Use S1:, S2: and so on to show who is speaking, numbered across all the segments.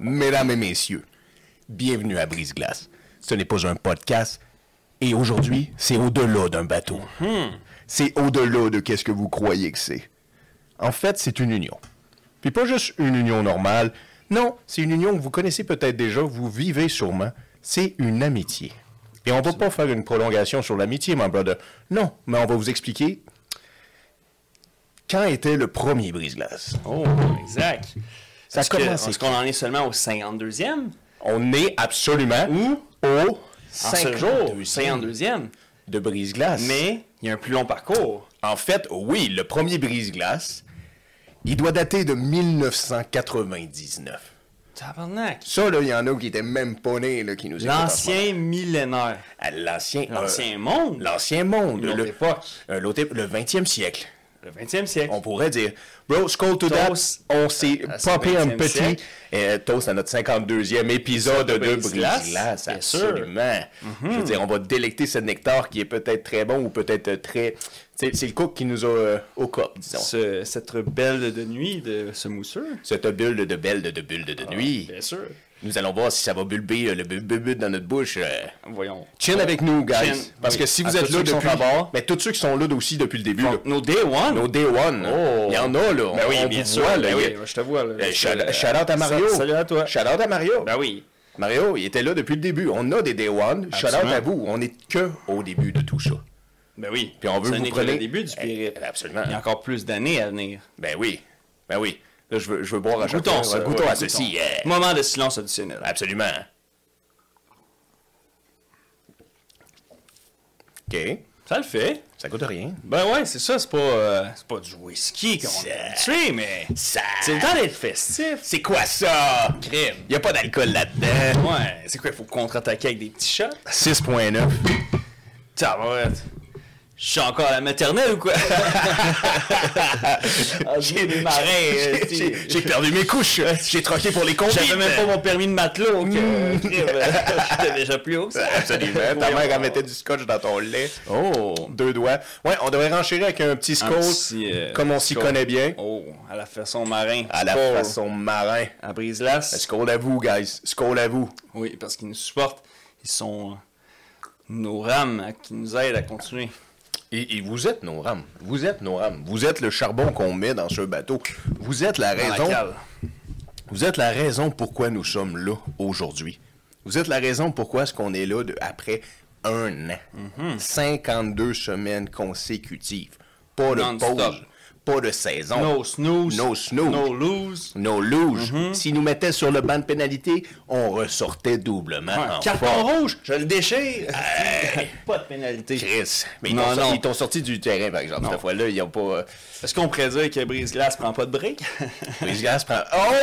S1: Mesdames et messieurs, bienvenue à Brise-Glace. Ce n'est pas un podcast, et aujourd'hui, c'est au-delà d'un bateau. C'est au-delà de qu'est-ce que vous croyez que c'est. En fait, c'est une union. Puis pas juste une union normale. Non, c'est une union que vous connaissez peut-être déjà, vous vivez sûrement. C'est une amitié. Et on va pas faire une prolongation sur l'amitié, mon brother. Non, mais on va vous expliquer quand était le premier Brise-Glace.
S2: Oh, exact. Est-ce qu'on en est seulement au 52e?
S1: On est absolument au
S2: 52e
S1: de Brise-Glace.
S2: Mais il y a un plus long parcours.
S1: En fait, oui, le premier Brise-Glace, il doit dater de 1999.
S2: Tabarnak.
S1: Ça, là, il y en a qui étaient même pas nés, là, qui nous écoutent.
S2: L'ancien millénaire.
S1: L'ancien
S2: monde.
S1: L'ancien monde.
S2: L'autre époque.
S1: Le 20e siècle.
S2: Le 20e siècle.
S1: On pourrait dire. Bro, Skull to that, on s'est popé un petit toast à notre 52e épisode de Brise-Glace. Absolument. Je veux dire, on va délecter ce nectar qui est peut-être très bon ou peut-être très... C'est le cook qui nous a au cop, disons.
S2: Cette belle de nuit de ce mousseux.
S1: Cette bulle de nuit.
S2: Bien sûr.
S1: Nous allons voir si ça va bulber le bulbe dans notre bouche.
S2: Voyons.
S1: Chill avec nous, guys.
S2: Chill.
S1: Parce que si vous êtes là depuis... Mais tous ceux qui sont là aussi depuis le début.
S2: Nos Day One.
S1: Nos Day One.
S2: Oh.
S1: Il y en a, là.
S2: Ben oui, bien sûr.
S1: Voit, là,
S2: ben oui, je te vois. Là.
S1: Shout-out à Mario.
S2: Salut à toi.
S1: Shout-out à Mario.
S2: Ben oui.
S1: Mario, il était là depuis le début. On a des Day One. Shout-out à vous. On n'est que au début de tout ça.
S2: Ben oui.
S1: Puis on veut vous prenez...
S2: le début du spirit.
S1: Absolument.
S2: Il y a encore plus d'années à venir.
S1: Ben oui. Ben oui. Là, je veux boire à chaque
S2: fois.
S1: Goûtons à ceci. Yeah.
S2: Moment de silence additionnel.
S1: Absolument. OK.
S2: Ça le fait.
S1: Ça coûte rien.
S2: Ben ouais, c'est ça. C'est pas du whisky qu'on a habitué, mais c'est le temps d'être festif.
S1: C'est quoi ça?
S2: Crème.
S1: Y a pas d'alcool là-dedans.
S2: Ouais. C'est quoi, il faut contre-attaquer avec des petits shots?
S1: 6.9.
S2: Tabarouette. Je suis encore à la maternelle ou quoi? J'ai des marins.
S1: J'ai perdu mes couches. J'ai troqué pour les convites.
S2: J'avais même pas mon permis de matelot. J'étais déjà plus haut que ça.
S1: Absolument. Ta mère, elle mettait du scotch dans ton lait.
S2: Oh.
S1: 2 doigts. Ouais, on devrait renchérir avec un petit skull, comme on s'y connaît bien.
S2: Oh, à la façon marin.
S1: À la façon marin.
S2: À Brise-Glace.
S1: Skull à vous, guys. Skull à vous.
S2: Oui, parce qu'ils nous supportent. Ils sont nos rames qui nous aident à continuer.
S1: Et vous êtes nos rames. Vous êtes nos rames. Vous êtes le charbon qu'on met dans ce bateau. Vous êtes la raison. Vous êtes la raison pourquoi nous sommes là aujourd'hui. Vous êtes la raison pourquoi est-ce qu'on est là après 1 an. 52 semaines consécutives. Pas de pause. Pas de saison.
S2: No snooze.
S1: No snooze.
S2: No lose.
S1: No lose. S'ils nous mettaient sur le banc de pénalité, on ressortait doublement.
S2: Carton rouge, je le déchire. Pas de pénalité.
S1: Chris. Mais ils t'ont sorti du terrain, par exemple. Cette fois-là, ils n'ont pas...
S2: Est-ce qu'on pourrait dire que Brise-Glace prend pas de break?
S1: Brise-Glace prend... Oh!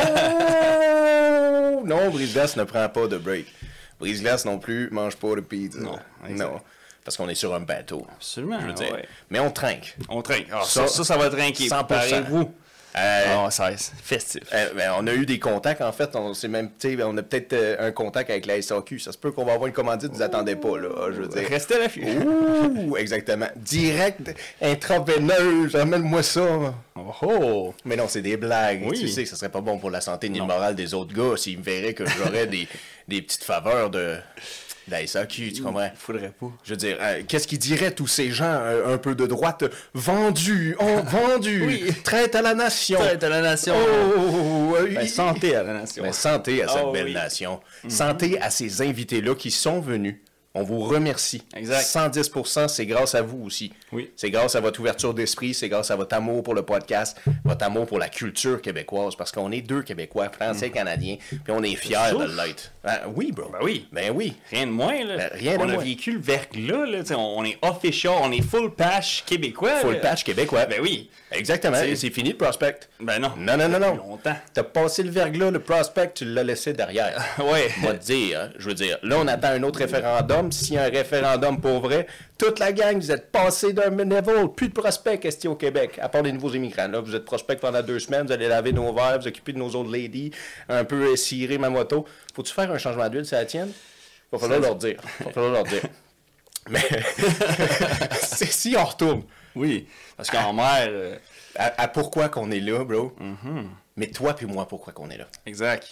S1: Non, Brise-Glace ne prend pas de break. Brise-Glace non plus mange pas de pizza. Non. Parce qu'on est sur un bateau.
S2: Absolument.
S1: Je veux dire. Ouais. Mais on trinque.
S2: On trinque. Ah, ça va trinquer.
S1: 100%.
S2: Préparez-vous. Ça c'est festif.
S1: On a eu des contacts, en fait. On a peut-être un contact avec la SAQ. Ça se peut qu'on va avoir une commandite, vous attendez pas, là. Je veux dire.
S2: Restez à l'affût.
S1: Ouh, exactement. Direct, intraveineuse. Amène-moi ça.
S2: Oh.
S1: Mais non, c'est des blagues.
S2: Oui.
S1: Tu sais que ça serait pas bon pour la santé ni le moral des autres gars s'ils me verraient que j'aurais des petites faveurs de la SAQ, tu comprends?
S2: Faudrait pas.
S1: Je veux dire, qu'est-ce qu'ils diraient tous ces gens un peu de droite? Vendu,
S2: oui.
S1: Traite à la nation.
S2: Traite à la nation. Santé à la nation.
S1: Santé à cette belle nation. Santé à ces invités-là qui sont venus. On vous remercie.
S2: Exact.
S1: 110%, c'est grâce à vous aussi.
S2: Oui.
S1: C'est grâce à votre ouverture d'esprit, c'est grâce à votre amour pour le podcast, votre amour pour la culture québécoise, parce qu'on est 2 Québécois, français, canadiens, puis on est fiers de l'être. Oui, bro.
S2: Ben oui.
S1: Ben oui.
S2: Rien de moins, là.
S1: Rien de moins.
S2: On a vécu le verglas, là. On est official, on est full patch québécois.
S1: Full patch québécois.
S2: Ben oui.
S1: Exactement. C'est fini le prospect.
S2: Ben non.
S1: Non.
S2: Longtemps.
S1: T'as passé le verglas, le prospect, tu l'as laissé derrière.
S2: Ouais.
S1: Moi te dire, je veux dire, là on attend un autre référendum. S'il y a un référendum pour vrai, toute la gang, vous êtes passé d'un bénévole, plus de prospect ici au Québec, à part des nouveaux immigrants. Là, vous êtes prospect pendant 2 semaines, vous allez laver nos verres, vous occuper de nos autres ladies, un peu cirer ma moto. Faut-tu faire un changement d'huile, ça la tienne? Va falloir leur dire. Mais si on retourne.
S2: Oui. Parce qu'en mer.
S1: À pourquoi qu'on est là, bro. Mais toi puis moi, pourquoi qu'on est là.
S2: Exact.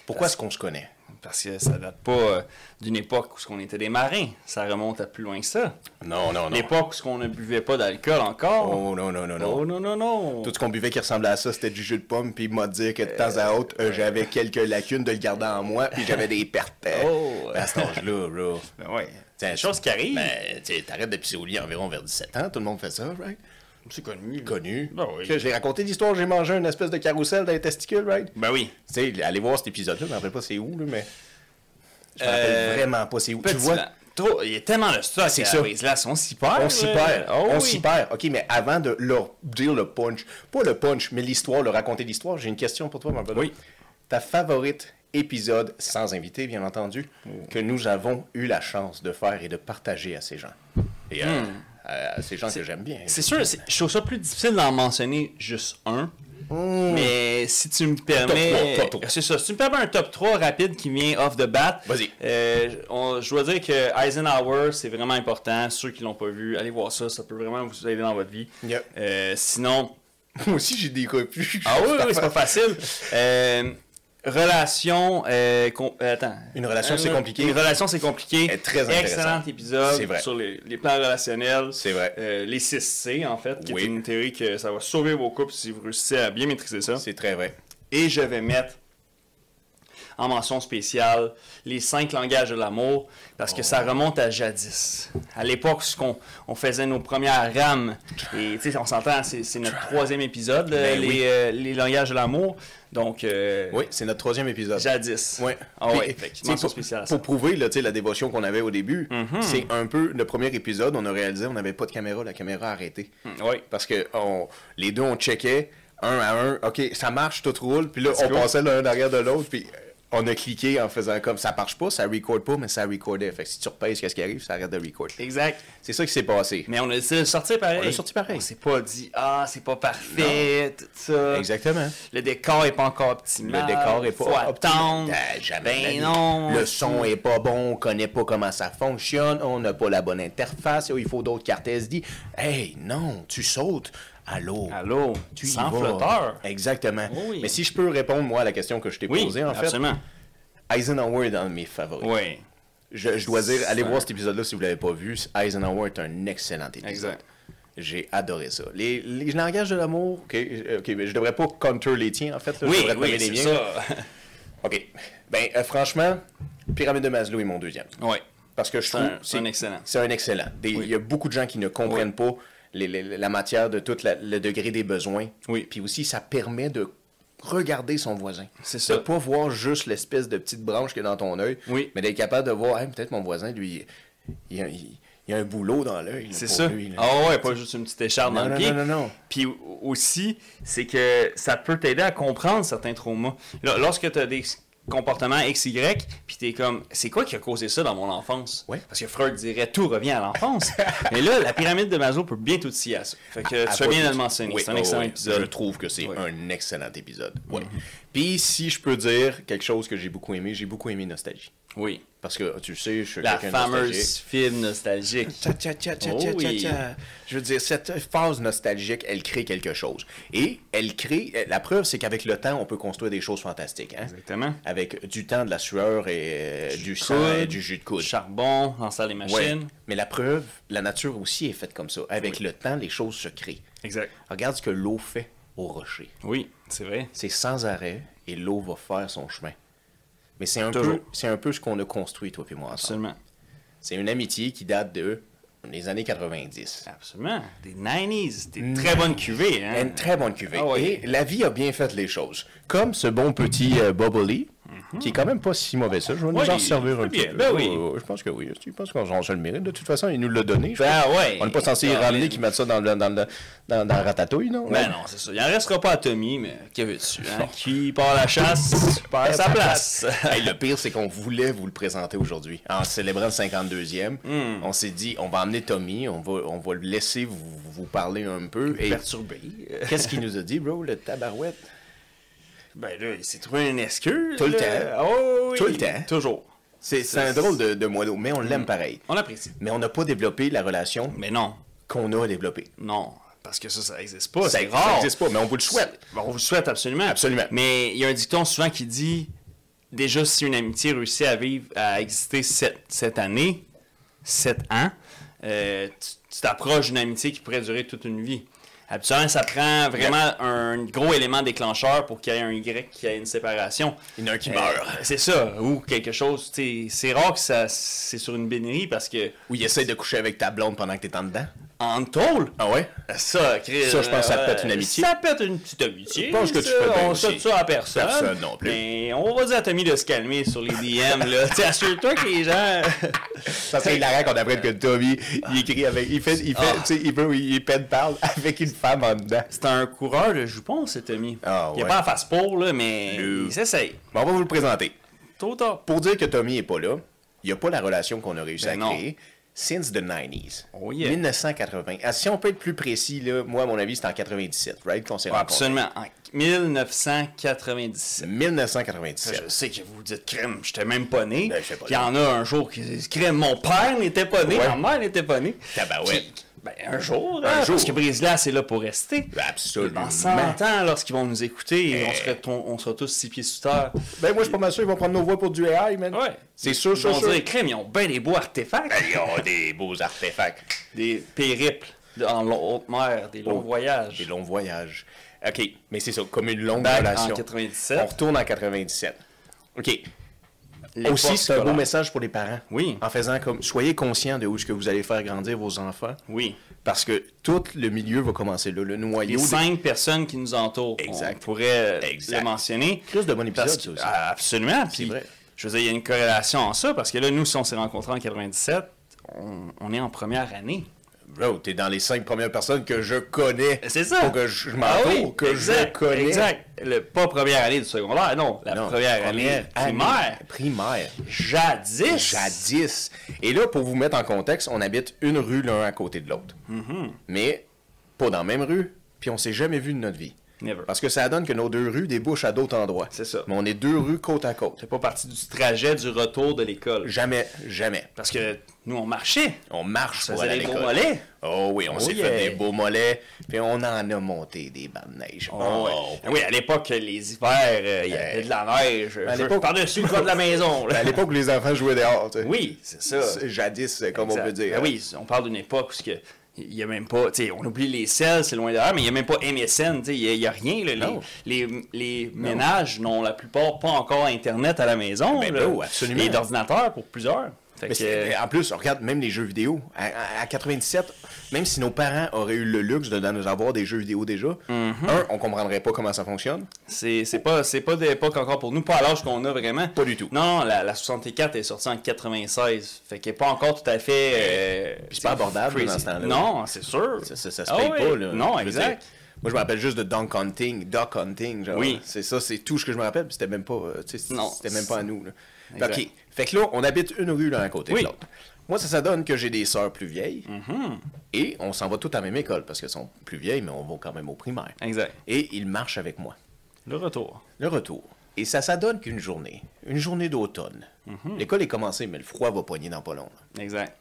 S1: Pourquoi est-ce qu'on se connaît?
S2: Parce que ça date pas d'une époque où on était des marins. Ça remonte à plus loin que ça.
S1: Non.
S2: L'époque où on ne buvait pas d'alcool encore.
S1: Oh non.
S2: Oh non.
S1: Tout ce qu'on buvait qui ressemblait à ça, c'était du jus de pomme, puis il m'a dit que de temps à autre, j'avais quelques lacunes de le garder en moi, puis j'avais des pertes. À cet âge-là, bro.
S2: Ben ouais.
S1: C'est
S2: une chose qui arrive.
S1: Ben, t'arrêtes de pisser au lit environ vers 17 ans, tout le monde fait ça, right?
S2: C'est connu.
S1: Connu.
S2: Ben oui.
S1: Que j'ai raconté l'histoire, j'ai mangé une espèce de carrousel dans les testicules, right?
S2: Ben oui.
S1: Tu sais, allez voir cet épisode-là, je me rappelle pas c'est où, là, mais... Je me rappelle vraiment pas c'est où. Tu vois...
S2: Il y a tellement de stock.
S1: C'est ça.
S2: Là, on s'y perd.
S1: On s'y perd. OK, mais avant de leur dire le punch, pas le punch, mais l'histoire, leur raconter l'histoire, j'ai une question pour toi, mon brother.
S2: Oui.
S1: Ta favorite épisode, sans invité, bien entendu, que nous avons eu la chance de faire et de partager à ces gens. Et à ces gens que j'aime bien.
S2: C'est sûr, je trouve ça plus difficile d'en mentionner juste un. Mais si tu me permets...
S1: Top 3.
S2: C'est ça. Si tu me permets un top 3 rapide qui vient off the bat.
S1: Vas-y.
S2: Je dois dire que Eisenhower, c'est vraiment important. Ceux qui l'ont pas vu, allez voir ça. Ça peut vraiment vous aider dans votre vie.
S1: Yep.
S2: Sinon...
S1: Moi aussi, j'ai des copies.
S2: Ah oui, c'est pas facile. Relation... attends.
S1: Une relation, c'est compliqué.
S2: Une relation, c'est compliqué.
S1: Très intéressant.
S2: Excellent épisode
S1: C'est vrai.
S2: sur les plans relationnels.
S1: C'est vrai.
S2: Les 6C, en fait, qui
S1: Oui.
S2: est une théorie que ça va sauver vos couples si vous réussissez à bien maîtriser ça.
S1: C'est très vrai.
S2: Et je vais mettre en mention spéciale les 5 langages de l'amour, parce que ça remonte à jadis. À l'époque où on faisait nos premières rames, et tu sais, on s'entend, c'est notre 3e épisode, les langages de l'amour. Donc,
S1: oui, c'est notre 3e épisode.
S2: Jadis.
S1: Oui.
S2: Ah ouais, mention spéciale à ça.
S1: Pour prouver là, la dévotion qu'on avait au début, c'est un peu le premier épisode, on a réalisé on n'avait pas de caméra, la caméra a arrêté.
S2: Oui.
S1: Parce que les deux, on checkait un à un, OK, ça marche, tout roule, puis là, on passait l'un derrière de l'autre, puis on a cliqué en faisant comme ça marche pas, ça record pas, mais ça recordait. Fait que si tu repèses, qu'est-ce qui arrive, ça arrête de record.
S2: Exact.
S1: C'est ça qui s'est passé.
S2: Mais on a décidé de sortir pareil.
S1: On a sorti pareil.
S2: On s'est pas dit, c'est pas parfait, tout ça.
S1: Exactement.
S2: Le décor est pas encore optimal.
S1: Le décor est pas
S2: Faut attendre.
S1: Jamais.
S2: Ben non.
S1: Le son est pas bon, on connaît pas comment ça fonctionne, on n'a pas la bonne interface, il faut d'autres cartes SD. Hey, non, tu sautes. Allô, tu
S2: sans
S1: y vas.
S2: flotteur.
S1: Exactement.
S2: Oui.
S1: Mais si je peux répondre, moi, à la question que je t'ai posée, en
S2: absolument.
S1: fait, Eisenhower est dans mes favoris.
S2: Oui.
S1: Je dois dire, allez voir cet épisode-là si vous l'avez pas vu. Eisenhower est un excellent épisode.
S2: Exact.
S1: J'ai adoré ça. Les langages de l'amour, OK, mais je devrais pas counter les tiens, en fait. Là, je devrais nommer les miens.
S2: Ça.
S1: OK. Ben, franchement, Pyramide de Maslow est mon deuxième.
S2: Oui.
S1: Parce que je trouve...
S2: C'est un excellent.
S1: C'est un excellent. Il y a beaucoup de gens qui ne comprennent pas la matière de tout le degré des besoins.
S2: Oui.
S1: Puis aussi, ça permet de regarder son voisin.
S2: C'est ça.
S1: De pas voir juste l'espèce de petite branche qu'il y a dans ton œil, mais d'être capable de voir, hey, peut-être mon voisin, lui, il y a un boulot dans l'œil.
S2: C'est ça.
S1: Lui,
S2: pas juste une petite écharpe dans le pied.
S1: Non.
S2: Puis aussi, c'est que ça peut t'aider à comprendre certains traumas. Lorsque tu as des comportements XY, puis t'es comme, c'est quoi qui a causé ça dans mon enfance?
S1: Ouais.
S2: Parce que Freud dirait, tout revient à l'enfance. Mais là, la pyramide de Maslow peut bien tout scier à ça. Fait que tu fais bien de le mentionner.
S1: Oui,
S2: c'est un excellent épisode.
S1: Je trouve que c'est un excellent épisode. Oui. Puis si je peux dire quelque chose que j'ai beaucoup aimé Nostalgie.
S2: Oui.
S1: Parce que tu sais, je suis
S2: la
S1: quelqu'un
S2: fameuse
S1: nostalgique.
S2: film nostalgique.
S1: Je veux dire, cette phase nostalgique, elle crée quelque chose. Et elle crée... La preuve, c'est qu'avec le temps, on peut construire des choses fantastiques. Hein?
S2: Exactement.
S1: Avec du temps, de la sueur et du sang et du jus de coude.
S2: Charbon, installer les machines.
S1: Ouais. Mais la preuve, la nature aussi est faite comme ça. Avec le temps, les choses se créent.
S2: Exact.
S1: Regarde ce que l'eau fait au rocher.
S2: Oui, c'est vrai.
S1: C'est sans arrêt et l'eau va faire son chemin. Mais c'est un peu ce qu'on a construit, toi et moi, ensemble.
S2: Absolument.
S1: C'est une amitié qui date de les années 90.
S2: Absolument. Des 90s. Des très bonnes cuvées. Hein?
S1: Une très bonne cuvée.
S2: Ah oui.
S1: Et la vie a bien fait les choses. Comme ce bon petit Bubbly, qui est quand même pas si mauvais ça. Je vais nous en servir un petit peu.
S2: Ben oui.
S1: Je pense que oui. Je pense qu'on se le mérite. De toute façon, il nous l'a donné.
S2: Ouais.
S1: On n'est pas censé y ramener qu'ils mettent ça dans le ratatouille, non?
S2: Ben non, c'est ça. Il n'en restera pas à Tommy, mais que veux-tu? Hein? Qui part à la chasse, part à sa place.
S1: Hey, le pire, c'est qu'on voulait vous le présenter aujourd'hui. En célébrant le 52e, on s'est dit, on va emmener Tommy, on va le laisser vous parler un peu. Et
S2: perturbé.
S1: Qu'est-ce qu'il nous a dit, bro, le tabarouette?
S2: Ben là, il s'est trouvé une excuse.
S1: Tout le temps.
S2: Oh, oui.
S1: Tout le temps.
S2: Toujours.
S1: C'est un drôle de moineau, mais on l'aime pareil.
S2: On l'apprécie.
S1: Mais on n'a pas développé la relation
S2: Mais non.
S1: qu'on a développée.
S2: Non. Parce que ça n'existe pas.
S1: Ça
S2: C'est rare.
S1: n'existe pas, mais on vous le souhaite.
S2: On vous le souhaite absolument.
S1: Absolument.
S2: Mais il y a un dicton souvent qui dit déjà, si une amitié réussit à exister cette année, 7 ans, tu t'approches d'une amitié qui pourrait durer toute une vie. Habituellement, ça prend vraiment un gros élément déclencheur pour qu'il y ait un Y, qu'il y ait une séparation.
S1: Il y en a un qui meurt.
S2: C'est ça, ou quelque chose. C'est rare que c'est sur une bénérie parce que...
S1: Ou il essaie de coucher avec ta blonde pendant que t'es en dedans.
S2: En tôle?
S1: Ah ouais?
S2: Ça, Chris,
S1: ça, je pense que ça pète une amitié.
S2: Ça pète une petite amitié.
S1: Je pense que tu fais bien
S2: on
S1: aussi.
S2: souhaite ça à personne.
S1: Personne non plus.
S2: Mais on va dire à Tommy de se calmer sur les DM, là. Tu sais, assure-toi que les gens...
S1: Ça serait hilarant qu'on apprenne que Tommy, il écrit avec... Il pen parle avec une femme en dedans.
S2: C'est un coureur de jupon, c'est Tommy.
S1: Ah,
S2: Il
S1: ouais.
S2: n'est pas en face pour, là, mais il s'essaye.
S1: Bon, on va vous le présenter.
S2: Tôt ou tard.
S1: Pour dire que Tommy est pas là, il n'y a pas la relation qu'on a réussi à
S2: Ben non.
S1: créer. Since the 90s.
S2: Oh yeah.
S1: 1980. Ah, si on peut être plus précis, là, moi, à mon avis, c'était en 97, right, qu'on s'est rencontrés.
S2: Absolument. En 1997.
S1: 1997.
S2: Je sais que vous dites crème, j'étais même pas né.
S1: Ben, je sais pas.
S2: Puis il y en a un jour qui disent crème, mon père n'était pas né,
S1: Ouais.
S2: ma mère n'était pas née.
S1: Tabarouette.
S2: Ben, un jour,
S1: Un
S2: hein,
S1: jour.
S2: parce que Brise-Glace est là pour rester.
S1: Absolument.
S2: Dans 100 ans, lorsqu'ils vont nous écouter, on sera tous 6 pieds sous terre.
S1: Ben, moi, je suis pas mal sûr qu'ils vont prendre nos voix pour du AI, man.
S2: Ouais.
S1: C'est sûr,
S2: Ils
S1: sûr,
S2: vont
S1: sûr.
S2: dire crème, ils ont bien des beaux artefacts.
S1: Ben, ils ont des beaux artefacts.
S2: Des périples en haute mer, des longs voyages.
S1: Des longs voyages. OK, mais c'est ça, comme une longue
S2: Back
S1: relation.
S2: en 97.
S1: On retourne en 97. OK.
S2: L'époque
S1: Aussi, c'est un beau
S2: scolaire.
S1: message pour les parents.
S2: Oui.
S1: En faisant comme, soyez conscients de où est-ce que vous allez faire grandir vos enfants.
S2: Oui.
S1: Parce que tout le milieu va commencer là, le noyau.
S2: Les 5 personnes qui nous entourent,
S1: Exact.
S2: on pourrait
S1: Exact.
S2: le mentionner.
S1: Chris de bon épisode,
S2: Parce
S1: ça
S2: que,
S1: aussi.
S2: absolument. Puis,
S1: vrai.
S2: je veux dire, il y a une corrélation en ça, parce que là, nous, si on s'est rencontrés en 97, on est en première année.
S1: Bro, t'es dans les 5 premières personnes que je connais.
S2: C'est ça.
S1: Pour que je m'entoure, que je connais.
S2: Exact. Pas première année du secondaire, non. La
S1: Non,
S2: première année primaire.
S1: Primaire.
S2: Jadis.
S1: Jadis. Et là, pour vous mettre en contexte, on habite une rue l'un à côté de l'autre. Mais pas dans la même rue, puis on s'est jamais vu de notre vie.
S2: Never.
S1: Parce que ça donne que nos deux rues débouchent à d'autres endroits.
S2: C'est ça.
S1: Mais on est deux rues côte à côte.
S2: C'est pas partie du trajet du retour de l'école.
S1: Jamais, jamais.
S2: Parce que nous, on marchait.
S1: On marche
S2: Ça
S1: pour aller
S2: faisait
S1: à
S2: des beaux
S1: l'école.
S2: mollets.
S1: Oh oui, on
S2: Oh
S1: s'est
S2: yeah.
S1: fait des beaux mollets, puis on en a monté des bancs de neige.
S2: Oh, ouais. Oui, à l'époque, les hivers, il y avait de la neige.
S1: À l'époque-
S2: Par-dessus le toit de la maison. là.
S1: À l'époque où les enfants jouaient dehors, tu sais.
S2: Oui, c'est ça.
S1: C'est jadis, comme on
S2: Exact.
S1: peut dire.
S2: Ben oui, on parle d'une époque où il n'y a même pas, tu sais, on oublie les selles, c'est loin derrière, mais il n'y a même pas MSN, tu sais, il n'y a rien. Là,
S1: Non.
S2: les ménages n'ont la plupart pas encore Internet à la maison.
S1: Ben,
S2: là.
S1: bro, absolument.
S2: Et d'ordinateur pour plusieurs. Fait
S1: Mais
S2: que,
S1: en plus, on regarde même les jeux vidéo. À 97, même si nos parents auraient eu le luxe de nous avoir des jeux vidéo déjà, on comprendrait pas comment ça fonctionne.
S2: c'est pas d'époque encore pour nous, pas à l'âge qu'on a vraiment.
S1: Pas du tout.
S2: Non, la 64 est sortie en 96, fait qu'elle n'est pas encore tout à fait...
S1: Puis c'est pas abordable
S2: crazy.
S1: dans ce temps-là.
S2: Non, c'est sûr.
S1: Ça se
S2: Ah
S1: paye
S2: oui.
S1: pas, là.
S2: Non,
S1: Je veux
S2: exact.
S1: dire, moi, je me rappelle juste de Duck Hunting, genre.
S2: Oui.
S1: C'est ça, c'est tout ce que je me rappelle, puis c'était même pas, tu sais,
S2: Non,
S1: c'était même pas à nous, là.
S2: Exact.
S1: OK. Fait que là, on habite une rue l'un à côté
S2: Oui.
S1: de l'autre. Moi, ça donne que j'ai des sœurs plus vieilles, et on s'en va toutes à la même école, parce qu'elles sont plus vieilles, mais on va quand même au primaire.
S2: Exact.
S1: Et ils marchent avec moi.
S2: Le retour.
S1: Le retour. Et ça donne qu'une journée, une journée d'automne. L'école est commencée, mais le froid va poigner dans pas long. là.
S2: Exact.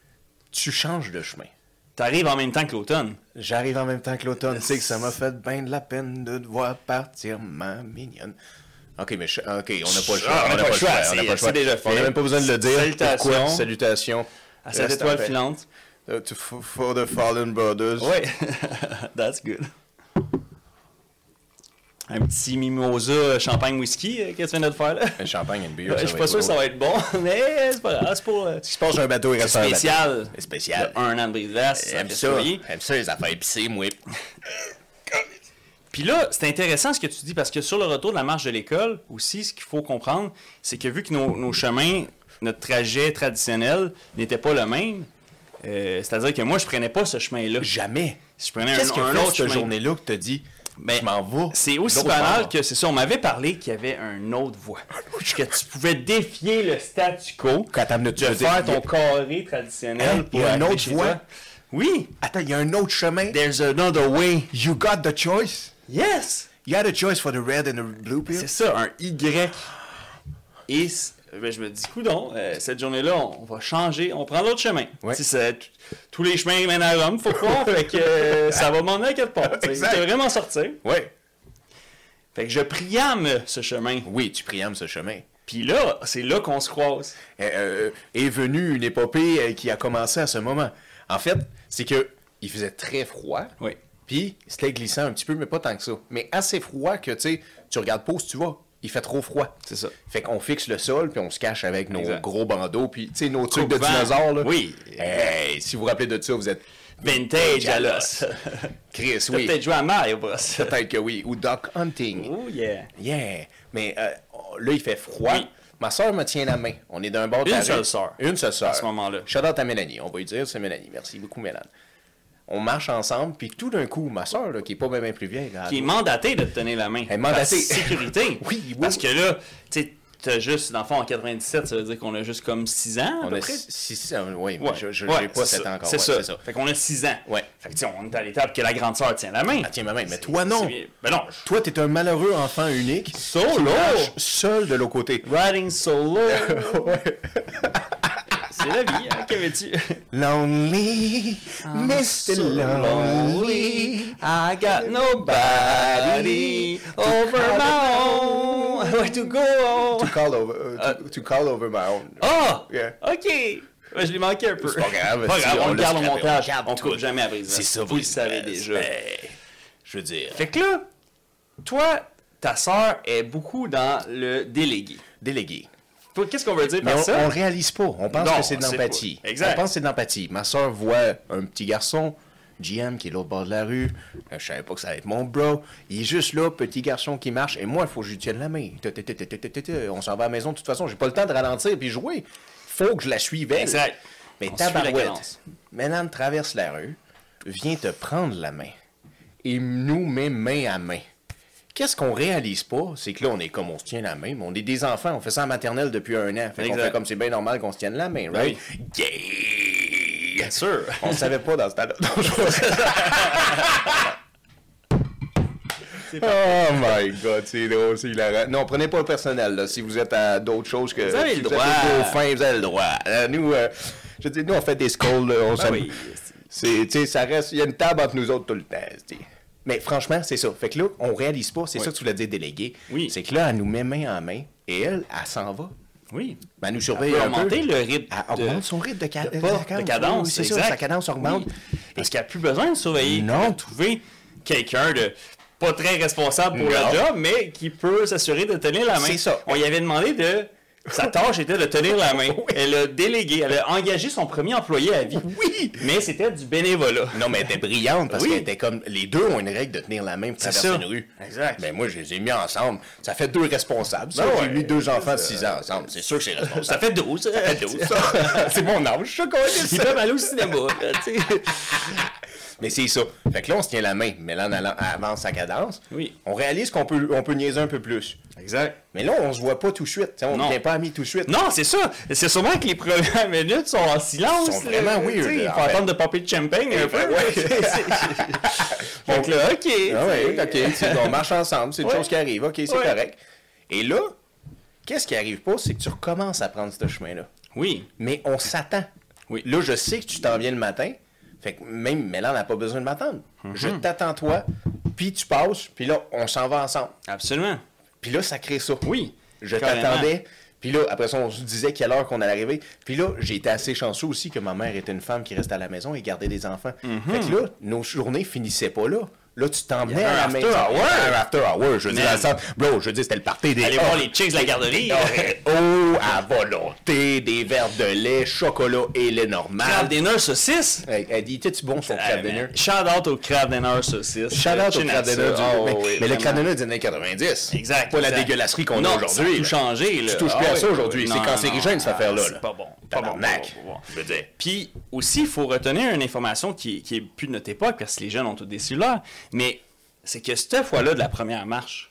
S1: Tu changes de chemin.
S2: T'arrives en même temps que l'automne.
S1: J'arrive en même temps que l'automne. Tu sais que ça m'a fait bien de la peine de te voir partir, ma mignonne. OK, mais OK, on n'a pas le choix.
S2: Ah, on n'a pas le choix,
S1: on n'a pas le choix.
S2: c'est déjà fait.
S1: On n'a même pas besoin de le dire.
S2: Salutations.
S1: Pourquoi? Salutations.
S2: À cette
S1: Reste
S2: étoile
S1: en paix.
S2: filante.
S1: For the fallen brothers.
S2: Ouais. That's good. Un petit mimosa champagne whisky que tu viens de te faire là.
S1: Un champagne et une bière.
S2: Je suis pas sûr que ça va être bon, mais c'est pas grave. C'est pour
S1: Ce qui se passe sur un bateau, il reste sur un bateau.
S2: spécial.
S1: C'est spécial.
S2: Un an de brise-glace.
S1: J'aime ça. J'aime ça, les affaires épicées, moi.
S2: Puis là, c'est intéressant ce que tu dis, parce que sur le retour de la marche de l'école, aussi, ce qu'il faut comprendre, c'est que vu que nos chemins, notre trajet traditionnel n'était pas le même, c'est-à-dire que moi, je prenais pas ce chemin-là.
S1: Jamais.
S2: Je prenais
S1: Qu'est-ce
S2: un
S1: que
S2: autre
S1: cette
S2: chemin.
S1: journée-là que t'as dit,
S2: Ben,
S1: je m'en vais?
S2: C'est aussi
S1: l'autre
S2: banal
S1: bord.
S2: que c'est ça. On m'avait parlé qu'il y avait une autre voie. Que tu pouvais défier le statu quo,
S1: Attends une minute, tu
S2: de
S1: veux dire,
S2: faire
S1: il y a-
S2: ton carré traditionnel
S1: Hein?
S2: pour
S1: Il y a une
S2: arriver
S1: autre
S2: chez
S1: voie?
S2: toi. Oui.
S1: Attends, il y a un autre chemin.
S2: There's another way.
S1: You got the choice.
S2: Yes.
S1: You had a choice for the red and the blue pill.
S2: C'est ça, un Y. Et ben, je me dis, coudonc, cette journée-là, on va changer, on prend l'autre chemin.
S1: Ouais.
S2: Tu sais, tous les chemins mènent à Rome, faut croire, fait que ça va m'emmener à quelque part. Tu sais.
S1: Exact.
S2: Je vais vraiment sortir.
S1: Ouais.
S2: Fait que je priame ce chemin.
S1: Oui, tu priames ce chemin.
S2: Puis là, c'est là qu'on se croise.
S1: Est venue une épopée qui a commencé à ce moment. En fait, c'est que il faisait très froid.
S2: Oui.
S1: Puis c'était glissant un petit peu, mais pas tant que ça. Mais assez froid que, tu sais, tu regardes pas où tu vas. Il fait trop froid.
S2: C'est ça.
S1: Fait qu'on fixe le sol, puis on se cache avec nos
S2: Exact.
S1: gros bandeaux, puis, tu sais, nos trucs de
S2: Coupe-vent.
S1: dinosaures, là.
S2: Oui.
S1: Hey, si vous vous rappelez de ça, vous êtes...
S2: Vintage à l'os.
S1: Chris,
S2: T'as
S1: oui.
S2: peut-être joué à Mario Bros.
S1: Peut-être que oui. Ou Duck Hunting.
S2: Oh yeah.
S1: Yeah. Mais là, il fait froid.
S2: Oui.
S1: Ma soeur me tient la main. On est d'un bord de
S2: Une
S1: la
S2: seule
S1: rue.
S2: sœur.
S1: Une seule sœur.
S2: À ce moment-là.
S1: Shout out à Mélanie. On va lui dire, c'est Mélanie. Merci beaucoup, Mélanie. On marche ensemble, puis tout d'un coup, ma soeur, là, qui est pas bien plus vieille, là,
S2: Qui est mandaté de te tenir la main.
S1: Elle est mandatée.
S2: Par sécurité.
S1: Oui, oui,
S2: Parce
S1: oui.
S2: que là, tu sais, t'as juste, dans le fond, en 97, ça veut dire qu'on a juste comme 6 ans, à
S1: on
S2: peu
S1: a
S2: près.
S1: oui, mais
S2: Ouais.
S1: je
S2: Ouais,
S1: n'ai pas
S2: c'est
S1: 7
S2: ça.
S1: ans encore.
S2: C'est
S1: ouais,
S2: ça. Fait qu'on a 6 ans.
S1: Ouais.
S2: Fait que, tu sais, on est à l'étape que la grande sœur tient la main.
S1: Ah, tiens, ma main. Mais toi, non.
S2: Ben non.
S1: Toi, t'es un malheureux enfant unique.
S2: Solo.
S1: Qui marche seul de l'autre côté.
S2: Riding solo.
S1: Ouais.
S2: C'est la vie, hein, qu'avais-tu?
S1: Lonely, Mr.
S2: So
S1: Lonely.
S2: I got nobody over my own. Where to go?
S1: To call over my own.
S2: Ah!
S1: Yeah.
S2: OK! Ouais, je l'ai manqué un peu.
S1: C'est pas grave,
S2: Pas grave, on le garde au
S1: scrape,
S2: montage.
S1: garde
S2: On
S1: tout.
S2: coupe jamais à briser.
S1: C'est ça,
S2: vous le savez déjà.
S1: Je veux dire.
S2: Fait que là, toi, ta sœur est beaucoup dans le délégué.
S1: Délégué.
S2: Qu'est-ce qu'on veut dire
S1: Mais
S2: par
S1: on
S2: ça?
S1: réalise pas. On pense
S2: Non,
S1: que c'est de
S2: on sait
S1: l'empathie.
S2: pas. Exact.
S1: On pense que c'est de l'empathie. Ma soeur voit un petit garçon, GM, qui est l'autre bord de la rue. Je savais pas que ça allait être mon bro. Il est juste là, petit garçon qui marche. Et moi, il faut que je lui tienne la main. On s'en va à la maison de toute façon. J'ai pas le temps de ralentir puis jouer. Faut que je la suive. Elle.
S2: Exact.
S1: Mais
S2: On suit la
S1: tabarouette,
S2: cadence.
S1: Mélan traverse la rue, vient te prendre la main et nous met main à main. Qu'est-ce qu'on réalise pas, c'est que là, on est comme on se tient la main, mais on est des enfants, on fait ça en maternelle depuis 1 an. Fait qu'on
S2: Exact.
S1: fait comme c'est bien normal qu'on se tienne la main, right? Gay!
S2: Bien sûr.
S1: On le savait pas dans ce temps-là. Non, je Oh my god, c'est drôle, c'est hilarant. Non, prenez pas le personnel, là. Si vous êtes à d'autres choses que.
S2: Vous avez
S1: si
S2: le
S1: êtes
S2: droit.
S1: des dauphins, vous avez le droit. Nous, je dis, nous, on fait des skulls, là, on s'amuse.
S2: oui.
S1: C'est, tu sais, ça reste, il y a une table entre nous autres tout le temps. t'sais. Mais franchement, c'est ça. Fait que là, on réalise pas, c'est
S2: Oui.
S1: ça que tu voulais dire délégué.
S2: Oui.
S1: C'est que là, elle nous met main en main et elle s'en va.
S2: Oui.
S1: Ben, elle nous
S2: Elle
S1: surveille
S2: peut
S1: un peu.
S2: augmenter le rythme
S1: Elle augmente son rythme de,
S2: de cadence.
S1: oui, c'est ça,
S2: exact.
S1: sa cadence augmente.
S2: Oui. Parce qu'elle n'a plus besoin de surveiller.
S1: Non.
S2: Elle a trouvé quelqu'un de pas très responsable pour
S1: Non.
S2: le job, mais qui peut s'assurer de tenir la main.
S1: C'est ça.
S2: On y avait demandé de... Sa tâche était de tenir la main.
S1: Oui.
S2: Elle a délégué. Elle a engagé son premier employé à vie.
S1: Oui!
S2: Mais c'était du bénévolat.
S1: Non, mais elle était brillante parce
S2: Oui.
S1: qu'elle était comme. Les deux ont une règle de tenir la main pour
S2: C'est
S1: traverser
S2: ça.
S1: une rue.
S2: Exact.
S1: Mais moi, je les ai mis ensemble. Ça fait 2 responsables. Ça,
S2: Ben
S1: j'ai
S2: ouais.
S1: mis 2 enfants de 6 ans ensemble. C'est sûr que c'est responsable.
S2: Ça fait 12. Ça
S1: fait 12. C'est mon âge, je sais
S2: Il peut aller au cinéma. Là, tu sais.
S1: Mais c'est ça. Fait que là, on se tient la main. Mais là, elle avance sa cadence.
S2: Oui.
S1: On réalise qu'on peut niaiser un peu plus.
S2: Exact.
S1: Mais là, on se voit pas tout de suite. T'sais, on ne
S2: Non.
S1: devient pas amis tout de suite.
S2: Non, c'est ça. C'est sûrement que les premières minutes sont en silence.
S1: Ils sont vraiment
S2: là.
S1: weird,
S2: Tu sais, Il
S1: en
S2: faut
S1: fait.
S2: attendre de popper de champagne un peu.
S1: Ouais.
S2: Donc là, OK.
S1: Ah ouais, ok. On marche ensemble. C'est une
S2: Ouais.
S1: chose qui arrive. Ok, c'est
S2: Ouais.
S1: correct. Et là, qu'est-ce qui arrive pas, c'est que tu recommences à prendre ce chemin-là.
S2: Oui.
S1: Mais on s'attend.
S2: Oui.
S1: Là, je sais que tu t'en viens le matin. Fait que même Mélan n'a pas besoin de m'attendre. Je t'attends toi, puis tu passes, puis là, on s'en va ensemble.
S2: Absolument.
S1: Puis là, ça crée ça.
S2: Oui.
S1: Je
S2: Carrément.
S1: t'attendais. Puis là, après ça, on se disait quelle heure qu'on allait arriver. Puis là, j'ai été assez chanceux aussi que ma mère était une femme qui restait à la maison et gardait des enfants. Fait que là, nos journées finissaient pas là. Là, tu t'emmenais
S2: Il y avait
S1: à la
S2: un
S1: maison.
S2: after hour.
S1: Un after hour. Je veux dire,
S2: Man.
S1: dans le sens- bro, je veux dire, c'était le party des...
S2: Allez voir les chicks de la garderie.
S1: Oh, à volonté, des verres de lait, chocolat et lait normal.
S2: Crab dinner saucisse.
S1: Elle dit, t'es-tu bon son crab dinner?
S2: Shout out au crab dinner saucisse.
S1: Shout out au crab dinner du
S2: Oh,
S1: mais,
S2: oui,
S1: mais le
S2: vraiment.
S1: crab dinner des années 90.
S2: Exact.
S1: Pas la
S2: exact.
S1: dégueulasserie qu'on a
S2: Non,
S1: aujourd'hui.
S2: ça a tout
S1: là.
S2: changé. Là.
S1: Tu touches plus à
S2: oui,
S1: ça aujourd'hui.
S2: oui.
S1: C'est
S2: Non,
S1: cancérigène,
S2: non,
S1: cette affaire-là.
S2: C'est
S1: là.
S2: pas bon. Pas bon,
S1: Tabarnak.
S2: pas bon.
S1: Je veux dire.
S2: Puis aussi, il faut retenir une information qui est plus de notre époque, parce que les jeunes ont tous des cellulaires, mais c'est que cette fois-là de la première marche,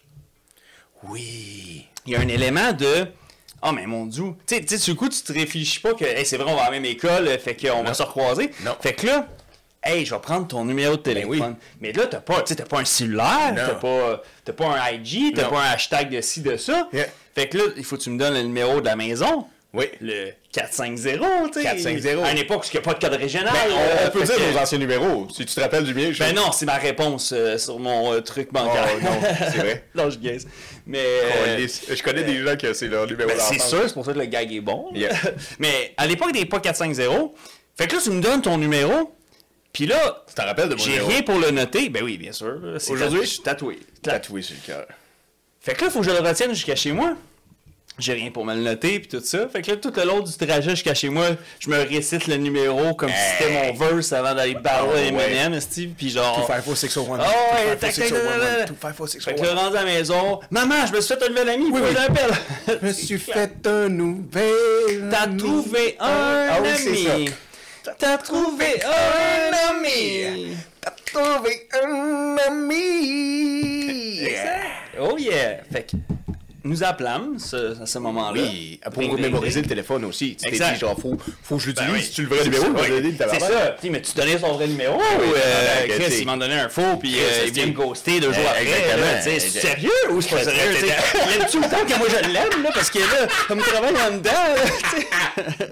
S1: Oui.
S2: il y a un élément de « Ah, mais mon Dieu! » Tu sais, du coup, tu te réfléchis pas que hey, c'est vrai, on va à la même école, fait qu'on va se recroiser.
S1: Non.
S2: Fait que là, hey, je vais prendre ton numéro de téléphone.
S1: oui.
S2: Mais là, t'as pas un cellulaire,
S1: Non.
S2: t'as pas un IG, t'as
S1: Non.
S2: pas un hashtag de ci, de ça.
S1: Yeah.
S2: Fait que là, il faut que tu me donnes le numéro de la maison.
S1: Oui.
S2: Le 450, tu sais.
S1: 450.
S2: À une époque où il n'y a pas de code régional.
S1: On peut dire nos anciens numéros, si tu te rappelles du mien.
S2: Ben non, c'est ma réponse sur mon truc bancaire.
S1: Oh non, c'est vrai.
S2: Non, je gaze. Mais...
S1: Je connais des gens que c'est leur numéro
S2: ben,
S1: d'enfance.
S2: c'est sûr, c'est pour ça que le gag est bon.
S1: Yeah.
S2: Mais à l'époque des pas 450, fait que là, tu me donnes ton numéro, puis là,
S1: Tu t'en rappelles de mon
S2: j'ai
S1: numéro?
S2: rien pour le noter. Ben oui, bien sûr.
S1: Aujourd'hui,
S2: je suis tatoué.
S1: Tatoué sur le cœur.
S2: Fait que là, il faut que je le retienne jusqu'à chez moi. J'ai rien pour me le noter, puis tout ça. Fait que là, tout le long du trajet jusqu'à chez moi, je me récite le numéro comme si c'était mon verse avant d'aller battler M&M, puis genre...
S1: 254-601.
S2: Oh ouais, tac, tac, Fait que là, rendu à la maison, maman, je me suis fait un nouvel ami,
S1: Oui,
S2: faut que
S1: oui.
S2: je l'appelle.
S1: Je me suis fait un nouvel
S2: T'as
S1: ami.
S2: trouvé un
S1: Ah oui, c'est
S2: ami. T'as trouvé un ami.
S1: T'as trouvé un ami.
S2: Oh yeah. Fait que nous appelâmes à ce moment-là.
S1: Oui, pour
S2: Ring, ring,
S1: mémoriser
S2: ring.
S1: le téléphone aussi. Tu t'es
S2: Exact.
S1: dit, genre, faut que je l'utilise.
S2: Ben oui.
S1: Si tu le vrai numéro,
S2: Oui.
S1: je vais donner
S2: C'est ça. Mais tu donnais son vrai numéro.
S1: oui,
S2: Chris,
S1: t'sais.
S2: il m'en donnait un faux, puis il vient me ghoster 2 jours après.
S1: Exactement.
S2: Là, t'sais, c'est sérieux ou c'est pas sérieux? Il aime-tu autant que moi je l'aime, là? Parce que là, comme il travaille en dedans, là,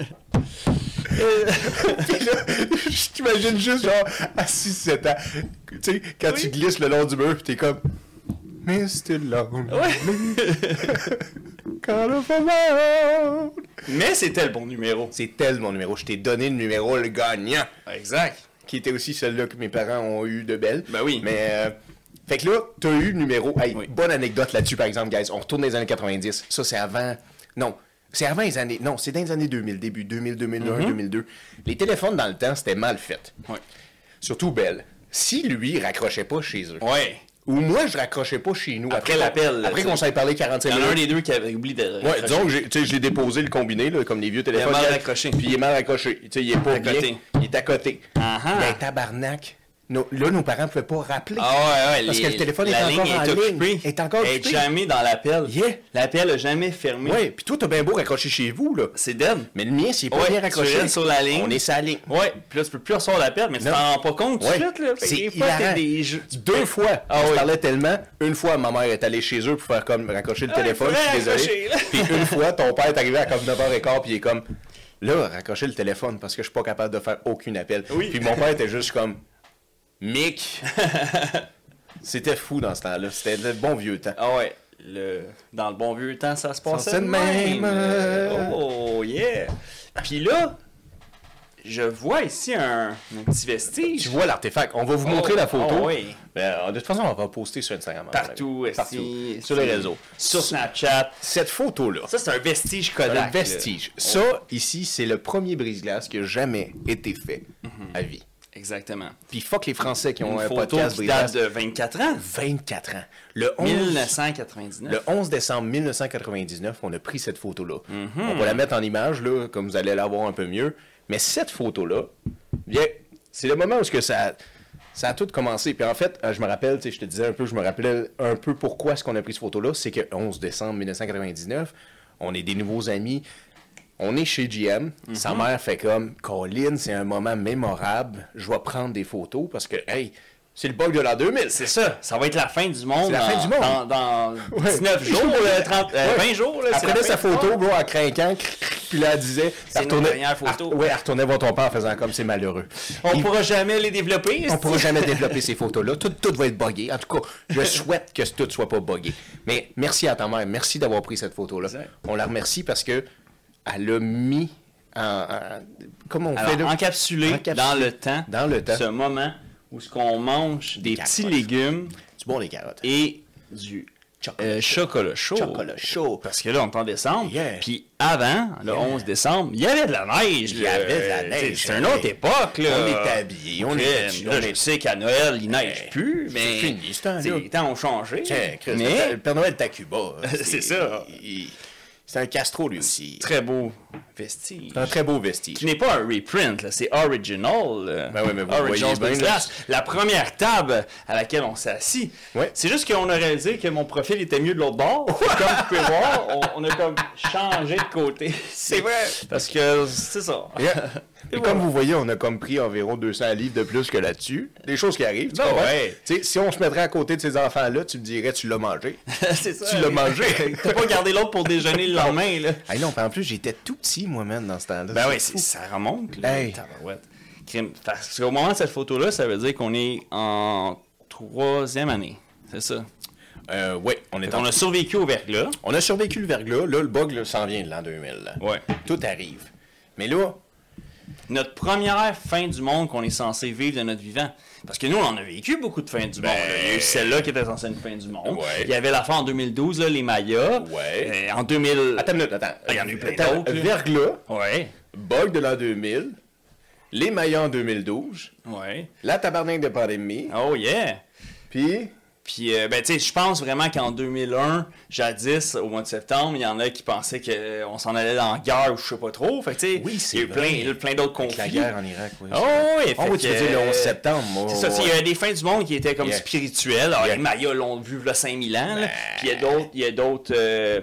S1: Puis là, je t'imagine juste, genre, à 6-7 ans. Tu sais, quand tu glisses le long du mur, pis t'es comme... Mr. Lonely. Call of a man.
S2: Mais c'était le bon numéro.
S1: C'est tel mon numéro. Je t'ai donné le numéro, le gagnant.
S2: Exact.
S1: Qui était aussi celui-là que mes parents ont eu de belle.
S2: Ben oui.
S1: Mais, fait que là, t'as eu le numéro. Hey,
S2: Oui.
S1: bonne anecdote là-dessus, par exemple, guys. On retourne dans les années 90. Ça, c'est avant. Non. C'est avant les années. Non, c'est dans les années 2000, début 2000, 2001, 2002. Les téléphones, dans le temps, c'était mal fait.
S2: Oui.
S1: Surtout Bell. Si lui, raccrochait pas chez eux.
S2: Ouais.
S1: Ou moi, je raccrochais pas chez nous.
S2: Après l'appel, là,
S1: Après qu'on
S2: t'sais.
S1: s'avait parlé
S2: Il
S1: 45
S2: y en a un
S1: minutes.
S2: des deux qui avait oublié de.
S1: Ouais, disons que j'ai déposé le combiné, là, comme les vieux téléphones.
S2: mal
S1: Puis
S2: raccroché.
S1: Puis il est mal raccroché. Tu sais, il est pas
S2: À
S1: bien.
S2: côté.
S1: Il est à côté.
S2: Ah-ha.
S1: Ben, tabarnak. Là, nos parents ne pouvaient pas rappeler.
S2: Ah ouais,
S1: Parce que le téléphone
S2: la
S1: est
S2: ligne
S1: encore en
S2: est
S1: ligne.
S2: occupée.
S1: Est encore
S2: Elle est
S1: occupée.
S2: jamais dans l'appel.
S1: Yeah.
S2: L'appel a jamais fermé.
S1: Ouais, puis toi, t'as bien beau raccrocher chez vous, là.
S2: C'est dead.
S1: Mais le mien, s'il est pas
S2: Ouais,
S1: bien
S2: tu
S1: raccroché.
S2: restes sur la ligne.
S1: On est sur la ligne.
S2: Ouais, puis là, tu peux plus recevoir l'appel, mais tu
S1: Non.
S2: t'en rends pas compte tout de
S1: Ouais.
S2: suite, là. Fait que
S1: C'est
S2: des fois, t'as
S1: hilarant.
S2: des jeux.
S1: 2 fois,
S2: Ah
S1: on se
S2: oui.
S1: parlait tellement. Une fois, ma mère est allée chez eux pour faire comme raccrocher le téléphone, je suis
S2: faudrait
S1: désolé.
S2: raccrocher, là.
S1: Puis une fois, ton père est arrivé à comme 9h15, puis il est comme, là, raccrocher le téléphone parce que je suis pas capable de faire aucun appel.
S2: Oui.
S1: Puis mon père était juste comme, Mick. C'était fou dans ce temps-là. C'était le bon vieux temps.
S2: Ah ouais. Dans le bon vieux temps, ça se passait
S1: c'est
S2: de
S1: de
S2: même.
S1: même.
S2: Oh, yeah. Puis là, je vois ici un petit vestige.
S1: Tu vois l'artefact. On va vous montrer la photo.
S2: Oh, oui.
S1: Ben, de toute façon, on va poster sur Instagram.
S2: Partout,
S1: Partout.
S2: ici,
S1: Sur les réseaux.
S2: Sur Snapchat.
S1: Cette photo-là.
S2: Ça, c'est un vestige
S1: Un
S2: Kodak.
S1: vestige.
S2: là.
S1: Ça, ici, c'est le premier brise-glace qui a jamais été fait à vie.
S2: Exactement.
S1: Puis fuck les Français qui ont
S2: Une
S1: un
S2: photo
S1: podcast
S2: qui date
S1: brise-glace.
S2: de 24 ans.
S1: 24 ans. Le
S2: 1999.
S1: 11 décembre 1999, on a pris cette photo-là. On va la mettre en image, là, comme vous allez la voir un peu mieux. Mais cette photo-là, bien, c'est le moment où ça a tout commencé. Puis en fait, je me rappelle, tu sais, je te disais un peu, je me rappelais un peu pourquoi est-ce qu'on a pris cette photo-là. C'est que 11 décembre 1999, on est des nouveaux amis. On est chez GM. Sa mère fait comme, Colin, c'est un moment mémorable. Je vais prendre des photos parce que, hey, c'est le bug de l'an 2000.
S2: C'est ça. Ça va être la fin du monde.
S1: C'est la fin du monde.
S2: Dans 19 jours, 20 jours. Là,
S1: Elle
S2: c'est la
S1: prenait
S2: fin
S1: sa
S2: du
S1: photo,
S2: monde.
S1: bro, en crinquant, puis là, elle disait...
S2: C'est nos dernières photos.
S1: Ouais, elle retournait voir ton père en faisant comme c'est malheureux.
S2: On pourra jamais les développer.
S1: On pourra jamais développer ces photos-là. Tout va être buggé. En tout cas, je souhaite que tout soit pas buggé. Mais merci à ta mère. Merci d'avoir pris cette photo-là.
S2: Exact.
S1: On la remercie parce que elle a mis comment on
S2: Alors,
S1: fait là?
S2: encapsulé dans le temps.
S1: Dans le temps.
S2: Ce moment où ce qu'on mange des petits
S1: carottes.
S2: légumes
S1: Du bon les carottes.
S2: et du chocolat chaud.
S1: Chocolat chaud.
S2: Parce que là, on est en décembre.
S1: Yeah.
S2: Puis avant, le 11 décembre, il y avait de la neige.
S1: Il y avait de la neige.
S2: C'est une autre époque. Là.
S1: On est habillés. On est...
S2: Là, je sais qu'à Noël, il neige plus, mais
S1: C'est fini, ce temps-là.
S2: les temps ont changé.
S1: Tiens, Chris,
S2: mais
S1: le Père Noël est à Cuba.
S2: C'est ça.
S1: C'est un Castro, lui aussi.
S2: très beau vestige.
S1: C'est un très beau vestige.
S2: Qui n'est pas un reprint, là, c'est original.
S1: Ben oui, mais vous
S2: Original
S1: voyez bien,
S2: Glass. La première table à laquelle on s'est assis.
S1: Ouais.
S2: C'est juste qu'on a réalisé que mon profil était mieux de l'autre bord. Comme vous pouvez voir, on a comme changé de côté.
S1: C'est vrai.
S2: Parce que c'est ça.
S1: Yeah. Et comme vous voyez, on a comme pris environ 200 livres de plus que là-dessus. Des choses qui arrivent, tu comprends?
S2: Ouais.
S1: Tu sais, si on se mettrait à côté de ces enfants-là, tu me dirais, tu l'as mangé.
S2: C'est ça.
S1: Tu l'as mangé.
S2: T'as pas gardé l'autre pour déjeuner le lendemain, là.
S1: Ah non, en plus, j'étais tout petit, moi-même, dans ce temps-là.
S2: Ben oui,
S1: fou.
S2: ça remonte, là.
S1: Hey.
S2: Tabarouette. Parce qu'au moment de cette photo-là, ça veut dire qu'on est en 3e année. C'est ça.
S1: Oui, on est
S2: On a survécu au verglas.
S1: On a survécu le verglas. Là, le bug là, s'en vient de l'an 2000. Là.
S2: Ouais.
S1: Tout arrive. Mais là,
S2: Notre première fin du monde qu'on est censé vivre de notre vivant. Parce que nous, on en a vécu beaucoup de fins du monde. Là. Il y a eu celle-là qui était censée être une fin du monde.
S1: Ouais.
S2: Il y avait l'affaire en 2012, là, les Mayas.
S1: Ouais.
S2: En 2000...
S1: attends une minute, attends.
S2: Il y en a eu plein
S1: Attends,
S2: d'autres, là.
S1: Verglas,
S2: Ouais.
S1: bug de l'an 2000, les Mayas en 2012,
S2: Ouais.
S1: la tabarnak de pandémie,
S2: Oh yeah!
S1: puis...
S2: Puis, ben, tu sais, je pense vraiment qu'en 2001, jadis, au mois de septembre, il y en a qui pensaient qu'on s'en allait dans la guerre ou je sais pas trop. Fait que, tu sais,
S1: Oui, c'est
S2: il y a eu
S1: vrai.
S2: plein d'autres
S1: Avec la
S2: conflits.
S1: guerre en Irak, oui.
S2: Oh, oui,
S1: Oh, oui, tu veux dire le 11 septembre, moi.
S2: C'est ça, tu sais, il y a des fins du monde qui étaient comme
S1: Yeah.
S2: spirituelles. Alors,
S1: Yeah.
S2: les Mayas l'ont vu là 5000 ans. Là. Puis il y a d'autres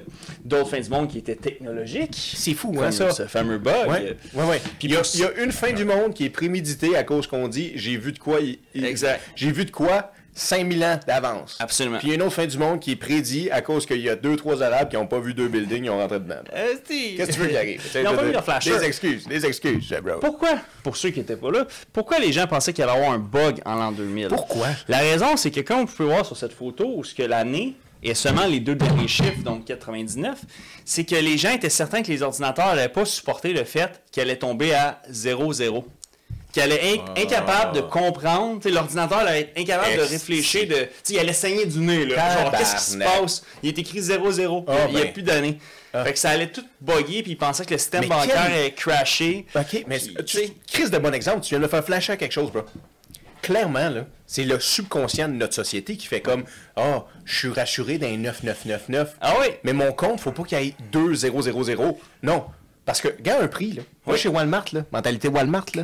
S2: fins du monde qui étaient technologiques.
S1: C'est fou,
S2: Comme
S1: hein, ça?
S2: ce fameux bug.
S1: Ouais. Puis il y a une fin du monde qui est préméditée à cause qu'on dit j'ai vu de quoi
S2: Exact.
S1: j'ai vu de quoi 5000 ans d'avance.
S2: Absolument.
S1: Puis il y a une autre fin du monde qui est prédit à cause qu'il y a 2-3 Arabes qui n'ont pas vu 2 buildings, ils ont rentré dedans. Qu'est-ce que tu veux qu'il arrive?
S2: Ils n'ont pas vu leur flasheur.
S1: Des excuses, bro.
S2: Pourquoi, pour ceux qui n'étaient pas là, pourquoi les gens pensaient qu'il allait y avoir un bug en l'an 2000?
S1: Pourquoi?
S2: La raison, c'est que comme vous pouvez voir sur cette photo, où ce que l'année et seulement les deux derniers chiffres, donc 99, c'est que les gens étaient certains que les ordinateurs n'allaient pas supporter le fait qu'elle allait tomber à 0-0. Qu'elle est incapable de comprendre, tu sais, l'ordinateur allait être incapable de réfléchir, tu sais, il allait saigner du nez, là. Genre, qu'est-ce qui se passe? Il est écrit 0-0, il n'y a plus d'année. Fait que ça allait tout bugger, puis il pensait que le système bancaire allait crasher.
S1: Ok, mais
S2: Puis,
S1: tu Chris de bon exemple, tu viens de me faire flasher à quelque chose, bro. Clairement, là, c'est le subconscient de notre société qui fait comme ah, je suis rassuré d'un 9999.
S2: Ah oui?
S1: Mais mon compte, faut pas qu'il y ait 2000. Non. Parce que, regarde un prix, là. Moi, chez Walmart, là, mentalité Walmart, là,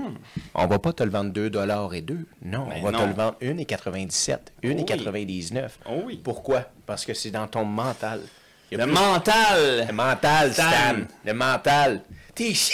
S1: on va pas te le vendre 2$ et 2. Non,
S2: Ben
S1: on va
S2: non.
S1: te le vendre 1,97,
S2: oui.
S1: 1,99.
S2: Oh oui.
S1: Pourquoi? Parce que c'est dans ton mental. Il y a
S2: Le
S1: plus-
S2: mental!
S1: Le mental, Stan.
S2: Stan.
S1: Le mental. T'es chier,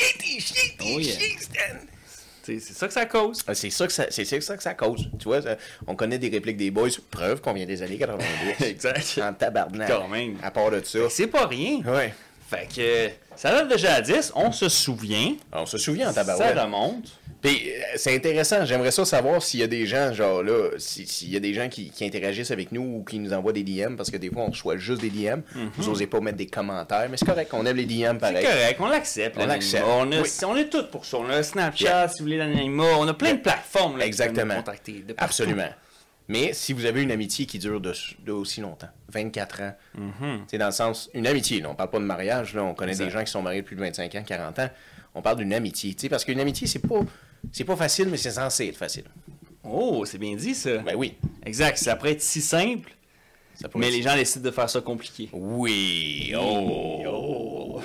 S2: Oh yeah.
S1: Stan.
S2: C'est ça que ça cause.
S1: Ah, c'est ça que ça cause. Tu vois, on connaît des répliques des boys, preuve qu'on vient des années 90.
S2: Exact.
S1: En tabarnak.
S2: Quand même.
S1: À part de ça.
S2: C'est pas rien.
S1: Ouais.
S2: Fait que ça date déjà à 10, on se souvient.
S1: On se souvient en
S2: Ça
S1: tabarouette.
S2: remonte.
S1: Puis c'est intéressant, j'aimerais ça savoir s'il y a des gens, genre là, s'il y a des gens qui interagissent avec nous ou qui nous envoient des DM, parce que des fois on reçoit juste des DM, vous n'osez pas mettre des commentaires, mais c'est correct, on aime les DM
S2: C'est
S1: pareil.
S2: correct, on l'accepte.
S1: On l'accepte.
S2: On est tous pour ça. On a Snapchat,
S1: Yeah.
S2: si vous voulez l'anonymat. On a plein de plateformes là, qui peuvent
S1: Exactement.
S2: nous contacter. De partout.
S1: Absolument. Mais si vous avez une amitié qui dure de aussi longtemps, 24 ans, c'est dans le sens, une amitié, là, on parle pas de mariage, là, on connaît
S2: Exact.
S1: des gens qui sont mariés depuis 25 ans, 40 ans, on parle d'une amitié, tu sais, parce qu'une amitié, c'est pas facile, mais c'est censé être facile.
S2: Oh, c'est bien dit ça.
S1: Ben oui.
S2: Exact, ça pourrait être si simple,
S1: Ça pourrait
S2: mais
S1: être-
S2: les gens décident de faire ça compliqué.
S1: Oui. Oh.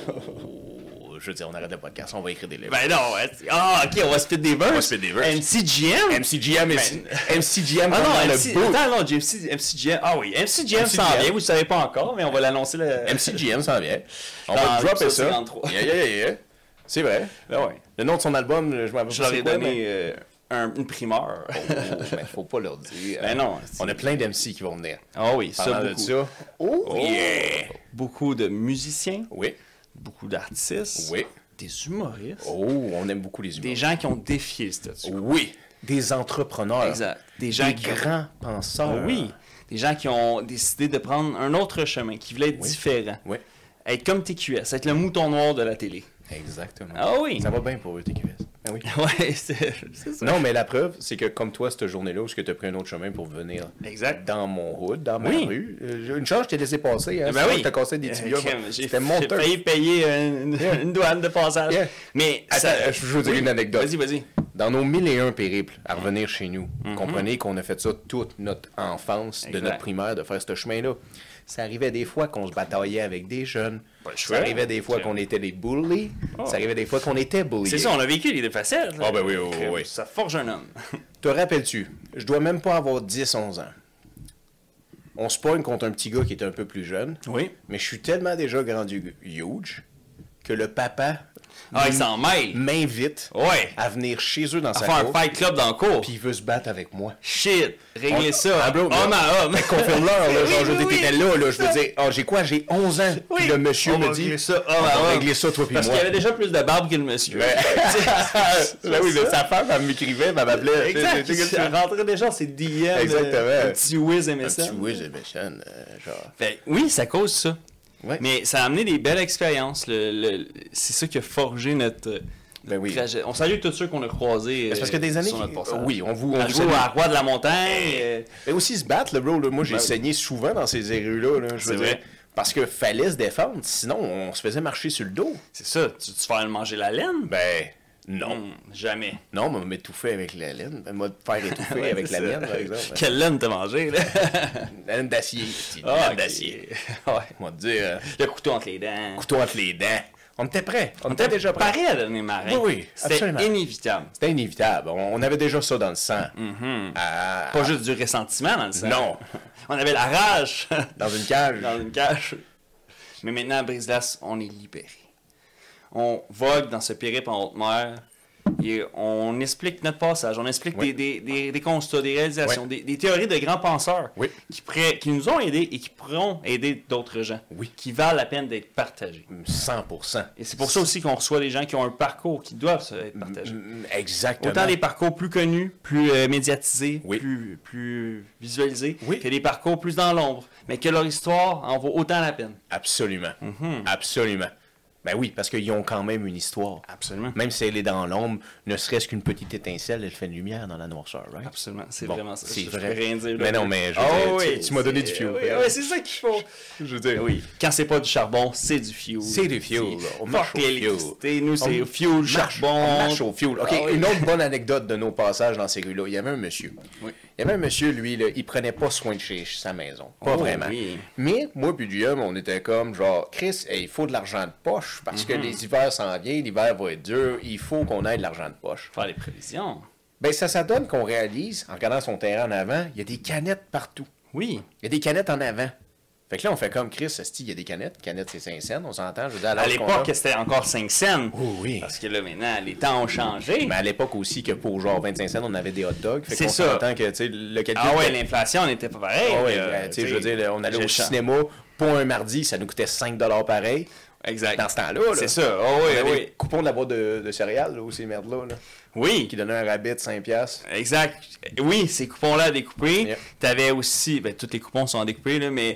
S1: Je veux dire, on arrête le podcast, on va écrire des livres.
S2: Ben non, ok, on va spit des verses.
S1: On va spit des verses.
S2: MCGM?
S1: MCGM, MCGM,
S2: Ah non,
S1: dans le
S2: MC,
S1: bout.
S2: attends, non, MCGM. Ah oui, MCGM s'en
S1: MCGM.
S2: vient, vous ne savez pas encore, mais on va l'annoncer.
S1: MCGM s'en vient. On
S2: Dans
S1: va dropper
S2: l'épisode
S1: ça.
S2: 53.
S1: Yeah. C'est vrai.
S2: Ben ouais.
S1: Le nom de son album, je m'en
S2: Je leur ai donné une primeur.
S1: Mais faut pas leur dire.
S2: Ben non.
S1: On a plein d'MC qui vont venir.
S2: Ah oui, ça
S1: Parlant de
S2: beaucoup.
S1: ça. Oh, yeah!
S2: Beaucoup de musiciens,
S1: Oui,
S2: beaucoup d'artistes,
S1: oui.
S2: des humoristes,
S1: Oh, on aime beaucoup les
S2: des
S1: humains.
S2: gens qui ont défié le statut.
S1: Oui, des entrepreneurs.
S2: Exact. Des gens
S1: Des
S2: qui
S1: grands penseurs.
S2: Oui, des gens qui ont décidé de prendre un autre chemin, qui voulaient être différents.
S1: Oui,
S2: Être comme TQS, être le mouton noir de la télé.
S1: exactement.
S2: Ah oui.
S1: Ça va bien pour eux, TQS. Ah oui.
S2: Ouais, c'est ça.
S1: Non, mais la preuve, c'est que comme toi, cette journée-là, où tu as pris un autre chemin pour venir
S2: Exact.
S1: dans mon hood, dans ma
S2: Oui.
S1: rue, une chance, je t'ai laissé passer. Hein,
S2: Ben
S1: sinon,
S2: oui.
S1: je t'ai cassé des tibias.
S2: J'ai
S1: C'était monteux.
S2: failli payer une douane de passage.
S1: Yeah.
S2: Mais
S1: Attends,
S2: ça...
S1: je veux vous dire une anecdote.
S2: Vas-y.
S1: Dans nos 1001 périples à revenir chez nous, comprenez qu'on a fait ça toute notre enfance, de
S2: Exact.
S1: notre primaire, de faire ce chemin-là. Ça arrivait des fois qu'on se bataillait avec des jeunes.
S2: Pas le
S1: Ça
S2: choix.
S1: arrivait des fois qu'on était des bullies.
S2: Oh.
S1: Ça arrivait des fois qu'on était bullies.
S2: C'est ça, on a vécu les deux facettes. là.
S1: Ah ben oui, oui.
S2: Ça forge un homme.
S1: Te rappelles-tu, je dois même pas avoir 10-11 ans. On se pogne contre un petit gars qui est un peu plus jeune.
S2: Oui.
S1: Mais je suis tellement déjà rendu huge que le papa
S2: Ah, il s'en mêle.
S1: m'invite
S2: Ouais.
S1: à venir chez eux dans
S2: À
S1: sa
S2: faire un
S1: cour,
S2: fight club dans le cours.
S1: puis il veut se battre avec moi.
S2: Shit. Réglez ça.
S1: Ah, bro,
S2: Homme à homme.
S1: Confirme-leur, là, genre, je
S2: Oui, oui,
S1: t'étais là, je veux dire, j'ai quoi, j'ai 11 ans, puis le monsieur
S2: On va
S1: me dit,
S2: régler ça homme
S1: on
S2: à
S1: va
S2: homme.
S1: régler ça, toi puis
S2: Parce
S1: moi.
S2: qu'il y avait déjà plus de barbe que le monsieur.
S1: Ouais. Ben oui, mais sa femme, elle m'écrivait, elle m'appelait.
S2: Exact. Il rentrait déjà dans ses DM.
S1: Exactement.
S2: Un petit whiz
S1: Un
S2: MSN.
S1: petit whiz MSN, genre.
S2: Fait, oui, ça cause ça.
S1: Ouais.
S2: Mais ça a amené des belles expériences. C'est ça qui a forgé notre
S1: Ben oui.
S2: trajet. On salue tous ceux qu'on a croisés.
S1: C'est parce que des années,
S2: sur notre passage.
S1: oui, on vous
S2: On joue
S1: salue.
S2: à Roi de la Montagne.
S1: Mais aussi se battre, le bro, là, moi j'ai
S2: Ben,
S1: saigné souvent dans ces rues-là, je
S2: C'est
S1: veux dire.
S2: vrai.
S1: Parce que fallait se défendre, sinon on se faisait marcher sur le dos.
S2: C'est ça. Tu fais manger la laine?
S1: Ben, non.
S2: Jamais.
S1: Non, mais on m'étouffer avec la laine. Ben, moi, de faire étouffer
S2: Ouais,
S1: avec
S2: c'est
S1: la
S2: ça.
S1: mienne, par exemple.
S2: Quelle laine t'as mangé, là?
S1: La laine d'acier. La
S2: Ah,
S1: laine
S2: ok.
S1: d'acier.
S2: Ouais.
S1: On va te dire,
S2: Le couteau entre les dents.
S1: couteau entre les dents. On était prêts. On était déjà prêts.
S2: Pareil à devenir marin.
S1: Oui, oui,
S2: C'était
S1: absolument.
S2: inévitable.
S1: C'était inévitable. On avait déjà ça dans le sang.
S2: Pas juste du ressentiment dans le sang.
S1: Non.
S2: On avait la rage
S1: Dans une cage.
S2: dans une cage. Mais maintenant, à Brise-Glace, on est libéré. On vogue dans ce périple en haute mer et on explique notre passage. On explique
S1: Oui.
S2: des constats, des réalisations, des théories de grands penseurs
S1: Oui.
S2: qui nous ont aidés et qui pourront aider d'autres gens.
S1: Oui.
S2: Qui valent la peine d'être partagés.
S1: 100%.
S2: Et c'est pour ça aussi qu'on reçoit des gens qui ont un parcours qui doivent être partagés.
S1: Exactement.
S2: Autant des parcours plus connus, plus médiatisés,
S1: Oui.
S2: plus visualisés,
S1: Oui.
S2: que des parcours plus dans l'ombre, mais que leur histoire en vaut autant la peine.
S1: Absolument.
S2: Mhm.
S1: Absolument. Ben oui, parce qu'ils ont quand même une histoire.
S2: Absolument.
S1: Même si elle est dans l'ombre, ne serait-ce qu'une petite étincelle, elle fait une lumière dans la noirceur, right?
S2: Absolument, c'est
S1: Bon,
S2: vraiment ça.
S1: c'est
S2: Je
S1: vrai.
S2: peux rien dire.
S1: Mais non, mais je veux dire, tu m'as donné du fuel.
S2: Oui, c'est ça qu'il faut.
S1: Je veux dire,
S2: Oui, quand c'est pas du charbon, c'est du fuel.
S1: C'est du fuel. On marche
S2: Fuck
S1: au fuel.
S2: l'électricité, nous c'est
S1: On
S2: fuel, charbon.
S1: On marche au fuel. OK,
S2: Ah oui.
S1: une autre bonne anecdote de nos passages dans ces rues-là. Il y avait un monsieur.
S2: Oui.
S1: Il y avait un monsieur, lui, là, il prenait pas soin de chez sa maison. Pas
S2: Oh,
S1: vraiment.
S2: oui.
S1: Mais moi puis Guillaume, on était comme genre, Chris, il faut de l'argent de poche parce
S2: Mhm.
S1: que les hivers s'en viennent, l'hiver va être dur, il faut qu'on ait de l'argent de poche.
S2: Faire les prévisions.
S1: Ben ça donne qu'on réalise, en regardant son terrain en avant, il y a des canettes partout.
S2: Oui.
S1: Il y a des canettes en avant. Fait que là, on fait comme Chris, il y a des canettes. Canettes, c'est 5 cents, on s'entend. Je veux dire,
S2: À
S1: l'âge qu'on
S2: l'époque,
S1: a.
S2: c'était encore 5 cents.
S1: Oh oui.
S2: Parce que là, maintenant, les temps ont changé.
S1: Mais à l'époque aussi, que pour genre 25 cents, on avait des hot dogs. Fait
S2: C'est
S1: qu'on
S2: ça.
S1: s'entend que, tu sais, le calcul...
S2: Ah ouais, l'inflation n'était pas pareille.
S1: Ah ouais, tu sais, je veux dire, on allait au cinéma pour un mardi, ça nous coûtait 5 $ pareil.
S2: Exact.
S1: Dans ce temps-là, là.
S2: C'est ça. Oh,
S1: On
S2: oui,
S1: avait
S2: oui.
S1: le coupon de la boîte de céréales, là, ou ces merdes-là, là,
S2: Oui.
S1: qui donnait un rabais de 5 $.
S2: Exact. Oui, ces coupons-là découpés.
S1: Yep.
S2: T'avais aussi... Ben, tous les coupons sont découpés, là, mais...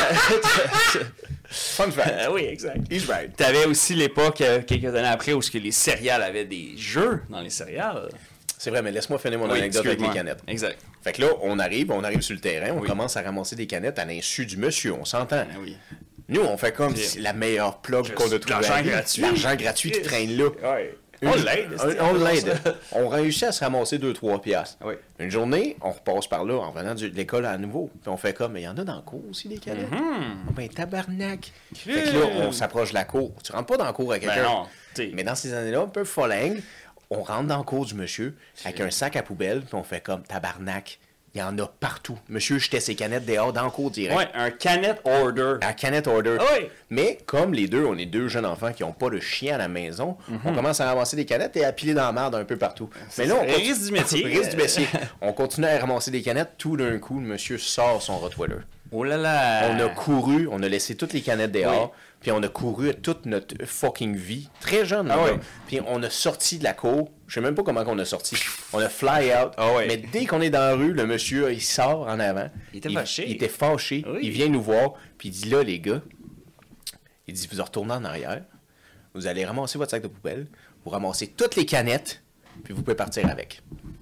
S1: Fun fact.
S2: oui, exact.
S1: He's right.
S2: T'avais aussi l'époque, quelques années après, où ce que les céréales avaient des jeux dans les céréales.
S1: C'est vrai, mais laisse-moi finir mon
S2: Oui,
S1: anecdote avec les
S2: excuse-moi.
S1: canettes.
S2: Exact.
S1: Fait que là, on arrive sur le terrain, on
S2: Oui.
S1: commence à ramasser des canettes à l'insu du monsieur, on s'entend.
S2: Ah oui.
S1: Nous, on fait comme
S2: Puis,
S1: c'est la meilleure plug qu'on a
S2: de
S1: trouvée.
S2: l'argent
S1: à vie.
S2: gratuit.
S1: L'argent gratuit qui traîne là.
S2: Ouais.
S1: Une-
S2: On l'aide.
S1: On l'aide. On réussit à se ramasser 2-3 piastres.
S2: Oui.
S1: Une journée, on repasse par là en venant de l'école à nouveau. Puis on fait comme, mais il y en a dans le cours aussi des canettes. Ben tabarnak. Fait que là, on s'approche de la cour. Tu rentres pas dans le cours à quelqu'un.
S2: Ben non. t'sais.
S1: Mais dans ces années-là, un peu folingue, on rentre dans le cours du monsieur avec un sac à poubelle, puis on fait comme tabarnak. Il y en a partout. Monsieur jetait ses canettes dehors dans le cours direct.
S2: Ouais, un canette order.
S1: À Canette Order.
S2: Ah oui.
S1: Mais comme les deux, on est deux jeunes enfants qui n'ont pas de chien à la maison, on commence à ramasser des canettes et à piler dans la merde un peu partout. Mais là, on
S2: le risque du métier.
S1: risque du métier. On continue à ramasser des canettes. Tout d'un coup, le monsieur sort son Rottweiler.
S2: Oh là là.
S1: On a couru, on a laissé toutes les canettes dehors, puis on a couru toute notre fucking vie. Très jeune,
S2: Ah
S1: là.
S2: oui.
S1: Puis on a sorti de la cour. Je sais même pas comment on a sorti. On a fly out.
S2: Ah oui.
S1: Mais dès qu'on est dans la rue, le monsieur, il sort en avant.
S2: Il était fâché.
S1: Il était fâché.
S2: Oui.
S1: Il vient nous voir, puis il dit là, les gars, il dit, vous retournez en arrière, vous allez ramasser votre sac de poubelle, vous ramassez toutes les canettes, puis vous pouvez partir avec.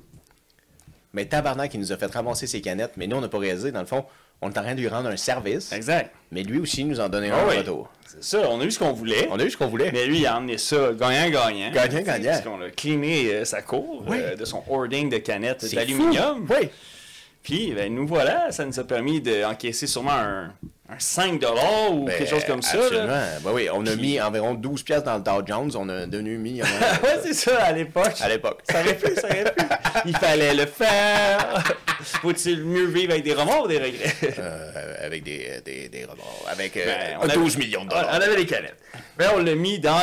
S1: Mais tabarnak, il nous a fait ramasser ses canettes, mais nous, on n'a pas réalisé. Dans le fond, on est en train de lui rendre un service,
S2: Exact.
S1: mais lui aussi, il nous en donnait
S2: Ah
S1: un en
S2: oui.
S1: retour.
S2: C'est ça, on a eu ce qu'on voulait.
S1: On a eu ce qu'on voulait.
S2: Mais lui, il a emmené ça gagnant-gagnant.
S1: Gagnant-gagnant.
S2: Parce qu'on a cleané sa cour
S1: Oui.
S2: de son hoarding de canettes
S1: C'est
S2: d'aluminium.
S1: fou. Oui.
S2: Puis, ben, nous voilà, ça nous a permis d'encaisser sûrement un 5 $ ou
S1: Ben,
S2: quelque chose comme ça.
S1: Absolument.
S2: Là.
S1: Ben oui, on a mis environ 12 piastres dans le Dow Jones. On a devenu mis
S2: Ouais, c'est ça, à l'époque.
S1: à l'époque.
S2: Ça aurait pu, ça aurait pu. Il fallait le faire. Faut-il mieux vivre avec des remords ou des regrets?
S1: Avec des remords. Avec
S2: on
S1: 12 millions de
S2: On
S1: dollars.
S2: avait les canettes. Ben, on l'a mis dans les petites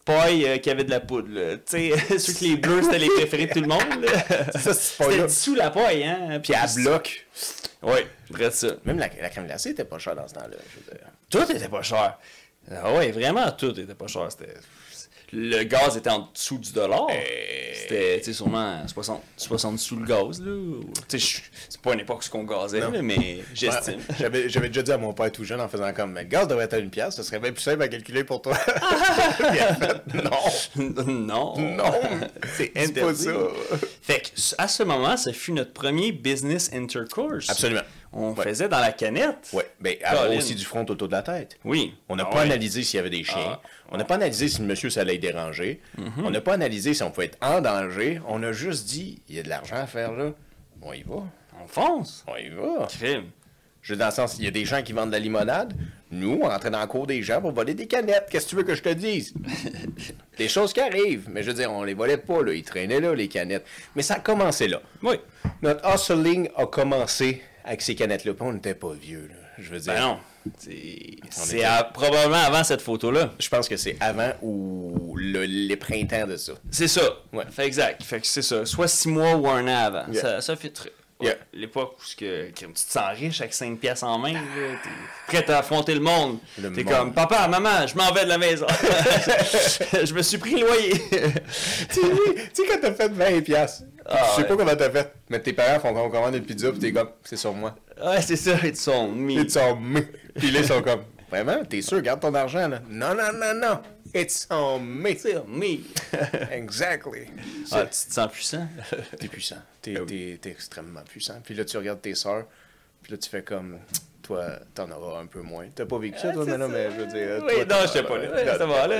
S2: paille qui avait de la poudre. Tu sais, ceux que les bleus, c'était les préférés de tout le monde. Là.
S1: Ça,
S2: C'était dessous la paille, hein.
S1: Puis à bloc.
S2: Oui, vrai ça.
S1: Même la crème glacée était pas chère dans ce temps-là. Je veux dire.
S2: Tout était pas cher. Ah ouais, vraiment, tout était pas cher. Le gaz était en dessous du dollar. C'était, tu sais, sûrement 60 sous le gaz, là. Tu sais, c'est pas une époque où on gazait, là, mais j'estime.
S1: Ouais, j'avais déjà dit à mon père tout jeune en faisant comme, mais le gaz devrait être à 1$, ce serait bien plus simple à calculer pour toi. Il a fait, non. Non. C'est pas ça.
S2: Fait que, à ce moment, ça fut notre premier business intercourse.
S1: Absolument.
S2: On faisait dans la canette.
S1: Oui, mais avoir aussi du front autour de la tête.
S2: Oui.
S1: On n'a pas analysé s'il y avait des chiens. On n'a pas analysé si le monsieur, ça allait déranger. On n'a pas analysé si on pouvait être en danger. On a juste dit, il y a de l'argent à faire là. On y va.
S2: On fonce.
S1: On y va.
S2: Crime.
S1: Je veux dans le sens, il y a des gens qui vendent de la limonade. Nous, on rentrait dans le cours des gens pour voler des canettes. Qu'est-ce que tu veux que je te dise? Des choses qui arrivent. Mais je veux dire, on les volait pas, là. Ils traînaient là, les canettes. Mais ça a commencé là.
S2: Oui.
S1: Notre hustling a commencé avec ces canettes-là. Puis on n'était pas vieux, là. Je veux dire.
S2: Ben non. C'est probablement avant cette photo-là.
S1: Je pense que c'est avant ou les printemps de ça.
S2: C'est ça. Ouais. Fait exact. Fait que c'est ça. Soit 6 mois ou 1 an avant.
S1: Yeah.
S2: Ça fait très.
S1: Yeah.
S2: L'époque où tu te sens riche avec 5 piastres en main, t'es prêt à affronter le monde. T'es comme, papa, maman, je m'en vais de la maison. Je me suis pris le loyer.
S1: Tu sais, quand t'as fait 20$, je sais pas comment t'as fait, mais tes parents font qu'on commande une pizza, pis t'es comme, c'est sur moi.
S2: Ouais, c'est ça, it's on me.
S1: It's on me. Puis là, ils sont comme, vraiment, t'es sûr, garde ton argent, là. Non, it's on me.
S2: It's on me.
S1: Exactly.
S2: Ah, tu te sens puissant?
S1: T'es puissant. T'es extrêmement puissant. Puis là, tu regardes tes sœurs, puis là, tu fais comme, toi, t'en auras un peu moins. T'as pas vécu ça, toi, mais non, mais je veux dire.
S2: Oui, non, j'étais pas là. Ça va,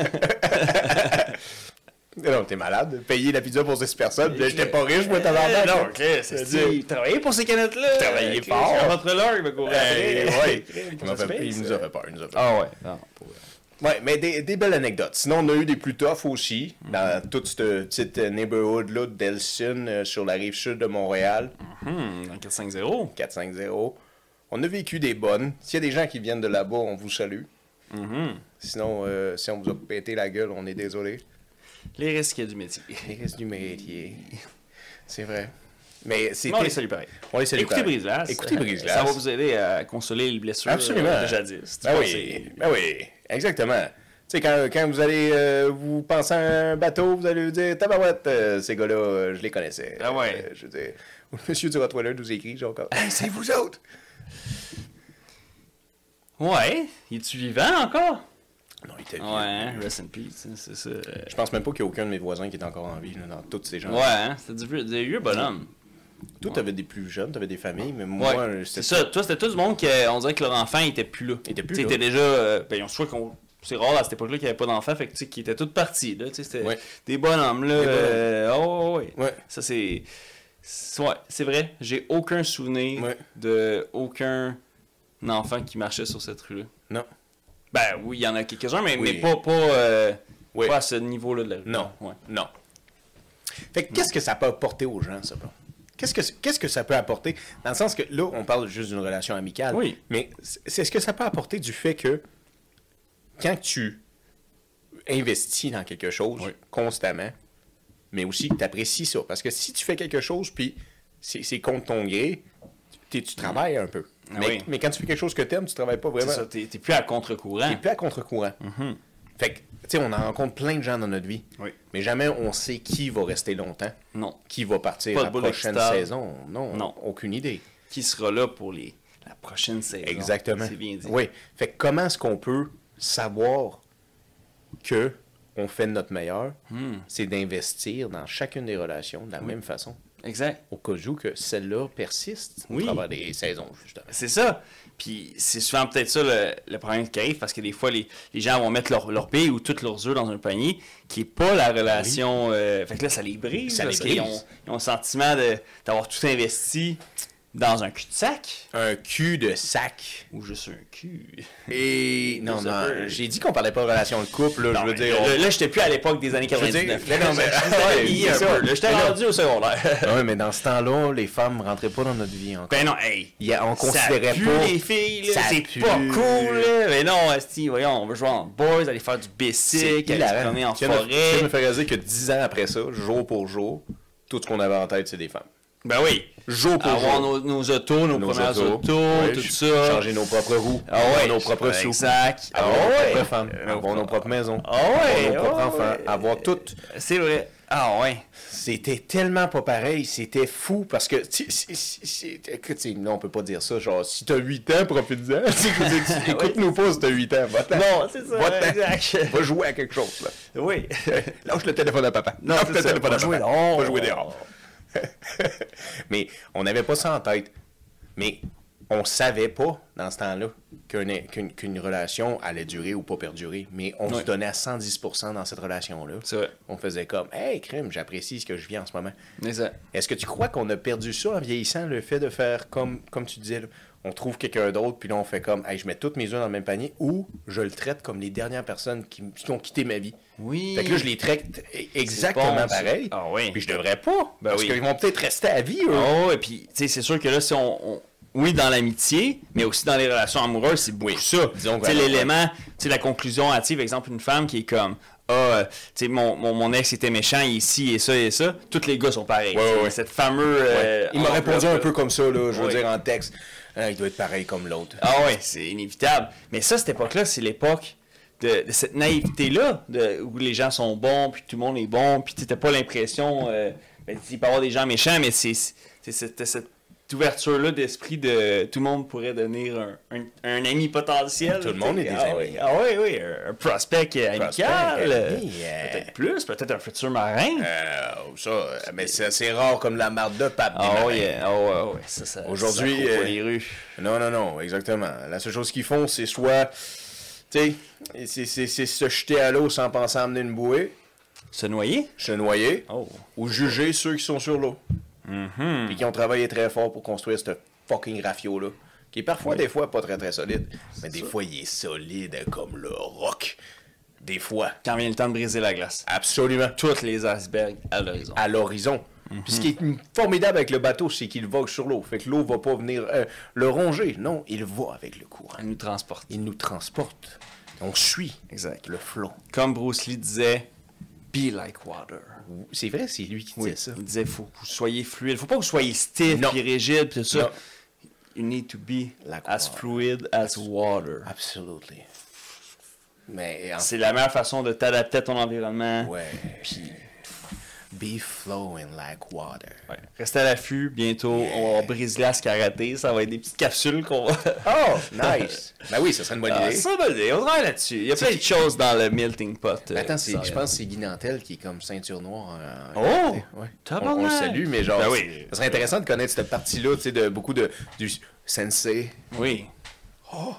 S2: là.
S1: Non, t'es malade. Payer la pizza pour 6 personnes, puis là, j'étais pas riche, moi, t'avais
S2: non, ok, c'est dit. Travailler pour ces canettes-là.
S1: Travailler fort.
S2: Votre l'heure, il va courir
S1: après. Il nous a fait peur.
S2: Ah ouais, non, pour vrai.
S1: Ouais, mais des belles anecdotes. Sinon, on a eu des plus toughs aussi, dans toute cette petite neighborhood-là d'Elsin, sur la rive sud de Montréal.
S2: Dans 450.
S1: 450. On a vécu des bonnes. S'il y a des gens qui viennent de là-bas, on vous salue. Sinon, si on vous a pété la gueule, on est désolé.
S2: Les risques du métier.
S1: Les risques du métier. C'est vrai. Mais c'est.
S2: On les salue pareil.
S1: On les salue
S2: Écoutez Brise-Glace.
S1: Écoutez Brise-Glace.
S2: Ça va vous aider à consoler les blessures
S1: Absolument.
S2: de jadis.
S1: Ben oui, exactement. Tu sais, quand vous allez vous penser à un bateau, vous allez vous dire, tabarouette, ces gars-là, je les connaissais.
S2: Ah ouais.
S1: Je veux dire, le monsieur du Rottweiler nous écrit, genre, hey, c'est vous autres!
S2: Ouais, es-tu vivant encore?
S1: Non, il était vieux.
S2: Ouais, rest in peace, c'est ça.
S1: Je pense même pas qu'il y a aucun de mes voisins qui est encore en vie, là, dans tous ces gens.
S2: Ouais, hein, c'était des vieux bonhommes.
S1: Toi, t'avais des plus jeunes, t'avais des familles, mais moi,
S2: c'est ça. Toi, c'était tout le monde qui, on dirait que leur enfant était plus là.
S1: Il était plus là.
S2: Était déjà, ben, on se voit qu'on. C'est rare à cette époque-là qu'il n'y avait pas d'enfants, fait que tu sais, qui étaient tous partis, là. Tu sais, c'était des bonhommes, là. Ouais. Ça, c'est. Ouais, c'est vrai. J'ai aucun souvenir de aucun enfant qui marchait sur cette rue-là.
S1: Non.
S2: Ben oui, il y en a quelques-uns, mais pas à ce niveau-là de la rue.
S1: Non. Non. Fait que qu'est-ce que ça peut apporter aux gens, ça, bro? Qu'est-ce que ça peut apporter? Dans le sens que là, on parle juste d'une relation amicale.
S2: Oui.
S1: Mais c'est ce que ça peut apporter du fait que quand tu investis dans quelque chose constamment, mais aussi que tu apprécies ça. Parce que si tu fais quelque chose, puis c'est contre ton gré, tu travailles un peu. Mais quand tu fais quelque chose que tu aimes, tu travailles pas vraiment.
S2: C'est ça, t'es plus à contre-courant.
S1: T'es plus à contre-courant. Fait que, tu sais, on en rencontre plein de gens dans notre vie. Mais jamais on sait qui va rester longtemps.
S2: Non.
S1: Qui va partir la prochaine saison. Non, aucune idée.
S2: Qui sera là pour la prochaine saison.
S1: Exactement.
S2: C'est bien dit.
S1: Oui. Fait que comment est-ce qu'on peut savoir que on fait de notre meilleur? C'est d'investir dans chacune des relations de la même façon.
S2: Exact.
S1: Au cas où que celle-là persiste au travers des saisons, justement.
S2: C'est ça. Puis c'est souvent peut-être ça le problème qui arrive, parce que des fois, les gens vont mettre leur billes ou tous leurs œufs dans un panier, qui n'est pas la relation... fait que là, ça les brise. Ils ont le sentiment d'avoir tout investi. Dans un cul-de-sac?
S1: Un cul de sac.
S2: Ou juste un cul?
S1: Et non,
S2: Ça
S1: non,
S2: peut.
S1: j'ai dit qu'on parlait pas de relation de couple, là,
S2: Non,
S1: je veux
S2: mais
S1: dire...
S2: là, j'étais plus à l'époque des années 99.
S1: Mais non, mais-
S2: ouais,
S1: c'est
S2: un
S1: ça.
S2: peu. Là, j'étais
S1: Mais non.
S2: rendu au secondaire.
S1: Ouais, mais dans ce temps-là, les femmes rentraient pas dans notre vie encore.
S2: Ben non, hey!
S1: On
S2: Ça
S1: considérait
S2: pue,
S1: pas...
S2: les filles, là,
S1: Ça
S2: c'est
S1: pue.
S2: pas cool, là. Mais non, esti, voyons, on va jouer en boys, aller faire du basic, aller se promener en
S1: Tu viens de
S2: forêt.
S1: me faire réaliser que 10 ans après ça, jour pour jour, tout ce qu'on avait en tête, c'est des femmes.
S2: Ben oui.
S1: Jour pour
S2: Avoir
S1: jour.
S2: nos autos, nos premières autos,
S1: Ouais,
S2: tout ça.
S1: Changer nos propres roues.
S2: Ah ouais.
S1: Avoir nos propres sous.
S2: Exact.
S1: Avoir
S2: Ah
S1: nos
S2: ouais.
S1: propres femmes. Avoir nos propres maisons.
S2: Ah ouais.
S1: Avoir nos propres
S2: ah
S1: enfants.
S2: ouais.
S1: Avoir tout.
S2: C'est vrai. Ah ouais.
S1: C'était tellement pas pareil. C'était fou parce que... Écoute, non, on peut pas dire ça. Genre, si t'as 8 ans, profite-en. Écoute-nous pas si t'as 8 ans. Va-t'en.
S2: Non, c'est ça.
S1: Va-t'en.
S2: Exact.
S1: Va jouer à quelque chose, là.
S2: Oui.
S1: Lâche le téléphone à papa.
S2: Non,
S1: Lâche
S2: c'est
S1: le
S2: ça.
S1: téléphone
S2: Va
S1: à
S2: jouer
S1: papa.
S2: dehors.
S1: Va jouer dehors. Mais on n'avait pas ça en tête. Mais on savait pas, dans ce temps-là, qu'une relation allait durer ou pas perdurer. Mais on se
S2: Ouais.
S1: donnait à 110% dans cette relation-là.
S2: C'est vrai.
S1: On faisait comme « Hey, crime, j'apprécie ce que je vis en ce moment.
S2: Mais ça. »
S1: Est-ce que tu crois qu'on a perdu ça en vieillissant, le fait de faire comme tu disais, là, on trouve quelqu'un d'autre, puis là on fait comme « Hey, je mets toutes mes œufs dans le même panier » ou je le traite comme les dernières personnes qui ont quitté ma vie.
S2: Oui.
S1: Fait que là, je les traite exactement
S2: bon, ça.
S1: pareil.
S2: Ah oui.
S1: Puis je devrais pas.
S2: Ben
S1: parce
S2: oui.
S1: qu'ils vont peut-être rester à vie, eux.
S2: Oh, et puis, tu sais, c'est sûr que là, si oui, dans l'amitié, mais aussi dans les relations amoureuses, c'est beaucoup ça.
S1: Disons que
S2: Tu sais,
S1: alors,
S2: l'élément, tu sais, la conclusion hâtive, exemple, une femme qui est comme, tu sais, mon ex était méchant, il est ici et ça, tous les gars sont pareils.
S1: Ouais,
S2: Tu sais,
S1: ouais.
S2: cette fameuse...
S1: Il m'a répondu un peu comme ça, là, je veux
S2: Oui.
S1: dire, en texte. Il doit être pareil comme l'autre.
S2: Ah ouais, c'est inévitable. Mais ça, cette époque-là, c'est l'époque de cette naïveté-là, où les gens sont bons, puis tout le monde est bon, puis tu n'as pas l'impression... ben, il peut y avoir des gens méchants, mais c'est cette ouverture-là d'esprit de tout le monde pourrait devenir un ami potentiel.
S1: Tout le monde est des
S2: ah,
S1: amis.
S2: Oui, un prospect amical.
S1: ami,
S2: Peut-être plus, peut-être un futur marin.
S1: Mais c'est rare comme la marde de pape. des
S2: Ah
S1: marins.
S2: oui, ouais. Ça,
S1: Aujourd'hui,
S2: ça court pas les rues.
S1: Non, exactement. La seule chose qu'ils font, c'est soit... Tu sais, c'est se jeter à l'eau sans penser à amener une bouée,
S2: Se noyer?
S1: se noyer,
S2: Oh.
S1: ou juger ceux qui sont sur l'eau. Puis qui ont travaillé très fort pour construire ce fucking rafio-là. Qui est parfois, des fois, pas très très solide. Mais des fois, il est solide comme le roc. Des fois.
S2: Quand vient le temps de briser la glace.
S1: Absolument.
S2: Toutes les icebergs à l'horizon.
S1: À l'horizon. Puis ce qui est formidable avec le bateau, c'est qu'il vogue sur l'eau. Fait que l'eau va pas venir le ronger. Non, il va avec le courant.
S2: Elle nous transporte.
S1: Il nous transporte. On suit
S2: Exact.
S1: le flot.
S2: Comme Bruce Lee disait, be like water.
S1: C'est vrai, c'est lui qui disait ça.
S2: Il disait, faut que vous soyez fluide. Faut pas que vous soyez stiff
S1: Non.
S2: et rigide pis tout ça.
S1: Non.
S2: You need to be
S1: Like
S2: as
S1: water.
S2: fluid as water.
S1: Absolutely. Mais
S2: C'est la meilleure façon de t'adapter à ton environnement.
S1: ouais. Puis be flowing like water.
S2: Ouais. Restez à l'affût, bientôt, on va avoir brise-glace karaté, ça va être des petites capsules qu'on va...
S1: Oh, nice. Ben oui, ça serait une bonne
S2: Ah,
S1: idée.
S2: ça va aller, on travaille là-dessus. Il y a plein de choses dans le melting pot.
S1: Attends,
S2: ça
S1: je pense que c'est Guy Nantel qui est comme ceinture noire.
S2: Oh!
S1: Ouais. On
S2: Tabarnak!
S1: le salue, mais genre,
S2: Ben oui.
S1: ça serait intéressant de connaître cette partie-là, tu sais, de beaucoup du sensei.
S2: Oui.
S1: Oh,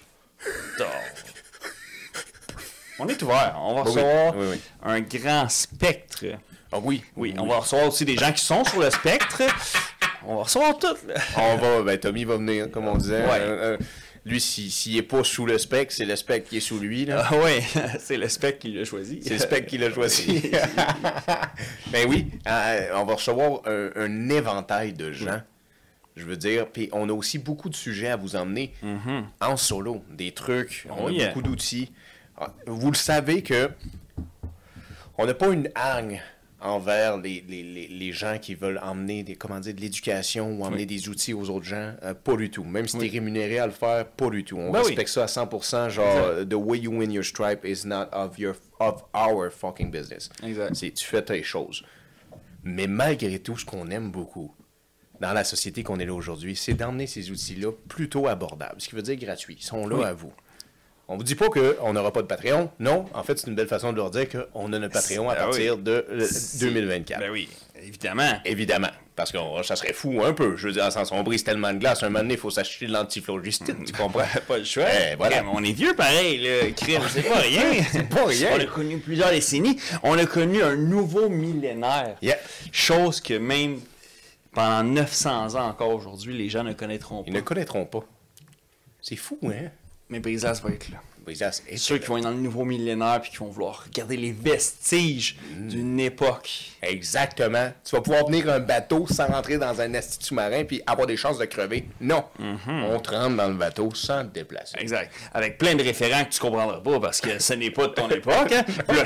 S2: On est ouvert. On va
S1: oui.
S2: recevoir
S1: Oui.
S2: un grand spectre.
S1: Ah oui.
S2: Oui, on va recevoir aussi des gens qui sont sur le spectre. On va recevoir tout.
S1: Tommy va venir, comme on disait.
S2: Ouais.
S1: Lui, s'il est pas sous le spectre, c'est le spectre qui est sous lui, là.
S2: Ah oui, c'est le spectre qui l'a choisi.
S1: C'est le spectre qui l'a choisi. Ben oui, on va recevoir un éventail de gens, je veux dire. Puis on a aussi beaucoup de sujets à vous emmener en solo. Des trucs, on a beaucoup d'outils. Vous le savez que on n'a pas une hargne envers les gens qui veulent emmener de l'éducation ou emmener des outils aux autres gens. Pas du tout. Même si tu es rémunéré à le faire, pas du tout. On respecte ça à 100%. Genre, the way you win your stripe is not of our fucking business.
S2: Exact.
S1: Tu fais tes choses. Mais malgré tout, ce qu'on aime beaucoup dans la société qu'on est là aujourd'hui, c'est d'emmener ces outils-là plutôt abordables. Ce qui veut dire gratuits. Ils sont là à vous. On vous dit pas qu'on n'aura pas de Patreon. Non, en fait, c'est une belle façon de leur dire qu'on a notre Patreon à partir de 2024.
S2: Ben oui, évidemment.
S1: Évidemment. Parce que ça serait fou un peu. Je veux dire, dans le sens, on brise tellement de glace, un moment donné, il faut s'acheter de l'antiflogistine, tu comprends?
S2: Pas le choix.
S1: Voilà.
S2: On est vieux pareil, là. Crime, c'est pas rien.
S1: C'est pas rien.
S2: On a connu plusieurs décennies. On a connu un nouveau millénaire.
S1: Yeah.
S2: Chose que même pendant 900 ans encore aujourd'hui, les gens ne connaîtront pas.
S1: Ils ne connaîtront pas. C'est fou, hein?
S2: Mais Brisas va être là.
S1: Brisas est
S2: Ceux qui vont être dans le nouveau millénaire puis qui vont vouloir regarder les vestiges d'une époque.
S1: Exactement. Tu vas pouvoir venir un bateau sans rentrer dans un asti sous-marin puis avoir des chances de crever. Non. On te rentre dans le bateau sans te déplacer.
S2: Exact. Avec plein de référents que tu comprendras pas parce que ce n'est pas de ton époque. Hein. Là,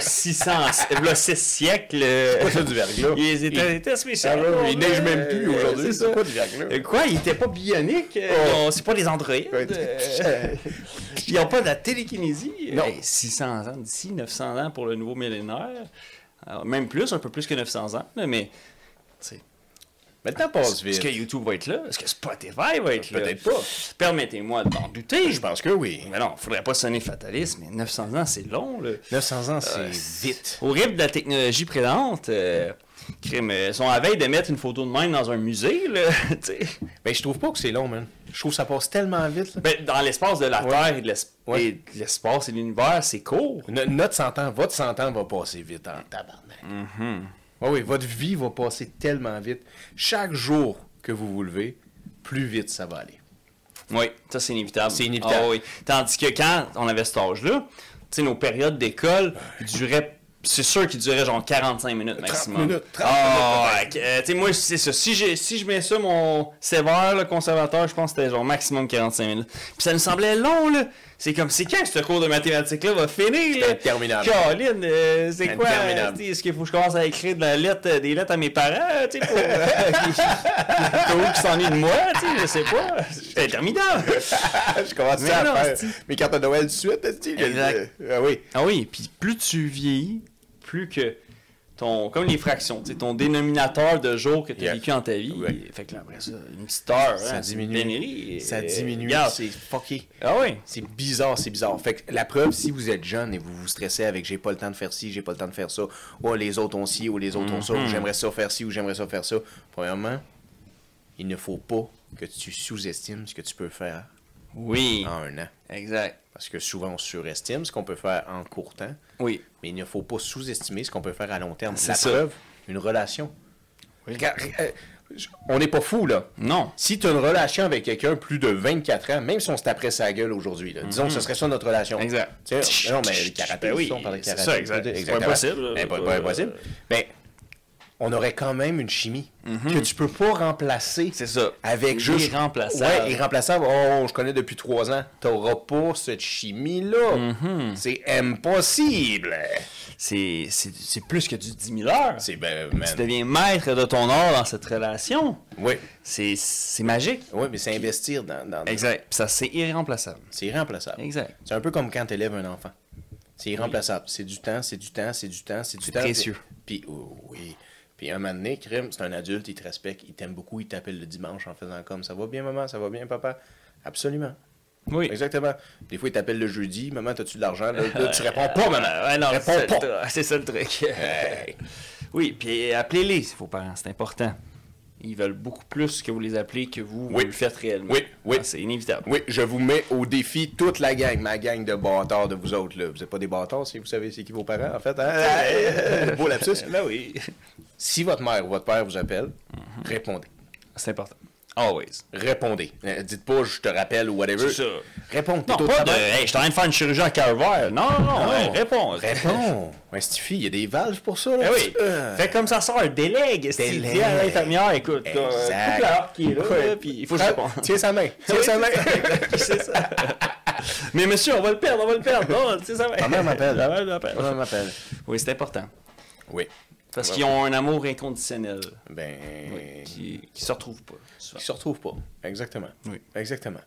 S2: 6 siècles.
S1: C'est pas ça du verglas.
S2: Ils étaient spéciaux.
S1: Il neige même plus aujourd'hui. C'est pas du verglas.
S2: Quoi? Ils étaient pas bioniques? C'est pas des androïdes? Ils n'ont pas de la télékinésie?
S1: Non.
S2: 600 ans d'ici, 900 ans pour le nouveau millénaire. Alors, même plus, un peu plus que 900 ans. Là, mais, tu sais.
S1: Maintenant, passe vite.
S2: Est-ce que YouTube va être là? Est-ce que Spotify va être là?
S1: Peut-être pas.
S2: Permettez-moi d'en douter.
S1: Je pense que oui.
S2: Mais non, faudrait pas sonner fataliste, mais 900 ans, c'est long. Là.
S1: 900 ans, c'est vite.
S2: Au rythme de la technologie présente, ils sont à veille de mettre une photo de même dans un musée. Là,
S1: Ben, je trouve pas que c'est long, man. Je trouve que ça passe tellement vite. Là.
S2: Ben, dans l'espace de la Terre et de l'espace et de l'univers, c'est court.
S1: Notre 100 ans, votre 100 ans va passer vite en tabarnak. Oui, votre vie va passer tellement vite. Chaque jour que vous vous levez, plus vite ça va aller.
S2: Oui, ça c'est inévitable.
S1: C'est inévitable.
S2: Ah, oui. Tandis que quand on avait cet âge-là, tu sais, nos périodes d'école duraient. C'est sûr qu'il durait genre 45 minutes maximum.
S1: 30 minutes.
S2: Tu sais, moi, c'est ça. Si je mets ça, mon sévère, le conservateur, je pense que c'était genre maximum 45 minutes. Puis ça nous semblait long, là. C'est comme, c'est quand ce cours de mathématiques-là va finir, là?
S1: Interminable.
S2: Caroline, c'est quoi? Est-ce qu'il faut que je commence à écrire des lettres à mes parents, tu sais, pour qui s'ennuient de moi, tu sais, je sais pas. C'est interminable.
S1: Je commence à faire mes cartes de Noël de suite,
S2: exact.
S1: Oui.
S2: Ah oui, puis plus tu vieillis, plus que comme les fractions, tu sais, ton dénominateur de jours que tu as vécu en ta vie, fait que là, après ça, une petite heure,
S1: ça diminue.
S2: Pénurie,
S1: ça diminue, c'est fucké.
S2: Ah oui.
S1: C'est bizarre, c'est bizarre. Fait que la preuve, si vous êtes jeune et vous vous stressez avec j'ai pas le temps de faire ci, j'ai pas le temps de faire ça, ou les autres ont ci, ou les autres ont ça, ou j'aimerais ça faire ci, ou j'aimerais ça faire ça, premièrement, il ne faut pas que tu sous-estimes ce que tu peux faire en un an.
S2: Exact.
S1: Parce que souvent, on surestime ce qu'on peut faire en court temps.
S2: Oui.
S1: Mais il ne faut pas sous-estimer ce qu'on peut faire à long terme.
S2: C'est
S1: la
S2: ça.
S1: preuve, une relation.
S2: Oui.
S1: On n'est pas fou, là.
S2: Non.
S1: Si tu as une relation avec quelqu'un plus de 24 ans, même si on se taperait sa gueule aujourd'hui, là, disons que ce serait ça notre relation.
S2: Exact.
S1: Non, mais le karaté,
S2: oui.
S1: on parle de karaté.
S2: C'est ça, exact. C'est pas impossible.
S1: Pas impossible. Mais on aurait quand même une chimie que tu peux pas remplacer.
S2: C'est ça.
S1: Avec juste.
S2: Irremplaçable.
S1: Ouais, irremplaçable. Oh, je connais depuis 3 ans. T'auras pas cette chimie-là. C'est impossible.
S2: C'est plus que du 10 000 heures.
S1: C'est man.
S2: Tu deviens maître de ton art dans cette relation.
S1: Oui.
S2: C'est magique.
S1: Oui, mais c'est investir dans.
S2: Exact. Puis ça, c'est irremplaçable.
S1: C'est irremplaçable.
S2: Exact.
S1: C'est un peu comme quand tu élèves un enfant. C'est irremplaçable. C'est du temps, c'est du temps, c'est du temps, c'est du temps.
S2: C'est précieux.
S1: Puis, oui. Puis un moment donné, Crime, c'est un adulte, il te respecte, il t'aime beaucoup, il t'appelle le dimanche en faisant comme ça va bien, maman, ça va bien, papa. Absolument.
S2: Oui.
S1: Exactement. Des fois, il t'appelle le jeudi, maman, t'as-tu de l'argent? Là, tu réponds pas, maman.
S2: Non,
S1: réponds pas.
S2: C'est ça le truc.
S1: Hey.
S2: Oui, puis appelez-les, vos parents, c'est important. Ils veulent beaucoup plus que vous les appelez que vous le faites réellement.
S1: Oui.
S2: Ah, c'est inévitable.
S1: Oui, je vous mets au défi toute la gang, ma gang de bâtards de vous autres. Là. Vous n'êtes pas des bâtards si vous savez c'est qui vos parents, en fait. Hein? Beau lapsus.
S2: Ben oui.
S1: Si votre mère ou votre père vous appelle, répondez.
S2: C'est important. Always.
S1: Répondez. Dites pas je te rappelle ou whatever.
S2: C'est ça.
S1: Réponds.
S2: Non, pas de hey, je suis en train de faire une chirurgie en calvaire. Non, réponds.
S1: Réponds. Ouais, Stifi, il y a des valves pour ça. Là.
S2: Eh oui. Fais comme ça sort, délègue.
S1: Délègue.
S2: À l'infirmière, écoute.
S1: Exact.
S2: Qui est là, puis il faut que je réponde.
S1: Tiens sa main. Tiens sa main.
S2: C'est ça. Mais monsieur, on va le perdre. Non, tiens sa main.
S1: Ma mère m'appelle.
S2: Oui, c'est important.
S1: Oui.
S2: Parce qu'ils ont un amour inconditionnel.
S1: Ben.
S2: Oui, qui se retrouvent pas.
S1: Souvent. Qui se retrouvent pas. Exactement.
S2: Oui.
S1: Exactement.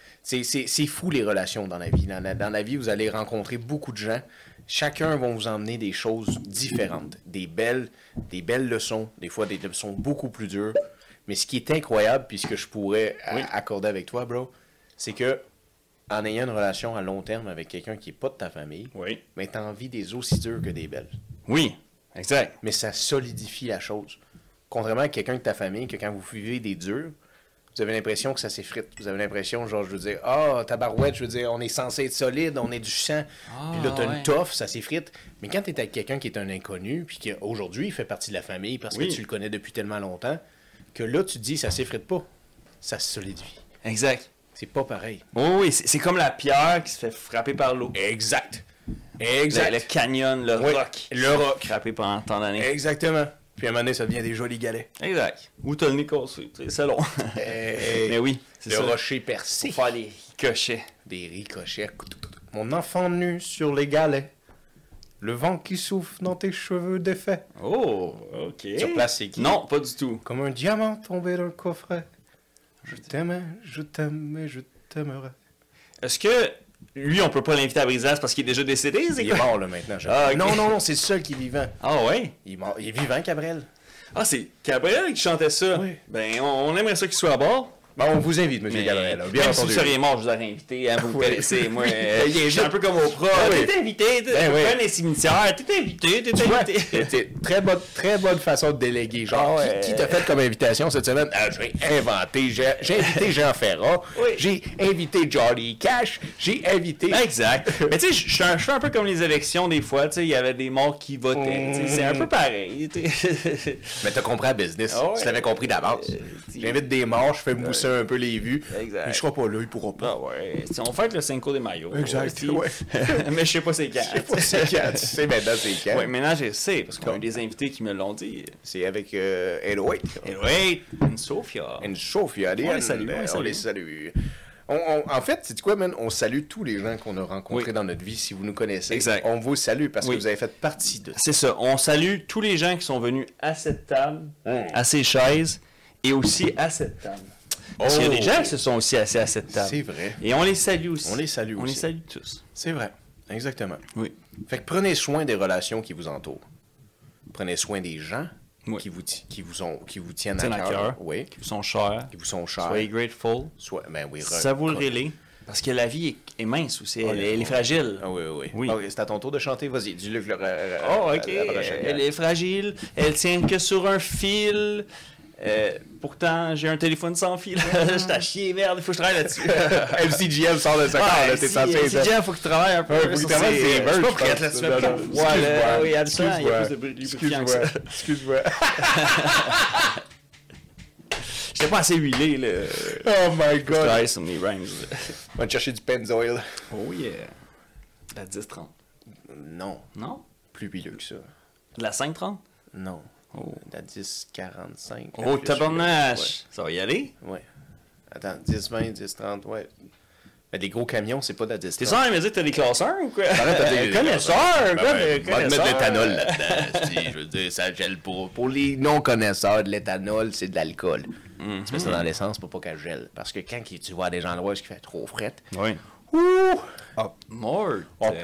S1: C'est fou les relations dans la vie. Dans la vie, vous allez rencontrer beaucoup de gens. Chacun va vous emmener des choses différentes. Des belles leçons. Des fois, des leçons beaucoup plus dures. Mais ce qui est incroyable, puis ce que je pourrais accorder avec toi, bro, c'est que en ayant une relation à long terme avec quelqu'un qui n'est pas de ta famille, mais tu as envie des aussi dures que des belles.
S2: Oui, exact.
S1: Mais ça solidifie la chose. Contrairement à quelqu'un de ta famille, que quand vous vivez des durs, vous avez l'impression que ça s'effrite. Vous avez l'impression, genre, je veux dire, tabarouette, je veux dire, on est censé être solide, on est du sang. Puis là, t'as une toffe, ça s'effrite. Mais quand t'es avec quelqu'un qui est un inconnu, puis qu'aujourd'hui, il fait partie de la famille parce que tu le connais depuis tellement longtemps, que là, tu te dis, ça s'effrite pas. Ça se solidifie.
S2: Exact.
S1: C'est pas pareil.
S2: Oui, c'est comme la pierre qui se fait frapper par l'eau.
S1: Exact. Exact.
S2: Le canyon, le roc.
S1: Le roc.
S2: Frappé pendant tant d'années.
S1: Exactement. Puis à un moment donné, ça devient des jolis galets.
S2: Exact. Ou t'as le nez cassé, c'est long. Mais oui, c'est
S1: le
S2: ça.
S1: rocher percé.
S2: Pour faire des ricochets.
S1: Des ricochets. Mon enfant nu sur les galets. Le vent qui souffle dans tes cheveux défaits.
S2: Oh, ok.
S1: Sur place, c'est qui?
S2: Non, pas du tout.
S1: Comme un diamant tombé d'un coffret. Je t'aimais, je t'aimais, je t'aimerais.
S2: Est-ce que lui, on peut pas l'inviter à Brise-Glace parce qu'il est déjà décédé?
S1: Il est mort là maintenant.
S2: Ah, ok.
S1: Non, c'est le seul qui est vivant.
S2: Ah ouais?
S1: Il est mort. Il est vivant, Cabrel.
S2: Ah, c'est Cabrel qui chantait ça?
S1: Oui.
S2: Ben, on aimerait ça qu'il soit à bord.
S1: Bon, on vous invite, M. Cabrel. Là, bien
S2: Même si
S1: entendu.
S2: vous seriez mort, je vous aurais invité. Hein, vous me
S1: Oui.
S2: connaissez. Moi,
S1: Il est
S2: je suis un peu comme Oprah.
S1: oui.
S2: T'es invité. T'es
S1: Ben oui.
S2: les cimetières. T'es invité. T'es
S1: Tu vois,
S2: invité.
S1: c'était très bonne façon de déléguer. Genre,
S2: Ah ouais.
S1: qui t'a fait comme invitation cette semaine? Ah, j'ai invité Jean Ferrat,
S2: Oui.
S1: j'ai invité Johnny Cash, j'ai invité...
S2: Exact. Mais tu sais, je suis un peu comme les élections des fois. Tu sais, il y avait des morts qui votaient. Tu sais, c'est un peu pareil.
S1: Mais t'as compris la business.
S2: Ah ouais.
S1: Tu l'avais compris d'avance. J'invite des morts, je fais mousser un peu les vues.
S2: Exact.
S1: Il sera pas là, il pourra pas.
S2: Ah ouais. T'sais, on fait le Cinco de Mayo.
S1: Exact,
S2: T'sais.
S1: ouais.
S2: Mais je sais pas c'est quand.
S1: C'est quand, tu sais maintenant c'est quand.
S2: Ouais, maintenant je sais, parce qu'on a eu des invités qui me l'ont dit.
S1: C'est avec Eloïc.
S2: Et wait, une Sophia.
S1: And Sophia,
S2: On les salue,
S1: on les salue. En fait, c'est quoi, man? On salue tous les gens qu'on a rencontrés
S2: Oui.
S1: dans notre vie. Si vous nous connaissez,
S2: Exact.
S1: on vous salue parce
S2: Oui.
S1: que vous avez fait partie de ça.
S2: C'est ça. On salue tous les gens qui sont venus à cette table, à ces chaises, et aussi à cette table. Parce qu'il y a des gens qui se sont aussi assis à cette table.
S1: C'est vrai.
S2: Et on les salue aussi.
S1: On les salue
S2: On
S1: aussi.
S2: les salue tous.
S1: C'est vrai. Exactement.
S2: Oui.
S1: Fait que prenez soin des relations qui vous entourent. Prenez soin des gens
S2: Oui.
S1: qui vous tiennent
S2: Tiennent
S1: à
S2: à
S1: cœur.
S2: cœur.
S1: Oui.
S2: Qui vous sont chers.
S1: Qui vous sont chers.
S2: Soyez grateful.
S1: Ben oui.
S2: Savourez-les. Parce que la vie est mince aussi. Elle est
S1: oui.
S2: fragile.
S1: Ah oui, oui.
S2: Oui.
S1: Ok, c'est à ton tour de chanter. Vas-y, dis-le.
S2: Oh, ok. Elle est fragile. Elle tient que sur un fil. Pourtant, j'ai un téléphone sans fil. Je t'ai chier, merde, il faut que je travaille là-dessus.
S1: MCGM sort de sa carte, là, t'es censé être...
S2: il faut que tu travailles un peu.
S1: Ouais, faut que tu travailles sur les
S2: Je suis
S1: merch,
S2: pas
S1: je
S2: prête
S1: pense.
S2: là-dessus.
S1: Non, non, excuse-moi.
S2: Oui, absolument, il y a plus de lubrifiant que ça.
S1: Excuse-moi.
S2: J'étais pas assez huilé, là.
S1: Oh my
S2: Je
S1: god.
S2: travaille sur mes rhymes.
S1: On va te chercher du Pennzoil.
S2: Oh yeah. La 10-30.
S1: Non,
S2: Non?
S1: plus huileux que ça.
S2: La 5-30?
S1: Non.
S2: Oh.
S1: La 10-45.
S2: Oh, tabarnache! Ça va y aller?
S1: Ouais. Attends, 10-20, 10-30, ouais. Mais des gros camions, c'est pas de la 10-30.
S2: T'es sûr de me dire que t'as des classeurs ou quoi?
S1: Arrête de dire-
S2: Connaisseur!
S1: Ben
S2: Quoi,
S1: ouais, on va te mettre de
S2: connaisseur.
S1: l'éthanol là-dedans. Je veux dire, ça gèle pour... Pour les non-connaisseurs, de l'éthanol, c'est de l'alcool. Tu mets ça dans l'essence pour pas qu'elle gèle. Parce que quand tu vois des endroits où il fait trop fret,
S2: Oui.
S1: ouh! Ah,
S2: Mort.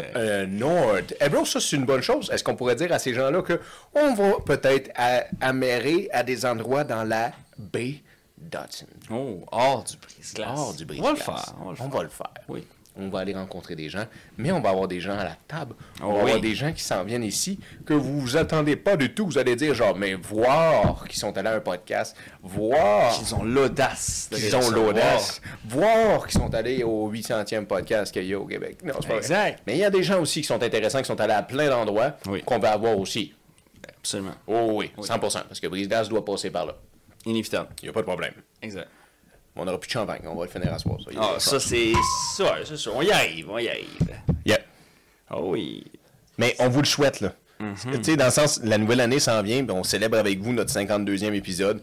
S1: Nord. Eh bro, ça c'est une bonne chose. Est-ce qu'on pourrait dire à ces gens-là que on va peut-être amérer à des endroits dans la baie d'Hudson?
S2: Oh, hors du brise-glace.
S1: Hors du brise
S2: On va le faire.
S1: On va le faire.
S2: Oui.
S1: On va aller rencontrer des gens, mais on va avoir des gens à la table. On
S2: Oh
S1: va
S2: oui.
S1: avoir des gens qui s'en viennent ici, que vous vous attendez pas du tout. Vous allez dire genre, mais voir qu'ils sont allés à un podcast, voir
S2: Ils ont l'audace. de les
S1: qu'ils ont
S2: recevoir.
S1: l'audace, voir qu'ils sont allés au 800e podcast qu'il y a au Québec. Non, c'est pas vrai.
S2: Exact.
S1: Mais il y a des gens aussi qui sont intéressants, qui sont allés à plein d'endroits,
S2: Oui.
S1: qu'on va avoir aussi.
S2: Absolument.
S1: Oh oui, 100%, parce que Brise-Glace doit passer par là.
S2: Inévitable.
S1: Il n'y a pas de problème.
S2: Exact.
S1: On n'aura plus de champagne, on va le finir à soir. Ça, il y a
S2: Ah,
S1: pas de
S2: ça, c'est ça. On y arrive.
S1: Yeah.
S2: Oh oui.
S1: Mais on vous le souhaite, là. Tu sais, dans le sens, la nouvelle année s'en vient, puis on célèbre avec vous notre 52e épisode,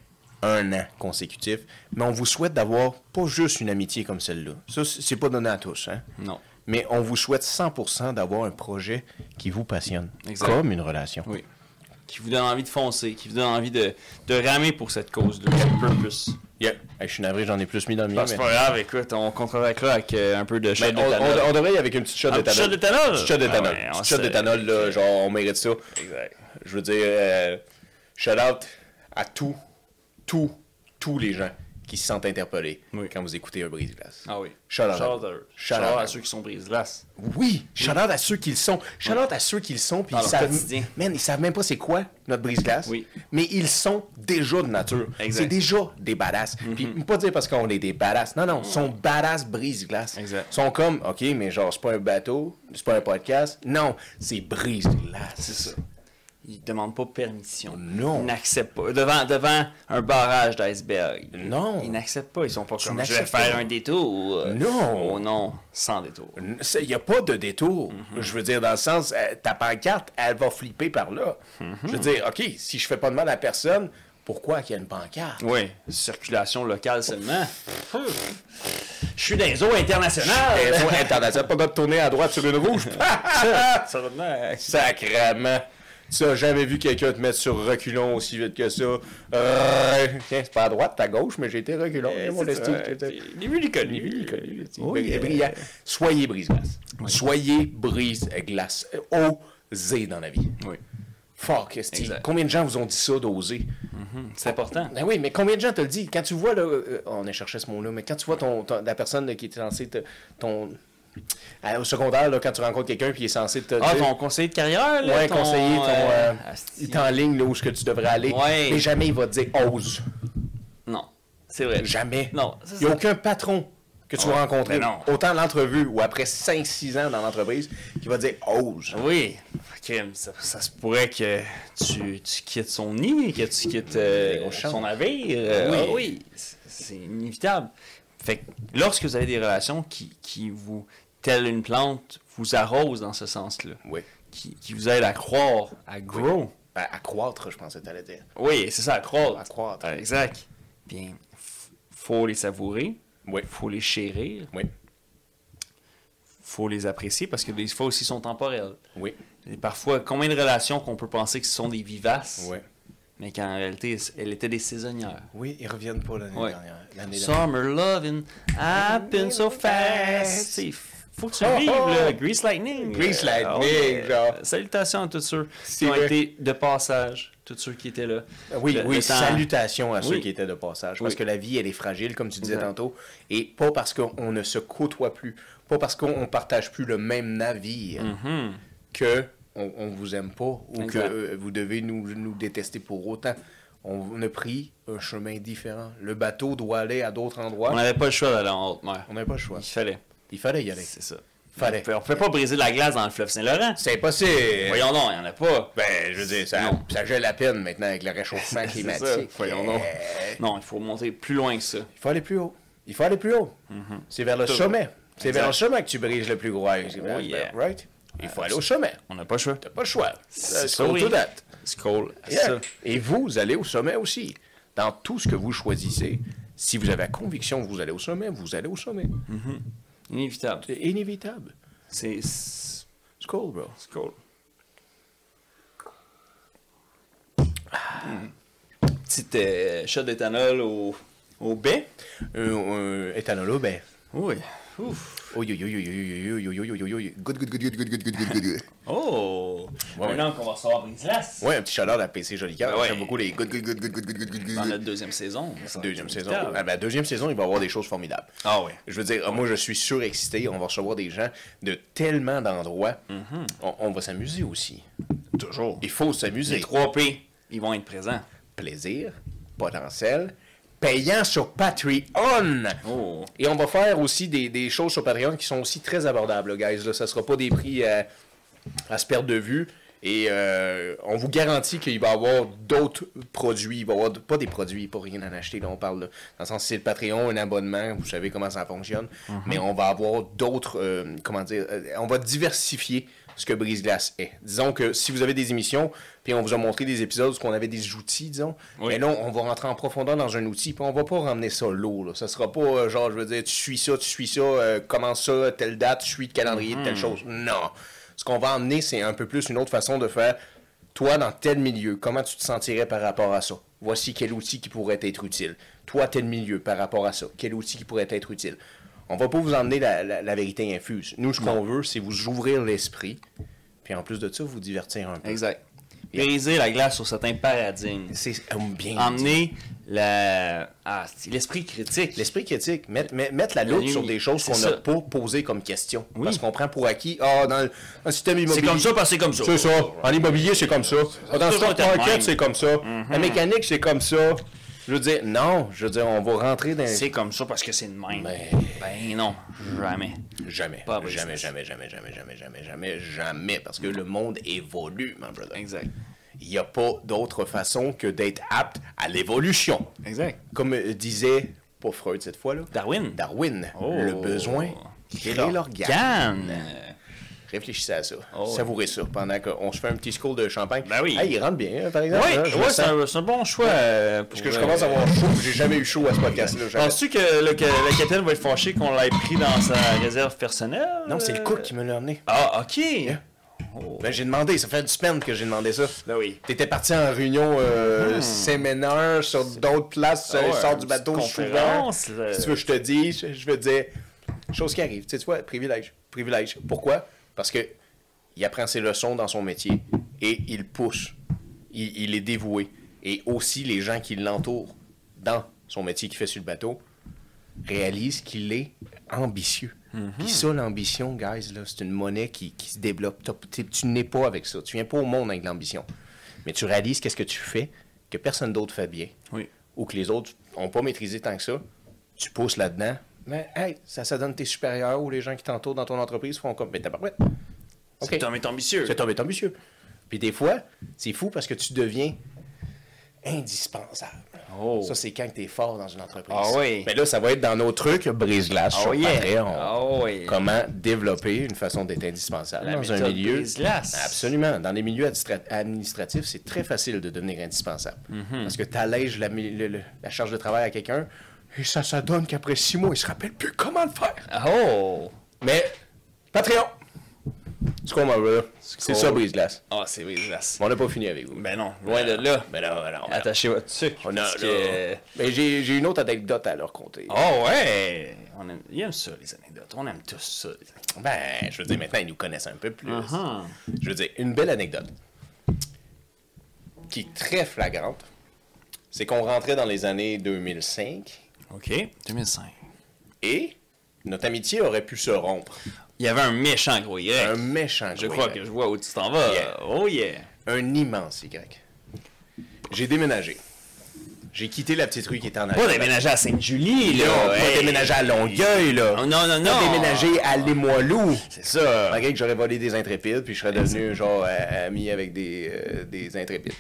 S1: 1 an consécutif. Mais on vous souhaite d'avoir pas juste une amitié comme celle-là. Ça, c'est pas donné à tous, hein.
S2: Non.
S1: Mais on vous souhaite 100% d'avoir un projet qui vous passionne.
S2: Exact.
S1: Comme une relation.
S2: Oui. Qui vous donne envie de foncer, qui vous donne envie de ramer pour cette cause-là. Un peu plus.
S1: Yeah. Hey, je suis navré, j'en ai plus mis dans le mien.
S2: C'est
S1: mais-
S2: pas grave, écoute, on contrôlera avec un peu de shot
S1: Mais
S2: d'éthanol.
S1: on devrait y aller avec une petite shot
S2: Un petit
S1: d'éthanol.
S2: shot d'éthanol?
S1: Une petite shot d'éthanol.
S2: Ah ouais,
S1: Une
S2: on
S1: petite shot
S2: sait.
S1: d'éthanol, là, genre, on mérite ça.
S2: Exact.
S1: Je veux dire, shout-out à tous les gens qui se sentent interpellés
S2: Oui.
S1: quand vous écoutez un brise-glace.
S2: Ah oui.
S1: Shout-out.
S2: Shout-out à eux.
S1: Shout-out
S2: Shout-out
S1: à
S2: à ceux qui sont brise-glace.
S1: Oui, shout-out à ceux qui le sont. Shout-out à ceux qui le sont, puis
S2: Dans
S1: ils
S2: leur
S1: savent,
S2: quotidien.
S1: man, ils savent même pas c'est quoi notre brise-glace.
S2: Oui.
S1: Mais ils sont déjà de nature.
S2: Exact.
S1: C'est déjà des badass. Puis pas dire parce qu'on est des badass. Non, non, ils sont badass brise-glace.
S2: Exact.
S1: Ils sont comme, ok, mais genre c'est pas un bateau, c'est pas un podcast. Non, c'est brise-glace.
S2: C'est ça. Ils ne demandent pas permission.
S1: Non.
S2: Ils n'acceptent pas. Devant un barrage d'iceberg.
S1: Non.
S2: Ils n'acceptent pas. Ils sont pas comme, je vais
S1: n'acceptes
S2: faire
S1: pas.
S2: un détour.
S1: Non.
S2: Oh non, sans détour.
S1: Il n'y a pas de détour. Je veux dire, dans le sens, ta pancarte, elle va flipper par là. Je veux dire, OK, si je fais pas de mal à personne, pourquoi qu'il y a une pancarte?
S2: Oui, circulation locale seulement. Je suis dans les eaux internationales.
S1: Réseau international, pas de tourner à droite sur une rouge. Sacrement. Tu n'as jamais vu quelqu'un te mettre sur reculon aussi vite que ça. Tiens, c'est pas à droite, c'est à gauche, mais j'ai été reculon. Mon estime.
S2: Les vues
S1: Brillant. Soyez brise-glace. Soyez brise-glace. Osez dans la vie.
S2: Oui.
S1: Fuck,
S2: Exact.
S1: combien de gens vous ont dit ça d'oser?
S2: C'est important.
S1: Ben oui, mais combien de gens te le disent? Quand tu vois, là, on a cherché ce mot-là, mais quand tu vois la personne là, qui est censée au secondaire, là, quand tu rencontres quelqu'un puis il est censé te
S2: Ah,
S1: dire...
S2: ton conseiller de carrière, là?
S1: Ouais, conseiller,
S2: asti.
S1: il est en ligne là, où est-ce que tu devrais aller.
S2: Ouais.
S1: Mais jamais il va te dire ose.
S2: Non, c'est vrai.
S1: Jamais.
S2: Non, c'est
S1: Il n'y a
S2: ça.
S1: aucun patron que tu vas rencontrer,
S2: mais non.
S1: autant à l'entrevue ou après 5-6 ans dans l'entreprise, qui va dire ose.
S2: Oui. Crime, ça se pourrait que tu quittes son nid, que tu quittes son navire.
S1: Oui.
S2: Oui, c'est inévitable. Fait que lorsque vous avez des relations qui vous, telle une plante, vous arrosent dans ce sens-là,
S1: Oui.
S2: qui vous aident à croire, à grow.
S1: À croître, je pensais que tu allais dire.
S2: Oui, c'est ça, à croire.
S1: À croître.
S2: Exact. Bien, faut les savourer,
S1: Oui.
S2: faut les chérir,
S1: Oui.
S2: faut les apprécier parce que des fois aussi sont temporelles.
S1: Oui.
S2: Et parfois, combien de relations qu'on peut penser que ce sont des vivaces,
S1: Oui.
S2: mais qu'en réalité, elles étaient des saisonnières.
S1: Oui, ils reviennent pas l'année
S2: Ouais.
S1: dernière. L'année
S2: Summer loving happened so fast. T'sais, faut que tu le vives, là. Grease Lightning.
S1: Grease Lightning,
S2: ouais.
S1: genre.
S2: Salutations à tous ceux
S1: C'est
S2: qui ont
S1: vrai.
S2: été de passage, tous ceux qui étaient là.
S1: Oui,
S2: Le
S1: oui,
S2: temps-
S1: salutations à ceux
S2: Oui.
S1: qui étaient de passage. Parce
S2: Oui.
S1: que la vie, elle est fragile, comme tu disais
S2: Exact.
S1: tantôt. Et pas parce qu'on ne se côtoie plus, pas parce qu'on partage plus le même navire, que on vous aime pas ou
S2: Exact.
S1: que vous devez nous détester pour autant. On a pris un chemin différent. Le bateau doit aller à d'autres endroits.
S2: On n'avait pas le choix d'aller en haute mer.
S1: On n'avait pas le choix.
S2: Il fallait.
S1: Il fallait y aller.
S2: C'est ça.
S1: Fallait.
S2: On peut pas briser la glace dans le fleuve Saint-Laurent.
S1: C'est impossible.
S2: Voyons donc, il n'y en a pas.
S1: Ben, je veux dire, ça gèle la peine maintenant avec le réchauffement
S2: C'est
S1: climatique.
S2: ça. Voyons donc.
S1: Euh,
S2: Non, il faut monter plus loin que ça.
S1: Il faut aller plus haut. Il faut aller plus haut. C'est vers le
S2: Toujours.
S1: sommet. C'est
S2: Exact.
S1: vers le sommet que tu brises le plus gros iceberg.
S2: Oh, yeah.
S1: Right? Il faut aller au sommet.
S2: On n'a pas le choix.
S1: T'as pas le choix.
S2: C'est
S1: Scroll
S2: oui.
S1: to that.
S2: Scroll. C'est
S1: Yeah.
S2: ça.
S1: Et vous allez au sommet aussi. Dans tout ce que vous choisissez, si vous avez la conviction que vous allez au sommet, vous allez au sommet.
S2: Inévitable.
S1: C'est inévitable.
S2: C'est
S1: Scroll, bro.
S2: cool. Petite shot d'éthanol au baie.
S1: Éthanol au bain.
S2: Oui. Ouf.
S1: Good, good, good, good, good, good, good, good, good, good.
S2: Oh!
S1: Ouais,
S2: Maintenant qu'on va recevoir Brise-Glace.
S1: Ouais, un petit chaleur à PC Jolicoeur.
S2: Ben ouais.
S1: J'aime beaucoup les good, good, good, good, good, good, good, good,
S2: Dans
S1: good.
S2: notre deuxième saison. ça va
S1: Deuxième
S2: être
S1: saison.
S2: inévitable.
S1: Ah ben, deuxième saison, il va y avoir des choses formidables.
S2: Ah oui.
S1: Je veux dire, moi, je suis surexcité. On va recevoir des gens de tellement d'endroits. On va s'amuser aussi.
S2: Toujours.
S1: Il faut
S2: Les
S1: s'amuser.
S2: 3 P, ils vont être présents.
S1: Plaisir, potentiel, payant sur Patreon.
S2: Oh.
S1: Et on va faire aussi des choses sur Patreon qui sont aussi très abordables, là, guys. Là, ça sera pas des prix à se perdre de vue. Et on vous garantit qu'il va y avoir d'autres produits. Il va y avoir pas des produits, pas rien à acheter. Là, on parle, là, dans le sens, c'est le Patreon, un abonnement. Vous savez comment ça fonctionne. Mais on va avoir d'autres, comment dire, on va diversifier ce que Brise-Glace est. Disons que si vous avez des émissions, puis on vous a montré des épisodes où on avait des outils, disons,
S2: Oui.
S1: mais là, on va rentrer en profondeur dans un outil, puis on va pas ramener ça lourd. Là. Ça sera pas, genre, je veux dire, tu suis ça, commence ça, telle date, tu suis le calendrier de telle chose. Non. Ce qu'on va emmener, c'est un peu plus une autre façon de faire, toi, dans tel milieu, comment tu te sentirais par rapport à ça? Voici quel outil qui pourrait être utile. Toi, tel milieu, par rapport à ça, quel outil qui pourrait être utile? On va pas vous emmener la vérité infuse. Nous, ce qu'on veut, c'est vous ouvrir l'esprit, puis en plus de ça, vous divertir un peu.
S2: Exact. Briser la glace sur certains paradigmes.
S1: C'est bien dit.
S2: Emmener l'esprit critique.
S1: L'esprit critique, mettre la loupe sur des choses
S2: c'est
S1: qu'on
S2: ça.
S1: n'a pas posées comme question.
S2: Oui.
S1: Parce qu'on prend pour acquis, dans le système immobilier.
S2: C'est comme ça parce que c'est comme ça.
S1: C'est ça. En immobilier, c'est comme ça. Dans le
S2: toujours
S1: stock
S2: été de
S1: market,
S2: même.
S1: c'est comme ça. La mécanique, c'est comme ça. Je veux dire, non. Je veux dire, on va rentrer dans...
S2: C'est comme ça parce que c'est de même.
S1: Mais-
S2: Ben non, jamais.
S1: Jamais.
S2: Pas
S1: Jamais. Parce que le monde évolue, mon brother.
S2: Exact.
S1: il n'y a pas d'autre façon que d'être apte à l'évolution.
S2: Exact.
S1: Comme disait, pas Freud cette fois, là,
S2: Darwin.
S1: le besoin crée l'organe. Réfléchissez à ça. Savourez ça pendant qu'on se fait un petit school de champagne.
S2: Ben oui.
S1: Il rentre bien, par exemple.
S2: Oui,
S1: Hein,
S2: c'est un bon choix.
S1: Parce que je commence à avoir chaud. J'ai jamais eu chaud à ce podcast-là.
S2: Penses-tu que le capitaine va être fâché qu'on l'ait pris dans sa réserve personnelle?
S1: Non, c'est le cook qui me l'a amené.
S2: Ah, OK.
S1: Ben, j'ai demandé. Ça fait du semaine que j'ai demandé ça.
S2: Ben oui.
S1: T'étais parti en réunion séminaire sur d'autres places, sort du bateau souvent. Si tu veux, je te dis, je veux te dire, chose qui arrive. Tu sais quoi, privilège. Pourquoi? Parce que il apprend ses leçons dans son métier et il pousse. Il est dévoué. Et aussi, les gens qui l'entourent dans son métier qu'il fait sur le bateau réalisent qu'il est ambitieux. Puis ça, l'ambition, guys, là, c'est une monnaie qui se développe. Tu n'es pas avec ça. Tu viens pas au monde avec l'ambition. Mais tu réalises qu'est-ce que tu fais que personne d'autre fait bien.
S2: Oui.
S1: Ou que les autres n'ont pas maîtrisé tant que ça. Tu pousses là-dedans. Mais, hey, ça donne tes supérieurs ou les gens qui t'entourent dans ton entreprise font comme, mais t'as pas prêt.
S2: Cet homme est ambitieux.
S1: Cet homme est ambitieux. Puis des fois, c'est fou parce que tu deviens indispensable.
S2: Oh.
S1: Ça, c'est quand tu es fort dans une entreprise.
S2: Ah oui.
S1: Mais là, ça va être dans nos trucs brise-glace.
S2: Oh yeah.
S1: Après, comment développer une façon d'être indispensable
S2: La
S1: dans un
S2: méthode
S1: milieu.
S2: brise-glace.
S1: Absolument. Dans les milieux administratifs, c'est très facile de devenir indispensable. Parce que tu allèges la charge de travail à quelqu'un et ça donne qu'après 6 mois, il se rappelle plus comment le faire.
S2: Oh!
S1: Mais, Patreon! C'est quoi, my brother? C'est ça, brise-glace.
S2: Ah, c'est brise-glace.
S1: On n'a pas fini avec vous.
S2: Ben non, loin de là.
S1: Ben non.
S2: Attachez votre sucre.
S1: On a,
S2: parce
S1: là.
S2: que...
S1: Mais j'ai une autre anecdote à leur conter.
S2: Oh ouais! Il aime ça, les anecdotes. On aime tous ça, les anecdotes.
S1: Ben, je veux dire, maintenant, ils nous connaissent un peu plus. Je veux dire, une belle anecdote qui est très flagrante, c'est qu'on rentrait dans les années 2005
S2: OK, 2005.
S1: et notre amitié aurait pu se rompre.
S2: Il y avait un méchant gros Y.
S1: Un méchant
S2: Je
S1: gros
S2: crois
S1: Y.
S2: que je vois où tu t'en vas.
S1: Yeah.
S2: Oh yeah!
S1: Un immense Y. J'ai déménagé. J'ai quitté la petite rue qui était en arrière.
S2: Pas déménager à Sainte-Julie, là!
S1: Pas déménager à Longueuil, là.
S2: Oh, non!
S1: Pas déménager à Limoilou.
S2: C'est ça!
S1: Malgré que j'aurais volé des intrépides, puis je serais devenu, genre, ami avec des intrépides.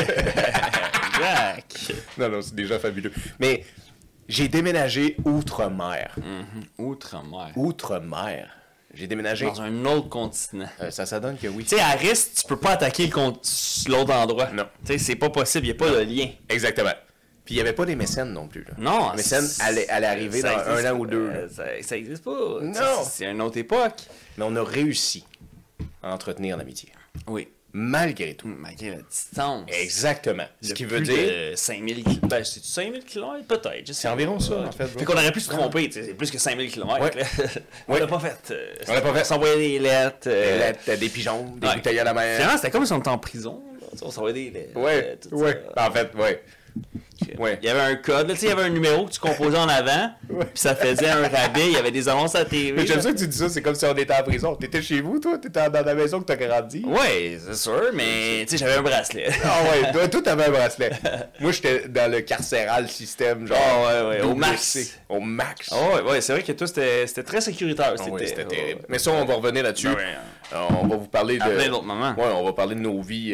S2: Jack!
S1: Non, c'est déjà fabuleux. Mais j'ai déménagé outre-mer.
S2: Outre-mer.
S1: Outre-mer. J'ai déménagé.
S2: Dans un autre continent.
S1: Ça donne que oui.
S2: Tu sais, à risque, tu peux pas attaquer l'autre endroit.
S1: Non.
S2: Tu sais, c'est pas possible, il n'y a pas de lien.
S1: Exactement. Puis il n'y avait pas des mécènes non plus. Là.
S2: Non.
S1: Les mécènes allaient arriver dans un an ou deux.
S2: Ça existe pas.
S1: Non.
S2: C'est une autre époque.
S1: Mais on a réussi à entretenir l'amitié.
S2: Oui.
S1: Malgré tout.
S2: Malgré la distance.
S1: Exactement. Ce qui veut
S2: Plus
S1: dire...
S2: de 5000 km. Ben, c'est-tu 5000 km? Peut-être.
S1: C'est environ ça, en fait.
S2: Fait qu'on aurait pu se tromper, tu sais, c'est plus que 5000 km.
S1: Ouais.
S2: On
S1: Ouais.
S2: l'a pas fait.
S1: On l'a pas fait.
S2: On s'envoyait des lettres.
S1: Des pigeons, des
S2: ouais.
S1: bouteilles à la mer.
S2: Finalement, c'était comme si on était en prison. Là. Tu sais, on s'envoyait des lettres.
S1: Ouais,
S2: tout
S1: ouais.
S2: ça.
S1: En fait, ouais. Ouais.
S2: Il y avait un code, là, tu sais, il y avait un numéro que tu composais en avant, puis ça faisait un rabais, il y avait des annonces à la TV.
S1: Mais j'aime ça que tu dis ça, c'est comme si on était en prison. T'étais chez vous, toi? T'étais dans la maison que t'as grandi?
S2: Ouais, c'est sûr, mais tu sais, j'avais un bracelet.
S1: Ah ouais, toi, t'avais un bracelet. Moi, j'étais dans le carcéral système, genre.
S2: Ah ouais, au
S1: WC.
S2: max.
S1: Au max.
S2: Ah ouais, c'est vrai que toi, c'était très sécuritaire.
S1: Ah ouais, c'était terrible. Mais ça, on va revenir là-dessus.
S2: Ben ouais.
S1: On va vous parler de...
S2: À plein d'autres moments.
S1: Ouais, on va parler de nos vies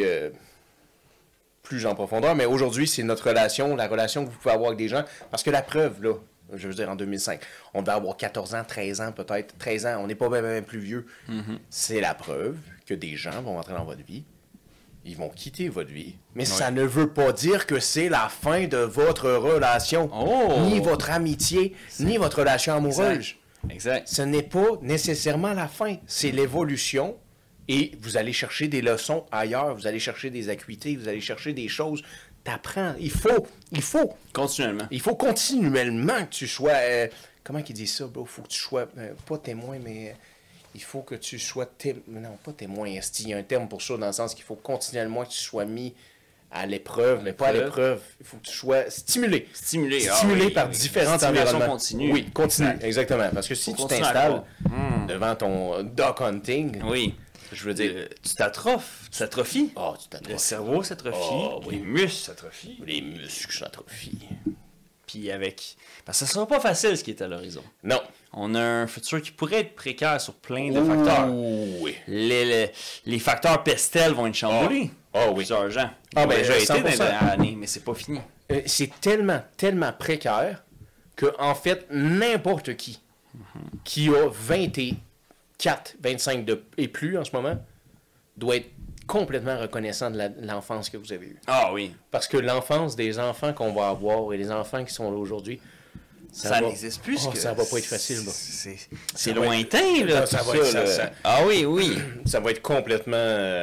S1: plus en profondeur. Mais aujourd'hui, c'est notre relation, la relation que vous pouvez avoir avec des gens. Parce que la preuve, là, je veux dire, en 2005, on devait avoir 14 ans, 13 ans peut-être. 13 ans, on n'est pas même plus vieux. C'est la preuve que des gens vont entrer dans votre vie. Ils vont quitter votre vie. Mais ça ne veut pas dire que c'est la fin de votre relation. Ni votre amitié, ni votre relation amoureuse.
S2: Exact.
S1: Ce n'est pas nécessairement la fin. C'est l'évolution. Et vous allez chercher des leçons ailleurs. Vous allez chercher des acuités. Vous allez chercher des choses. T'apprends. Il faut.
S2: Continuellement.
S1: Il faut continuellement que tu sois... comment qu'ils disent ça, bro? Il faut que tu sois... pas témoin, mais... il faut que tu sois... Non, pas témoin. Il y a un terme pour ça, dans le sens qu'il faut continuellement que tu sois mis à l'épreuve, mais pas à l'épreuve. Il faut que tu sois stimulé.
S2: Stimulé
S1: Par différents environnements.
S2: Continue.
S1: Oui, continue. Exactement. Parce que si tu t'installes devant ton duck hunting...
S2: Oui.
S1: Je veux dire...
S2: tu t'atrophies.
S1: Oh, tu t'atrophis.
S2: Le cerveau s'atrophie.
S1: Oh, oui.
S2: Les muscles s'atrophient.
S1: Les muscles s'atrophient.
S2: Puis avec... Parce que ce sera pas facile ce qui est à l'horizon.
S1: Non.
S2: On a un futur qui pourrait être précaire sur plein de facteurs.
S1: Oui.
S2: Les facteurs pestels vont être chamboulés.
S1: Ah oui.
S2: plusieurs gens.
S1: Ah,
S2: Ils ont
S1: ben,
S2: déjà été dans les
S1: 100%.
S2: dernières années, mais c'est pas fini.
S1: C'est tellement, tellement précaire que, en fait, n'importe qui a 24, 25 et plus en ce moment, doit être complètement reconnaissant de l'enfance que vous avez eue.
S2: Ah oui.
S1: Parce que l'enfance des enfants qu'on va avoir et les enfants qui sont là aujourd'hui,
S2: Ça n'existe plus.
S1: Oh,
S2: que
S1: ça va pas être facile, là.
S2: C'est lointain, là.
S1: Ça
S2: tout
S1: va être
S2: là.
S1: ça.
S2: Ah oui, oui.
S1: Ça va être complètement...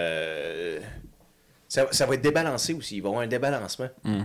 S1: ça va être débalancé aussi. Il va y avoir un débalancement.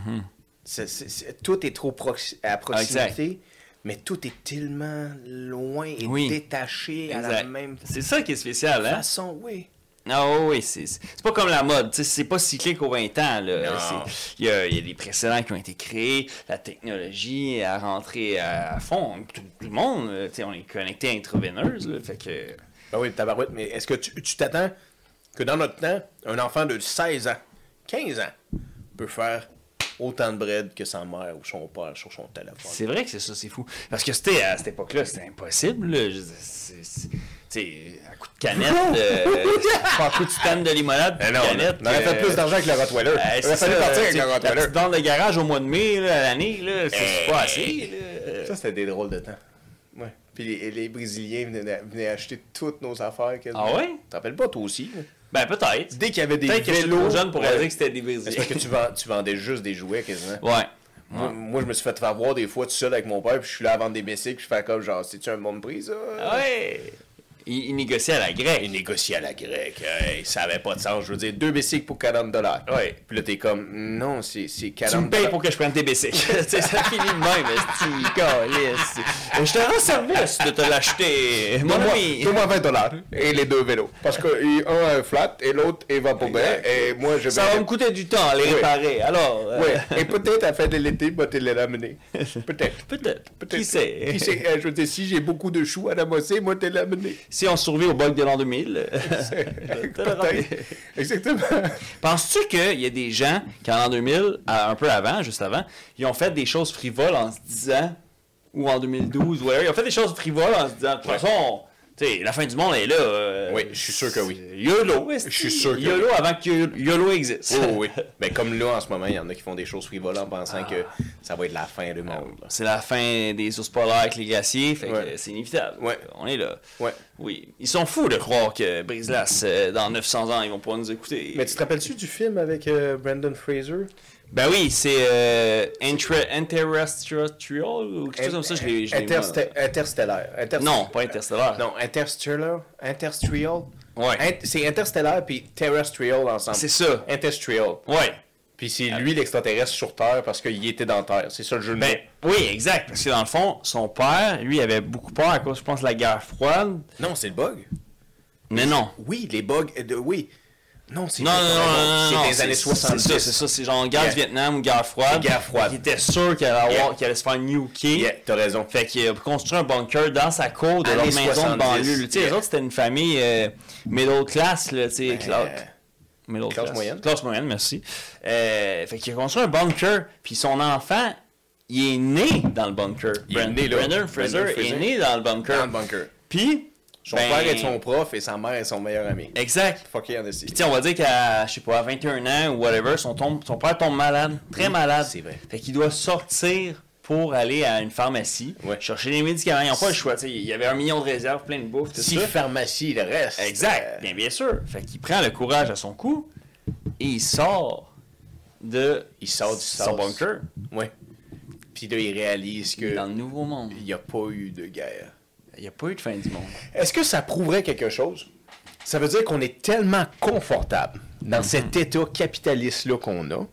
S1: Tout est trop à proximité, mais tout est tellement loin et détaché à la même
S2: C'est ça qui est spécial, hein?
S1: façon, oui.
S2: Non, oui, c'est pas comme la mode. C'est pas cyclique aux 20 ans.
S1: Non.
S2: Il y a des précédents qui ont été créés, la technologie a rentré à fond. Tout le monde, on est connecté à intraveineuse. Là, fait que...
S1: Ben oui, tabarouette, mais est-ce que tu t'attends que dans notre temps, un enfant de 16 ans, 15 ans, peut faire autant de bread que sa mère ou son père sur son téléphone?
S2: C'est vrai que c'est ça, c'est fou. Parce que c'était à cette époque-là, c'était impossible. Là. À coup de canette, pas à coup de stand de limonade,
S1: non,
S2: canette.
S1: on aurait fait plus d'argent avec le Rottweiler.
S2: Il
S1: aurait fallu partir avec le
S2: La
S1: Rottweiler.
S2: petite vente de garage au mois de mai, là, à l'année, là, c'est pas assez. Là.
S1: Ça, c'était des drôles de temps. Ouais. Puis les Brésiliens venaient acheter toutes nos affaires. Quasiment.
S2: Ah ouais?
S1: Tu te rappelles pas, toi aussi? Là?
S2: Ben, peut-être.
S1: Dès qu'il y avait des
S2: Peut-être que je suis
S1: vélos...
S2: trop jeune pour
S1: ouais.
S2: dire que c'était des
S1: C'est
S2: Brésiliens.
S1: parce que tu vendais juste des jouets, quasiment.
S2: Ouais.
S1: Moi, je me suis fait faire voir des fois tout seul avec mon père, puis je suis là à vendre des bicycles, puis je fais comme genre, c'est-tu un bon prix, ça?
S2: Ouais. Il négociait à la grecque.
S1: Il négociait à la grecque. Hey, ça avait pas de sens. Je veux dire, 2 bicycles pour 40 $.
S2: Ouais.
S1: Puis là, t'es comme, non, c'est 40
S2: Tu me payes pour que je prenne tes bicycles. Ça finit de même, esti, câlisse. Je te rends service de te l'acheter, mon ami.
S1: Donne-moi 20 $ et les deux vélos. Parce que un est flat et l'autre est vaporé. Et moi, je vais...
S2: Ça va me coûter du temps à les réparer. Alors.
S1: Oui, et peut-être à la fin de l'été, je vais te les ramener. Peut-être.
S2: Peut-être. Qui sait?
S1: Qui sait? Je veux dire, si j'ai beaucoup de choux à ramasser, moi, te les ramener.
S2: Si on survit au bug de l'an 2000.
S1: Peut-être. Exactement.
S2: Penses-tu qu'il y a des gens qui, en l'an 2000, un peu avant, juste avant, ils ont fait des choses frivoles en se disant, ou en 2012, whatever, ils ont fait des choses frivoles en se disant, de toute façon, tu sais, la fin du monde est là.
S1: Oui, je suis sûr que oui.
S2: YOLO,
S1: Je suis sûr que
S2: YOLO avant que YOLO existe.
S1: Oh, oui. Mais comme là, en ce moment, il y en a qui font des choses frivoles en pensant que ça va être la fin du monde. Là.
S2: C'est la fin des ours polaires avec les glaciers, fait que c'est inévitable.
S1: Ouais.
S2: On est là.
S1: Ouais.
S2: Oui. Ils sont fous de croire que Brise-Glace, dans 900 ans, ils vont pas nous écouter.
S1: Mais tu te rappelles-tu du film avec Brendan Fraser?
S2: Ben oui, c'est Interstellar ou quelque chose comme ça, je l'ai
S1: Interstellaire.
S2: Non, pas Interstellar.
S1: Non, Interstellar.
S2: Ouais.
S1: C'est Interstellar puis Terrestrial ensemble.
S2: C'est ça.
S1: Interstellar.
S2: Ouais.
S1: Puis c'est lui l'extraterrestre sur Terre parce qu'il était dans Terre. C'est ça le jeu de mots.
S2: Ben, oui, exact. Parce que dans le fond, son père, lui, avait beaucoup peur à cause, je pense, de la guerre froide.
S1: Non, c'est le bug.
S2: Mais non.
S1: Oui, les bugs. Oui. Non, c'est
S2: Non,
S1: c'est des années 70.
S2: C'est ça, c'est genre guerre du Vietnam ou guerre froide.
S1: Guerre froide.
S2: Il était sûr qu'il allait se faire nuker.
S1: Yeah, t'as raison.
S2: Fait qu'il a construit un bunker dans sa cour de leur
S1: Années
S2: maison
S1: 70,
S2: de banlieue. Tu sais, les autres, c'était une famille middle class, là, tu sais,
S1: Classe moyenne.
S2: Classe moyenne, merci. Fait qu'il a construit un bunker, puis son enfant, il est né dans le bunker.
S1: Il est né là.
S2: Brendan Fraser est né dans le bunker.
S1: Dans le bunker.
S2: Puis,
S1: Son père est son prof et sa mère est son meilleur ami.
S2: Exact.
S1: Fuck yeah,
S2: Puis, tu sais, on va dire qu'à, je sais pas, à 21 ans ou whatever, son père tombe malade, très malade.
S1: C'est vrai.
S2: Fait qu'il doit sortir pour aller à une pharmacie, chercher des médicaments. Ils n'ont pas le choix. Il y avait 1 million de réserves, plein de bouffe, tout
S1: Si
S2: ça.
S1: pharmacie, le reste.
S2: Exact. Bien sûr. Fait qu'il prend le courage à son cou et il sort du son bunker.
S1: Ouais. Puis là, il réalise que
S2: Dans le nouveau monde.
S1: il n'y a pas eu de guerre.
S2: Il n'y a pas eu de fin du monde.
S1: Est-ce que ça prouverait quelque chose? Ça veut dire qu'on est tellement confortable dans cet état capitaliste-là qu'on a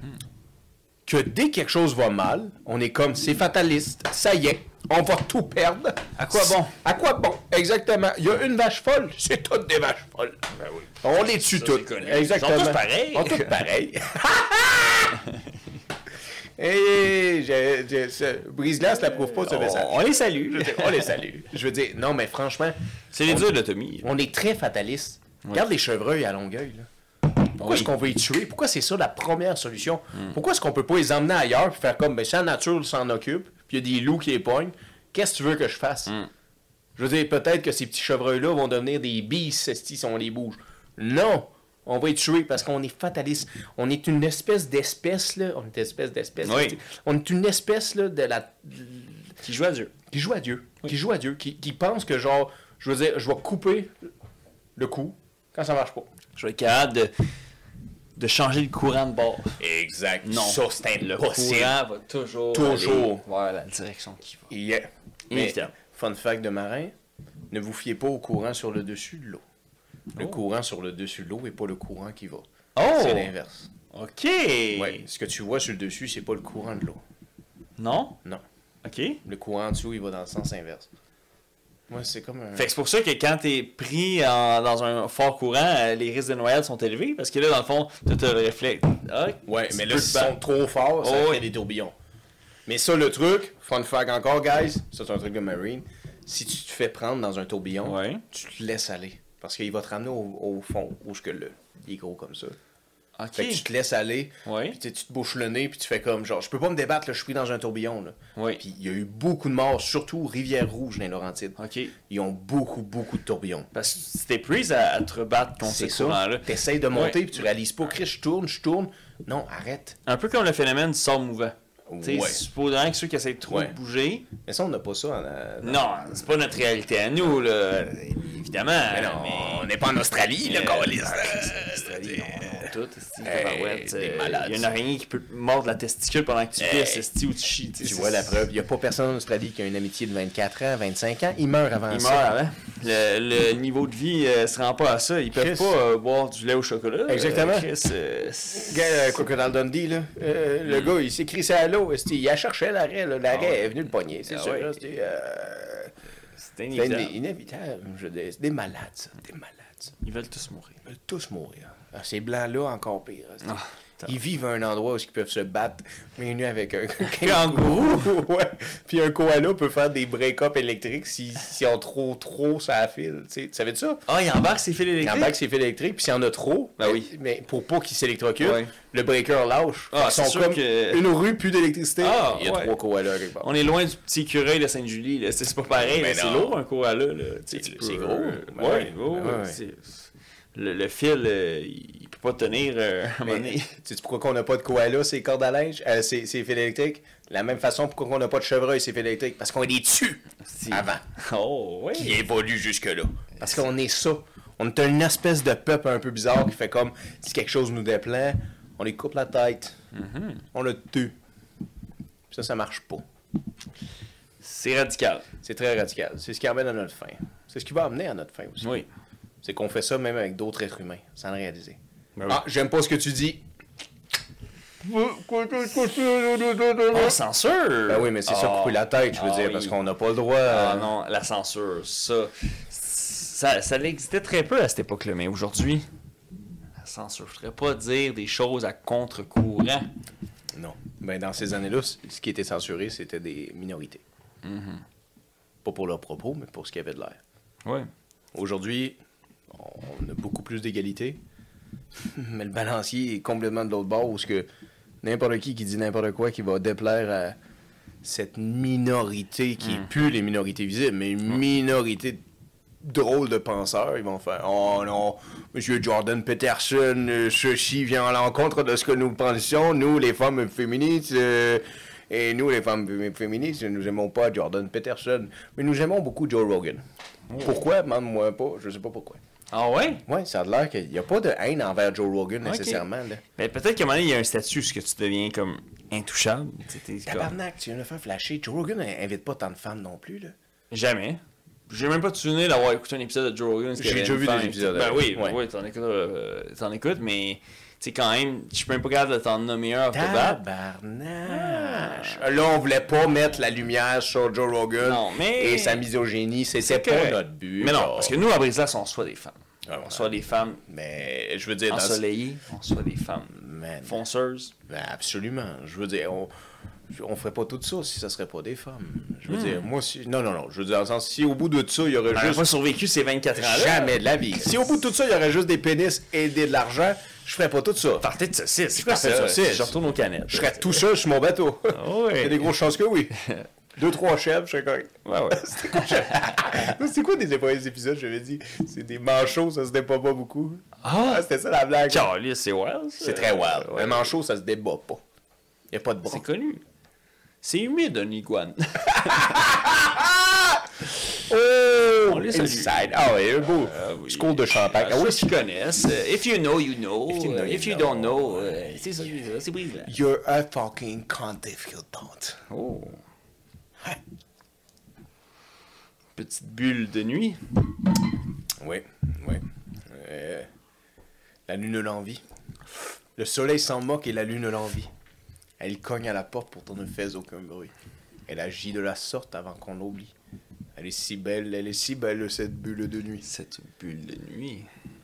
S1: que dès que quelque chose va mal, on est comme, c'est fataliste, ça y est, on va tout perdre.
S2: À quoi bon?
S1: À quoi bon? Exactement. Il y a une vache folle, c'est toutes des vaches folles. Ben oui. On les tue toutes. Exactement.
S2: Ils sont tous pareils.
S1: Ils sont tous pareils. Et Brise-Glace l'approuve pas ce message.
S2: On les salue.
S1: Je veux dire, on les salue. Je veux dire, non, mais franchement,
S2: C'est les dieux de Tommy.
S1: on est très fataliste. Regarde les chevreuils à Longueuil, là. Pourquoi est-ce qu'on veut les tuer? Pourquoi c'est ça la première solution? Pourquoi est-ce qu'on peut pas les emmener ailleurs et faire comme, ben, si la nature s'en occupe, puis il y a des loups qui les pognent, qu'est-ce que tu veux que je fasse? Je veux dire, peut-être que ces petits chevreuils-là vont devenir des bis si on les bouge. Non! On va y tuer parce qu'on est fataliste. On est une espèce d'espèce, là. On est une espèce d'espèce.
S2: Oui.
S1: On est une espèce, là, de la...
S2: Qui joue à Dieu.
S1: Qui joue à Dieu.
S2: Oui.
S1: Qui joue à Dieu. Qui pense que, genre, je veux dire, je vais couper le coup quand ça marche pas.
S2: Je vais être capable de changer le courant de bord.
S1: Exact.
S2: Non.
S1: Ça, c'est
S2: Le
S1: impossible.
S2: courant va toujours
S1: Toujours.
S2: aller vers la direction qu'il va.
S1: Yeah. Mais,
S2: Inévitable.
S1: fun fact de marin, ne vous fiez pas au courant sur le dessus de l'eau. Le
S2: Oh.
S1: courant sur le dessus de l'eau et pas le courant qui va.
S2: Oh!
S1: C'est l'inverse.
S2: OK!
S1: Ouais. Ce que tu vois sur le dessus, c'est pas le courant de l'eau.
S2: Non?
S1: Non.
S2: OK.
S1: Le courant en dessous, il va dans le sens inverse. Moi, c'est comme un...
S2: Fait que c'est pour ça que quand t'es pris dans un fort courant, les risques de noyade sont élevés, parce que là, dans le fond, tu as le réflexe. Ah,
S1: Ouais, mais là,
S2: peux
S1: s'ils
S2: te battre.
S1: sont trop forts, ça
S2: Oh,
S1: fait
S2: oui.
S1: des tourbillons. Mais ça, le truc, fun fact encore, guys, ça c'est un truc de marine, si tu te fais prendre dans un tourbillon,
S2: Ouais.
S1: tu te laisses aller. Parce qu'il va te ramener au fond, où ce que il est gros comme ça.
S2: OK.
S1: Fait que tu te laisses aller,
S2: Ouais.
S1: puis tu te bouches le nez, puis tu fais comme genre, je peux pas me débattre, là, je suis pris dans un tourbillon. Là.
S2: Oui.
S1: Puis il y a eu beaucoup de morts, surtout Rivière-Rouge dans les Laurentides.
S2: OK.
S1: Ils ont beaucoup de tourbillons.
S2: Parce que si t'es prise à te rebattre contre
S1: C'est
S2: ce
S1: ça.
S2: courant-là.
S1: T'essayes de monter,
S2: Ouais.
S1: puis tu réalises pas, Chris, je tourne. Non, arrête.
S2: Un peu comme le phénomène du sort mouvant. Tu sais,
S1: Ouais.
S2: supposant que ceux qui essaient de trop
S1: Ouais.
S2: bouger.
S1: Mais ça, on n'a pas ça.
S2: Non, c'est pas notre réalité à nous, là. Évidemment.
S1: Mais non, on n'est pas en Australie, le câlisse.
S2: L'Australie, on tout.
S1: Hey, des malades,
S2: Il y a une
S1: ça.
S2: araignée qui peut te mordre la testicule pendant que tu pisses, esti, ou tu chies.
S1: Tu vois la preuve. Il n'y a pas personne en Australie qui a une amitié de 24 ans, 25 ans. Il meurt avant
S2: Il
S1: ça.
S2: meurt avant. Le niveau de vie se rend pas à ça. Ils peuvent
S1: Chris.
S2: pas boire du lait au chocolat.
S1: Exactement.
S2: Chris,
S1: Gars, Crocodile Dundee, là, le gars, il s'est crissé à l'eau. Il a cherché l'arrêt. Là. L'arrêt
S2: Ah ouais.
S1: est venu le pogner. C'est
S2: Ah
S1: sûr.
S2: ouais.
S1: Là, c'est
S2: c'est inévitable.
S1: inévitable. C'est des malades, ça. Des malades. Ça.
S2: Ils veulent tous mourir.
S1: Ils veulent tous mourir. Ah, ces blancs-là, encore pire.
S2: Ah,
S1: Ils vivent à un endroit où ils peuvent se battre main nue avec un
S2: kangourou.
S1: Ouais. Puis un koala peut faire des break-up électriques s'ils ont trop ça file. Tu savais ça?
S2: Ah, il embarque ses fils
S1: Il
S2: électriques.
S1: embarque ses fils électriques, puis s'il y en a trop,
S2: Ben oui.
S1: mais pour pas qu'ils s'électrocutent,
S2: Ouais.
S1: le breaker lâche.
S2: Ah,
S1: Ils
S2: c'est
S1: sont
S2: sûr
S1: comme
S2: que-
S1: une rue, plus d'électricité.
S2: Ah,
S1: il y a
S2: ouais.
S1: 3 koalas quelque part.
S2: On est loin du petit écureuil de Sainte-Julie. Là. C'est pas pareil.
S1: Mais
S2: là. C'est
S1: non.
S2: lourd un koala. Là.
S1: C'est
S2: Tu peux-
S1: gros. Ben
S2: Ouais,
S1: ouais.
S2: ouais,
S1: Ben ouais.
S2: c'est- Le fil, il peut pas tenir un moment
S1: Mais,
S2: donné.
S1: sais-tu pourquoi qu'on n'a pas de koala, ces cordes à linge, ces fils électriques? De la même façon, pourquoi qu'on n'a pas de chevreuil, ces fils électriques? Parce qu'on est dessus
S2: Si.
S1: avant.
S2: Oh, oui.
S1: Qui évolue jusque-là. Parce qu'on est ça. On est une espèce de peuple un peu bizarre qui fait comme si quelque chose nous déplaît, on les coupe la tête, on le tue. Puis ça marche pas.
S2: C'est radical.
S1: C'est très radical. C'est ce qui amène à notre fin. C'est ce qui va amener à notre fin aussi.
S2: Oui.
S1: C'est qu'on fait ça même avec d'autres êtres humains, sans le réaliser.
S2: Ben oui.
S1: Ah, j'aime pas ce que tu dis.
S2: Oh, censure!
S1: Ben oui, mais c'est ça, couper la tête, je veux dire,
S2: oui.
S1: parce qu'on n'a pas le droit.
S2: Ah non, la censure, ça existait très peu à cette époque-là, mais aujourd'hui, la censure, je ne voudrais pas dire des choses à contre-courant.
S1: Non. Ben, dans ces années-là, ce qui était censuré, c'était des minorités. Pas pour leurs propos, mais pour ce qu'il y avait de l'air.
S2: Oui.
S1: Aujourd'hui, on a beaucoup plus d'égalité, mais le balancier est complètement de l'autre bord, où ce que n'importe qui dit n'importe quoi qui va déplaire à cette minorité qui est plus les minorités visibles, mais une minorité drôle de penseurs, ils vont faire « Oh non, Monsieur Jordan Peterson, ceci vient à l'encontre de ce que nous pensions, nous les femmes féministes, et nous les femmes féministes, nous aimons pas Jordan Peterson, mais nous aimons beaucoup Joe Rogan. Pourquoi? Demande-moi pas, je sais pas pourquoi.
S2: Ah ouais?
S1: Ouais, ça a l'air qu'il n'y a pas de haine envers Joe Rogan nécessairement. Là.
S2: Ben, peut-être qu'à un moment donné, il y a un statut où que tu deviens comme intouchable. C'était comme...
S1: Tabarnak, tu viens de le faire flasher. Joe Rogan invite pas tant de femmes non plus. Là.
S2: Jamais. J'ai même pas de souvenir d'avoir écouté un épisode de Joe Rogan.
S1: J'ai déjà vu des épisodes.
S2: Ben oui,
S1: ouais.
S2: oui, t'en écoutes, mais tu sais, quand même, je suis même pas capable de t'en nommer un off the bat.
S1: Tabarnak. Là, on voulait pas mettre la lumière sur Joe Rogan
S2: Non, mais-
S1: et sa misogynie. C'était
S2: C'est
S1: pas
S2: correct.
S1: notre but.
S2: Mais non,
S1: là.
S2: parce que nous, à Brise-Glace, on soit des femmes.
S1: Ah,
S2: On soit des femmes
S1: Mais je veux dire...
S2: ensoleillées, on soit des femmes
S1: Man.
S2: fonceuses.
S1: Ben, absolument. Je veux dire, on ferait pas tout ça si ça serait pas des femmes. Je veux dire, moi, si... Non. Je veux dire, dans le sens, si au bout de tout ça, il y aurait
S2: On n'a
S1: juste...
S2: pas survécu ces 24 ans-là.
S1: Jamais de la vie. Si au bout de tout ça, il y aurait juste des pénis et de l'argent, je ferais pas tout ça.
S2: Partez de saucisse. C'est quoi
S1: Partez de
S2: ça?
S1: saucisse.
S2: Je retourne aux canettes.
S1: Je serais tout seul sur mon bateau.
S2: ouais.
S1: Il y a des grosses chances que oui. 2-3 chèvres, je serais correct.
S2: Ouais, ouais.
S1: C'est quoi des premiers épisodes, j'avais dit? C'est des manchots, ça se débat pas beaucoup.
S2: Ah!
S1: C'était ça la blague.
S2: Charlie, c'est wild.
S1: C'est très wild.
S2: Ouais.
S1: Un manchot, ça se débat pas. Y a pas de bras.
S2: C'est connu. C'est humide, un iguane.
S1: Oh!
S2: On les salue.
S1: Inside. Ah ouais, un beau
S2: oui.
S1: school de champagne. Ah oui,
S2: Ceux qui connaissent. If you know, you know.
S1: If you know,
S2: If
S1: you
S2: you
S1: know.
S2: don't know, c'est ça, c'est brise.
S1: You're a fucking cunt if you don't.
S2: Oh. Petite bulle de nuit.
S1: Oui, oui. La lune l'envie. Le soleil s'en moque et la lune l'envie. Elle cogne à la porte pour qu'on ne fasse aucun bruit. Elle agit de la sorte avant qu'on l'oublie. Elle est si belle, cette bulle de nuit.
S2: Cette bulle de nuit.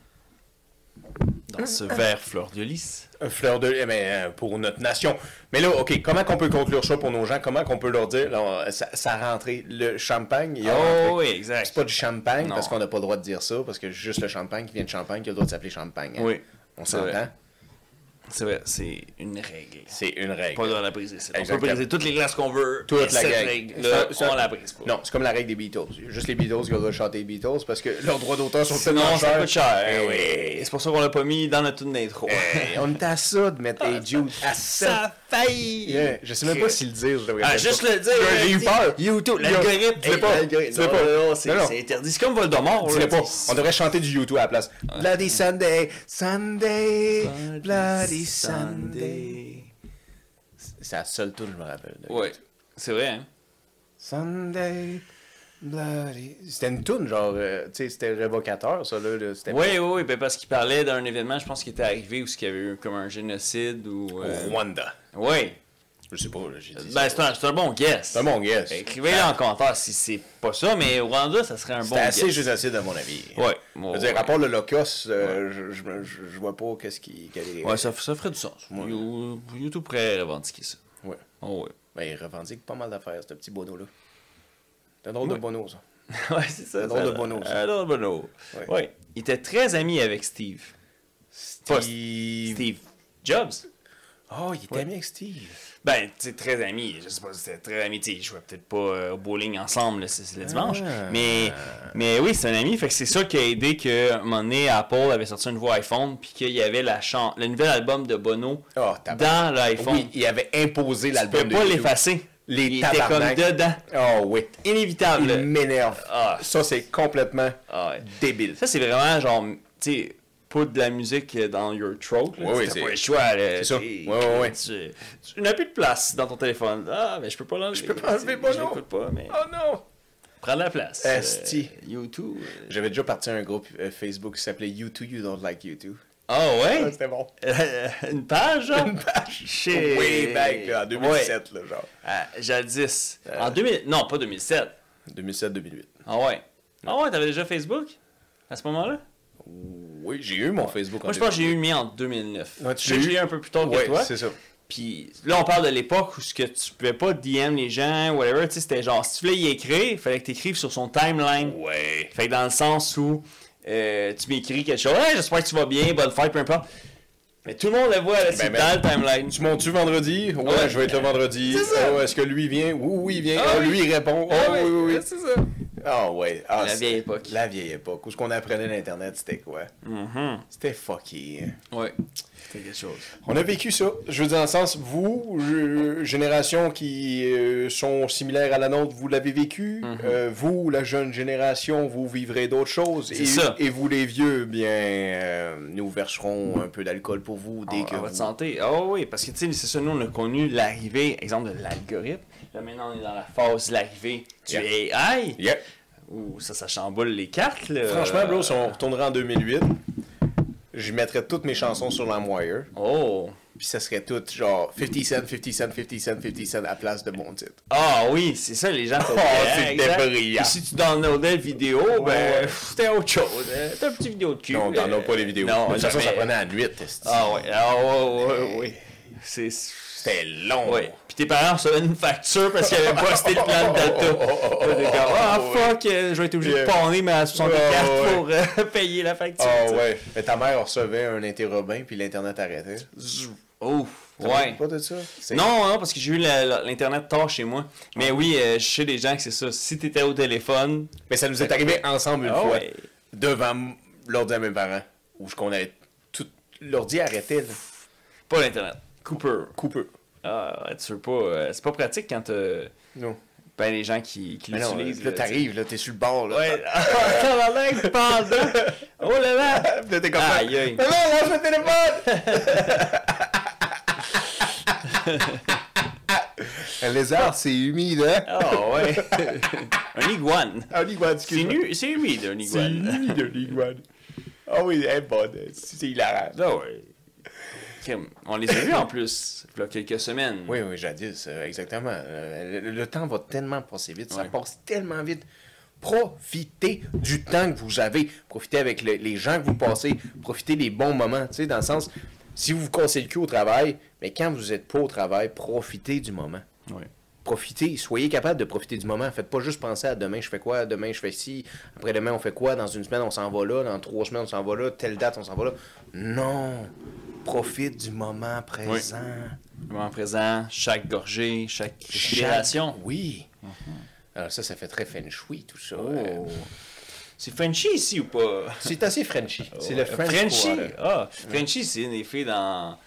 S2: Dans ce verre fleur de lys.
S1: Fleur de... pour notre nation. Mais là, OK, comment qu'on peut conclure ça pour nos gens? Comment qu'on peut leur dire, là, ça a rentré, le champagne, il a rentré.
S2: Oh oui, exact.
S1: C'est pas du champagne,
S2: Non.
S1: parce qu'on n'a pas le droit de dire ça, parce que juste le champagne qui vient de Champagne qui a le droit de s'appeler champagne. Hein.
S2: Oui.
S1: On
S2: C'est vrai.
S1: s'entend?
S2: C'est vrai, c'est une règle.
S1: C'est une règle.
S2: Pas le droit de la briser. On peut
S1: Exactement.
S2: briser toutes les glaces qu'on veut.
S1: Toute
S2: mais
S1: la
S2: cette
S1: gang.
S2: règle-là,
S1: Ça-
S2: on la brise pas.
S1: Non, c'est comme la règle des Beatles. Juste les Beatles qui ont le droit de chanter les Beatles parce que leurs droits d'auteur sont
S2: Sinon,
S1: tellement
S2: ça
S1: chers.
S2: coûte cher.
S1: Eh
S2: Oui. C'est pour ça qu'on l'a pas mis dans notre tune d'intro.
S1: On est à ça de mettre Hey Jude. À ça.
S2: faillit.
S1: Yeah. Je sais même pas si le dire. Je devrais
S2: Ah,
S1: pas.
S2: juste le dire.
S1: J'ai eu peur.
S2: YouTube, l'algorithme.
S1: Tu l'as pas.
S2: l'algorithme.
S1: Tu l'as pas.
S2: Non,
S1: Non,
S2: c'est
S1: non.
S2: c'est interdit. C'est comme Voldemort.
S1: Tu
S2: là.
S1: l'as pas. On devrait chanter du YouTube à la place. Bloody Sunday, Sunday, Bloody Sunday. C'est la seule tune je me rappelle. de
S2: Ouais,
S1: YouTube.
S2: c'est vrai, hein.
S1: Sunday, Bloody. C'était une tune, genre, tu sais, c'était révocateur, ça, là. C'était
S2: Oui, oui, ben parce qu'il parlait d'un événement, je pense, qui était arrivé où il y avait eu comme un génocide ou.
S1: Au Rwanda.
S2: Oui.
S1: Je sais pas, là, j'ai dit.
S2: Ben, c'est un bon guess.
S1: C'est un bon guess.
S2: Ben, écrivez-le en commentaire si c'est pas ça, mais au Rwanda, ça serait un bon
S1: C'était
S2: guess.
S1: assez génocide, à mon avis.
S2: Ouais.
S1: Je veux dire, à part l'Holocauste, je vois pas qu'est-ce qui.
S2: Ouais, ça ferait du sens.
S1: Ouais.
S2: YouTube pourrait revendiquer ça.
S1: Ouais.
S2: Oh, ouais.
S1: Ben, il revendique pas mal d'affaires, ce petit bono-là. C'est un drôle de bono, ça.
S2: Ouais, c'est ça.
S1: Un drôle de bono, ça.
S2: Un drôle de bono.
S1: Ouais.
S2: Ouais. Il était très ami avec Steve. Pas Steve Jobs.
S1: Oh, il était ami avec Steve.
S2: Ben, tu sais, très ami. Je sais pas si c'était très ami. Tu sais, ils jouaient peut-être pas au bowling ensemble c'est le dimanche. Mais oui, c'est un ami. Fait que c'est ça qui a aidé qu'à un moment donné, Apple avait sorti un nouveau iPhone. Puis qu'il y avait le nouvel album de Bono
S1: Oh,
S2: dans l'iPhone.
S1: Oui, il avait imposé
S2: Tu
S1: l'album
S2: peux
S1: de
S2: pas
S1: YouTube.
S2: l'effacer.
S1: Les
S2: Il était comme
S1: tabarnak.
S2: dedans.
S1: Oh, oui.
S2: Inévitable.
S1: Il m'énerve.
S2: Ah.
S1: Ça, c'est complètement
S2: Ah ouais.
S1: débile.
S2: Ça, c'est vraiment genre, tu sais, pas de la musique dans your throat. Là.
S1: Oui,
S2: T'as
S1: c'est-
S2: pas le choix. Là,
S1: c'est ça.
S2: t'sais,
S1: Ouais.
S2: Tu n'as plus de place dans ton téléphone. Ah, mais je peux pas l'enlever.
S1: Je peux pas enlever
S2: Je
S1: Bono.
S2: l'écoute pas, mais
S1: Oh non!
S2: prends de la place.
S1: Esti.
S2: YouTube.
S1: J'avais déjà parti à un groupe Facebook qui s'appelait You2, You Don't Like You2.
S2: Ah ouais?
S1: C'était bon.
S2: Une page, genre?
S1: Une page.
S2: Shit.
S1: Way back, là, en 2007, là, genre.
S2: Jadis. En 2000... Non, pas 2007.
S1: 2007-2008.
S2: Ah ouais. Ah ouais, t'avais déjà Facebook? À ce moment-là?
S1: Oui, j'ai eu mon Facebook en
S2: Moi, je pense que j'ai eu le mien en 2009.
S1: Ouais, tu
S2: Je sais
S1: l'as
S2: que
S1: eu?
S2: j'ai eu un peu plus tard que
S1: Ouais,
S2: toi.
S1: c'est ça.
S2: Puis là, on parle de l'époque où ce que tu pouvais pas DM les gens, whatever, tu sais, c'était genre, si tu voulais y écrire, il fallait que tu écrives sur son timeline.
S1: Ouais.
S2: Fait que dans le sens où tu m'écris quelque chose, hey, j'espère que tu vas bien, bonne fête, peu importe. Mais tout le monde le voit, là, c'est
S1: ben,
S2: dans le timeline.
S1: Tu montes-tu vendredi? Ouais,
S2: Ouais.
S1: je vais être là vendredi.
S2: C'est ça.
S1: Oh, est-ce que lui vient? Oui, il vient.
S2: Ah
S1: Oh,
S2: oui.
S1: lui, il répond.
S2: Ah
S1: Oh, oui.
S2: c'est ça.
S1: Ah, ouais. Ah,
S2: La
S1: c'est-
S2: vieille époque.
S1: La vieille époque. Où ce qu'on apprenait l'Internet, c'était quoi?
S2: Mhm.
S1: C'était fucky.
S2: Ouais, c'était quelque chose.
S1: On a vécu ça. Je veux dire, dans le sens, vous, génération qui sont similaires à la nôtre, vous l'avez vécu. Vous, la jeune génération, vous vivrez d'autres choses.
S2: C'est ça.
S1: Et vous, les vieux, bien, nous verserons un peu d'alcool pour vous dès que
S2: À votre
S1: vous...
S2: santé. Ah oui, parce que tu sais, c'est ça, nous, on a connu l'arrivée, exemple, de l'algorithme. Là, maintenant, on est dans la phase de l'arrivée du AI.
S1: Yeah.
S2: Ouh, ça chamboule les cartes, là.
S1: Franchement, bro, si on retournerait en 2008, je mettrais toutes mes chansons sur LimeWire.
S2: Oh.
S1: Puis ça serait tout genre 50 cents, 50 cents, 50 cents, 50 cents à la place de mon titre.
S2: Ah oui, c'est ça, les gens faisaient.
S1: c'était
S2: exact.
S1: brillant.
S2: Puis si tu downloadais la vidéo, ben, c'était autre chose. C'était une petite vidéo de cul.
S1: Non, on n'en a pas les vidéos.
S2: Non,
S1: de toute façon,
S2: jamais.
S1: ça prenait à la nuit. esti.
S2: Ah ouais, oui. C'est
S1: C'était long.
S2: Ouais. Puis tes parents recevaient une facture parce qu'ils n'avaient pas acheté le plan de data. T'es comme, ah fuck, je vais être obligé de pawner ma 64 pour payer la facture.
S1: Ah ouais. Mais ta mère recevait un interrobin puis l'Internet arrêtait.
S2: Ouf. Ouais.
S1: Pas de ça?
S2: Non, parce que j'ai eu l'Internet tard chez moi. Mais oui, je sais des gens que c'est ça. Si t'étais au téléphone...
S1: Mais ça nous est arrivé ensemble une fois.
S2: Ouais.
S1: Devant l'ordi à mes parents. Où je connais tout... L'ordi arrêtait. Là.
S2: Pas l'Internet. Cooper. Ah, tu veux pas... c'est pas pratique quand t'as...
S1: Non.
S2: Ben, les gens qui l'utilisent.
S1: Là, t'arrives, là, t'es sur le bord, là.
S2: Ouais. T'as la langue pendant. Oh là là.
S1: Là, t'es comme ça.
S2: Aïe, aïe.
S1: Non, lâche le téléphone! Un lézard, c'est humide, hein?
S2: Ah ouais. Un iguane.
S1: Un iguane, excuse-moi.
S2: C'est humide, un iguane.
S1: C'est humide, un iguane. Ah oui, elle est bonne. C'est hilarant.
S2: Ah ouais. On les a vus en plus, il y a quelques semaines.
S1: Oui, jadis, exactement. Le temps va tellement passer vite, ça passe tellement vite. Profitez du temps que vous avez. Profitez avec les gens que vous passez. Profitez des bons moments, tu sais, dans le sens... Si vous vous cassez le cul au travail, mais quand vous n'êtes pas au travail, profitez du moment.
S2: Oui.
S1: Profitez, soyez capable de profiter du moment. Faites pas juste penser à demain je fais quoi, demain je fais ci, après demain on fait quoi, dans une semaine on s'en va là, dans 3 semaines on s'en va là, telle date on s'en va là. Non! Profite du moment présent.
S2: Le moment présent, chaque gorgée, chaque respiration.
S1: Oui. Alors ça fait très feng shui tout ça.
S2: Oh. C'est Frenchy ici ou pas?
S1: C'est assez Frenchy. C'est le French
S2: Frenchy.
S1: Quarter.
S2: Ah, Frenchy, c'est une des filles dans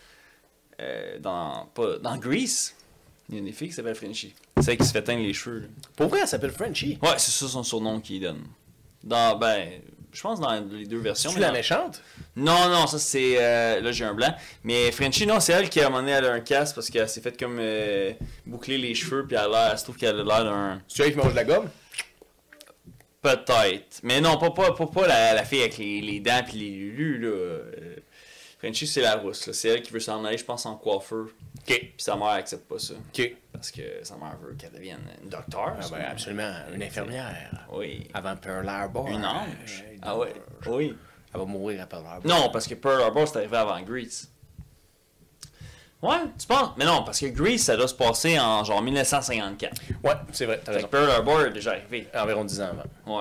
S2: Grease. Il y a une des filles qui s'appelle Frenchy. C'est elle qui se fait teindre les cheveux. Là.
S1: Pour vrai, elle s'appelle Frenchy.
S2: Ouais, c'est ça son surnom qu'il donne. Je pense dans les deux versions.
S1: Tu la méchante?
S2: Non, ça c'est... là, j'ai un blanc. Mais Frenchy, non, c'est elle qui a amené elle a un casque parce qu'elle s'est fait comme boucler les cheveux puis elle se trouve qu'elle a l'air d'un...
S1: C'est elle qui mange de la gomme?
S2: Peut-être. Mais non, pas la fille avec les dents et les lulus, là. Frenchy, c'est la rousse, là. C'est elle qui veut s'en aller, je pense, en coiffeur.
S1: OK.
S2: Puis sa mère accepte pas ça.
S1: OK.
S2: Parce que sa mère veut qu'elle devienne une docteur.
S1: Ah ben absolument, une infirmière.
S2: Oui.
S1: Avant Pearl Harbor.
S2: Une ange. Ah ouais. Oui.
S1: Elle va mourir à Pearl Harbor.
S2: Non, parce que Pearl Harbor, c'est arrivé avant Grease. Ouais, tu penses? Mais non, parce que Grease, ça doit se passer en genre 1954.
S1: Ouais, c'est vrai, t'as raison.
S2: Pearl Harbor est déjà arrivé.
S1: Environ 10 ans avant.
S2: Ouais.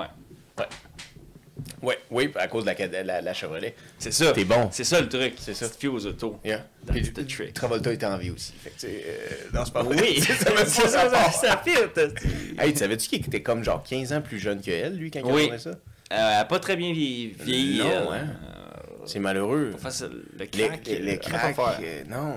S1: Oui, à cause de la Chevrolet.
S2: C'est ça.
S1: T'es bon.
S2: C'est ça le truc.
S1: C'est ça.
S2: Tu te fies aux autos.
S1: Yeah.
S2: That's
S1: Puis
S2: the trick.
S1: Travolta était en vie aussi. Fait que, non, c'est pas vrai.
S2: Oui, ça fit.
S1: Hey, tu savais-tu qu'il était comme genre 15 ans plus jeune que elle, lui, quand il
S2: Oui.
S1: tournait ça?
S2: Elle a pas très bien vieilli.
S1: Non, hein. C'est malheureux.
S2: Pas facile. Le crack.
S1: Les cracks, non.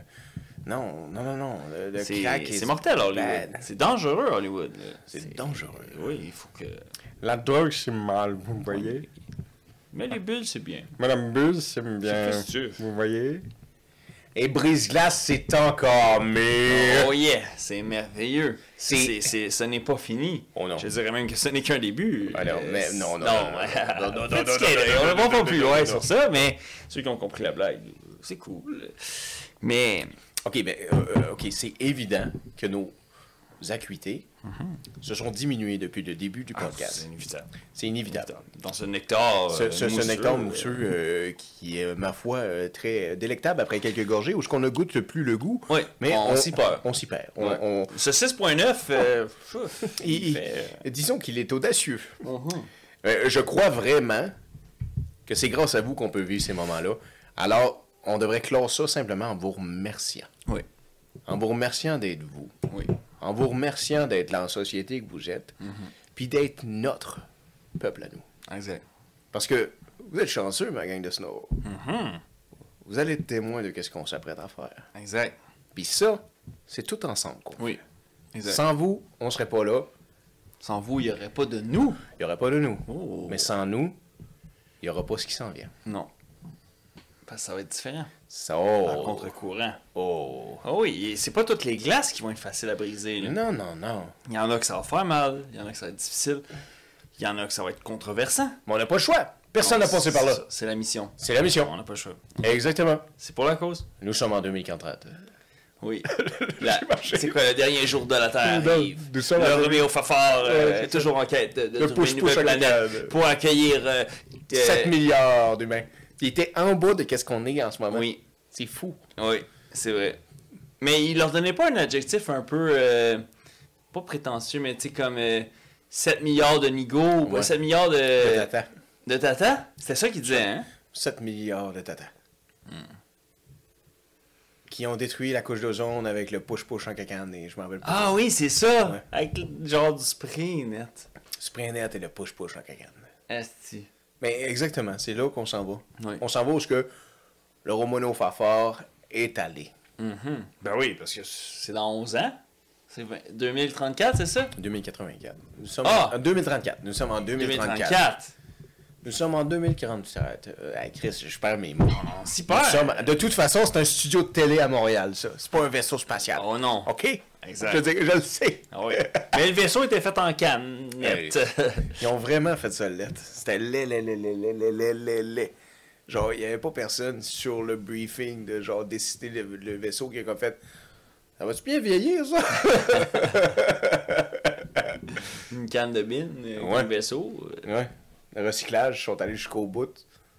S1: Le crack,
S2: c'est mortel, Hollywood.
S1: bad.
S2: C'est dangereux, Hollywood. Là.
S1: C'est dangereux.
S2: Oui, il faut que...
S3: La drogue, c'est mal, vous voyez?
S2: Mais les bulles, c'est bien.
S3: Madame Buzz, c'est bien.
S2: festif.
S3: Vous voyez?
S1: Et Brise-Glace, c'est encore mieux.
S2: Oh yeah, c'est merveilleux.
S1: C'est-
S2: Ce n'est pas fini.
S1: Oh non.
S2: Je dirais même que ce n'est qu'un début.
S1: Ah non, mais non.
S2: On ne va pas plus loin sur ça, mais ceux qui ont compris la blague, c'est cool. Mais...
S1: OK, c'est évident que nos acuités se sont diminuées depuis le début du podcast.
S2: c'est inévitable.
S1: C'est inévitable.
S2: Dans ce nectar
S1: Ce
S2: mousseux,
S1: nectar mousseux qui est, ma foi, très délectable après quelques gorgées, où ce qu'on ne goûte plus le goût,
S2: Oui,
S1: mais
S2: on s'y perd.
S1: On s'y perd.
S2: Ouais. Ce 6.9,
S1: Disons qu'il est audacieux. Je crois vraiment que c'est grâce à vous qu'on peut vivre ces moments-là. Alors, on devrait clore ça simplement en vous remerciant.
S2: Oui.
S1: En vous remerciant d'être vous.
S2: Oui.
S1: En vous remerciant d'être la société que vous êtes, puis d'être notre peuple à nous.
S2: Exact.
S1: Parce que vous êtes chanceux, ma gang de snow. Vous allez être témoin de ce qu'on s'apprête à faire.
S2: Exact.
S1: Puis ça, c'est tout ensemble. Quoi.
S2: Oui. Exact.
S1: Sans vous, on serait pas là.
S2: Sans vous, il n'y aurait pas de nous.
S1: Il n'y aurait pas de nous.
S2: Oh.
S1: Mais sans nous, il n'y aura pas ce qui s'en vient.
S2: Non. Parce que ça va être différent.
S1: Ça,
S2: À contre-courant.
S1: Oh.
S2: Ah oui, et c'est pas toutes les glaces qui vont être faciles à briser. Là.
S1: Non.
S2: Il y en a que ça va faire mal, il y en a que ça va être difficile, il y en a que ça va être controversant.
S1: Mais on n'a pas le choix. Personne n'a passé par là.
S2: C'est la mission.
S1: C'est la mission.
S2: On n'a pas le choix.
S1: Exactement.
S2: C'est pour la cause.
S1: Nous sommes en 2040.
S2: Oui. C'est quoi le dernier jour de la Terre arrive?
S3: Nous sommes
S2: Le
S3: en-
S2: Roméo Fafard,
S3: Ouais, c'est
S2: toujours en quête de
S3: Le
S2: trouver une
S3: push-push
S2: nouvelle
S3: à
S2: planète
S3: quelqu'un.
S2: pour accueillir...
S1: 7 milliards d'humains. Il était en bas de qu'est-ce qu'on est en ce moment.
S2: Oui,
S1: C'est fou.
S2: oui, c'est vrai. Mais il leur donnait pas un adjectif un peu... pas prétentieux, mais tu sais, comme 7 milliards de nigo, ou 7 milliards
S1: De tata.
S2: de tata? C'était ça qu'il disait, hein?
S1: 7 milliards de tata. Qui ont détruit la couche d'ozone avec le push-push en cacane, et je m'en rappelle pas.
S2: Ah oui, c'est ça!
S1: Ouais.
S2: Avec le genre du spray net.
S1: Spray net et le push-push en cacane.
S2: Esti.
S1: Mais exactement, c'est là qu'on s'en va.
S2: Oui.
S1: On s'en va où ce que le Romano Fafard est allé.
S2: Ben oui, parce que c'est dans 11 ans. C'est 2034, c'est ça?
S1: 2084. Nous sommes
S2: Ah!
S1: en 2034. Nous sommes en 2034.
S2: 2034.
S1: Nous sommes en 2047. Hey, Chris, je perds mes mots.
S2: Si
S1: Nous
S2: peur!
S1: sommes- De toute façon, c'est un studio de télé à Montréal, ça. C'est pas un vaisseau spatial.
S2: Oh non.
S1: OK?
S2: Exact.
S1: Je veux dire, je le sais.
S2: Ah oui. Mais le vaisseau était fait en canette.
S1: Ils ont vraiment fait ça lettre. C'était laid. Genre, il n'y avait pas personne sur le briefing de genre décider le vaisseau qui a comme fait. Ça va-tu bien vieillir, ça?
S2: Une canne de bine,
S1: Ouais.
S2: un vaisseau.
S1: Ouais. Le recyclage, ils sont allés jusqu'au bout.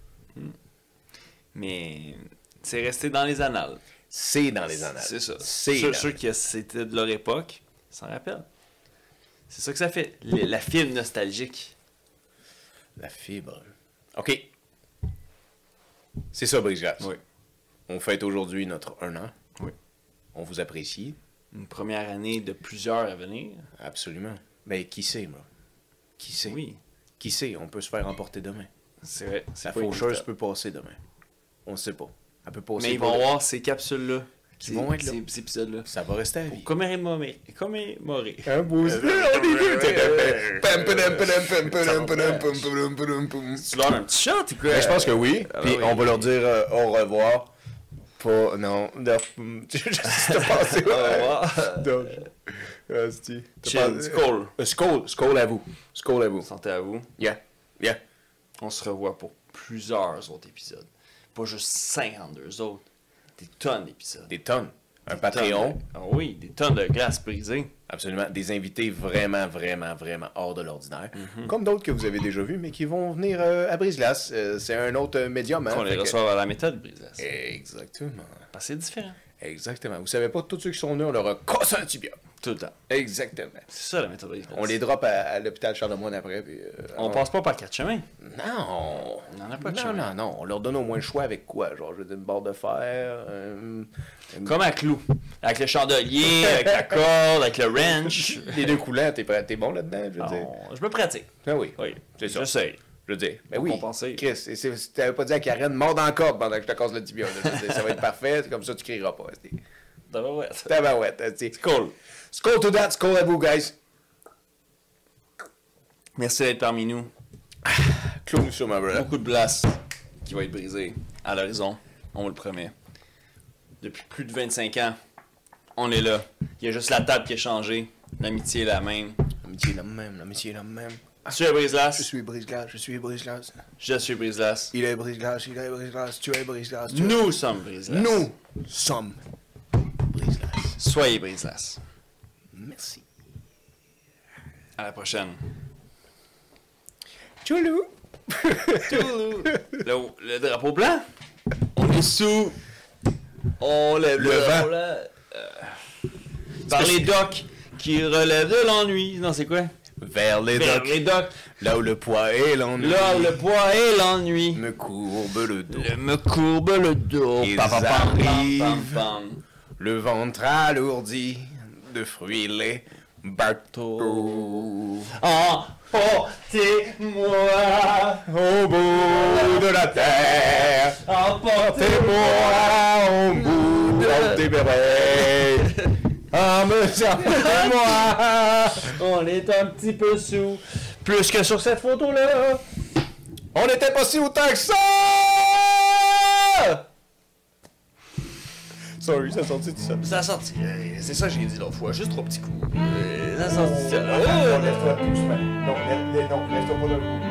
S2: Mais c'est resté dans les annales.
S1: C'est dans les annales.
S2: C'est ça.
S1: C'est
S2: Ceux,
S1: dans-
S2: ceux qui c'était de leur époque s'en rappellent. C'est ça que ça fait. La fibre nostalgique.
S1: La fibre. OK. C'est ça, Brise Glace.
S2: Oui.
S1: On fête aujourd'hui notre 1 an.
S2: Oui.
S1: On vous apprécie.
S2: Une première année de plusieurs à venir.
S1: Absolument. Mais qui sait, moi? Qui sait?
S2: Oui.
S1: Qui sait? On peut se faire emporter demain.
S2: C'est vrai.
S1: La
S2: C'est pas
S1: faucheuse
S2: évident.
S1: peut passer demain. On ne sait pas. Elle peut passer
S2: Mais ils
S1: pour
S2: vont
S1: le-
S2: voir ces capsules-là.
S1: Qui vont être là.
S2: Ces épisodes-là.
S1: Ça va rester à vie.
S2: Commémorer.
S1: Un beau
S2: Tu leur un petit shot ou quoi?
S1: Je pense que oui.
S2: Ah,
S1: Puis
S2: oui.
S1: on va leur dire au revoir. Pas. Non. Je sais pas passé.
S2: Au revoir.
S1: Donc. Asti.
S2: Chill. Skål.
S1: Skål. Skål à vous. Skål à vous.
S2: Santé à vous.
S1: Yeah. Yeah.
S2: On se revoit pour plusieurs autres épisodes. Pas juste 52 autres. Des tonnes d'épisodes.
S1: Des tonnes. Un
S2: Des
S1: Patreon.
S2: tonnes ah oui, des tonnes de glace brisée.
S1: Absolument. Des invités vraiment hors de l'ordinaire.
S2: Mhm.
S1: Comme d'autres que vous avez déjà vus, mais qui vont venir à Brise-Glace. C'est un autre médium. Hein,
S2: On les
S1: fait que-
S2: reçoit à la méthode brise.
S1: Exactement.
S2: Parce que c'est différent.
S1: Exactement. Vous savez pas, tous ceux qui sont nés, on leur a cassé un tibia.
S2: Tout le temps.
S1: Exactement.
S2: C'est ça la méthode brise.
S1: On les drop à l'hôpital Charlemagne après. Puis,
S2: On passe pas par quatre chemins.
S1: Non.
S2: On n'en a pas de
S1: Non,
S2: chemin.
S1: non. On leur donne au moins le choix avec quoi? Genre, je veux dire, une barre de fer.
S2: Comme à Clou. Avec le chandelier, avec la corde, avec le wrench.
S1: Les deux coulants, t'es bon là-dedans, je veux dire.
S2: Non, je me pratique.
S1: Ah oui.
S2: Oui,
S1: C'est ça.
S2: j'essaye.
S1: Je veux dire. Ben
S2: Pour
S1: oui.
S2: compenser.
S1: Chris, si t'avais pas dit à Karen, mord dans le corps pendant que je te casse le tibia. Là, je veux dire, ça va être parfait, comme ça tu crieras pas.
S2: Tabarouette.
S1: Tabarouette. C'est
S2: Cool.
S1: Skål to that, skål à vous, guys.
S2: Merci d'être parmi nous.
S1: Clou-nous sur ma brother.
S2: Beaucoup de glace qui va être brisée à l'horizon, on vous le promet. Depuis plus de 25 ans, on est là. Il y a juste la table qui a changé. L'amitié est la même.
S1: L'amitié est la même, l'amitié est la même.
S2: Tu es Brise-Glace.
S1: Je suis Brise-Glace, je suis Brise-Glace.
S2: Je suis Brise-Glace.
S1: Il est Brise-Glace, il est Brise-Glace, tu es Brise-Glace. tu es-
S2: Nous sommes Brise-Glace.
S1: Nous sommes Brise-Glace.
S2: Soyez Brise-Glace.
S1: Merci.
S2: À la prochaine.
S1: Tchoulou.
S2: Le drapeau blanc. On est sous. On lève le
S1: Le
S2: drapeau
S1: vent.
S2: blanc. Par les docks qui relèvent de l'ennui. Non, c'est quoi?
S1: Vers les
S2: Vers
S1: docks,
S2: les docks.
S1: là où le poids est l'ennui.
S2: Là, le poids et l'ennui.
S1: me courbe le dos.
S2: Me courbe le dos.
S1: Ils
S2: Pam, pam, pam,
S1: arrivent.
S2: pam, pam.
S1: Le ventre alourdi de fruits les bateaux.
S2: Emportez-moi.
S1: Au bout de la terre,
S2: Emportez-moi.
S1: au bout de tes bébés. Ah, me moi.
S2: On est un petit peu sous. Plus que sur cette photo-là.
S1: On n'était pas si autant que ça! Sorry, ça sortit tout ça.
S2: Ça a sorti. C'est ça que j'ai dit l'autre fois. Juste 3 petits coups. Ça a sorti.
S1: Non, laisse-toi doucement. Non, laisse-toi pas de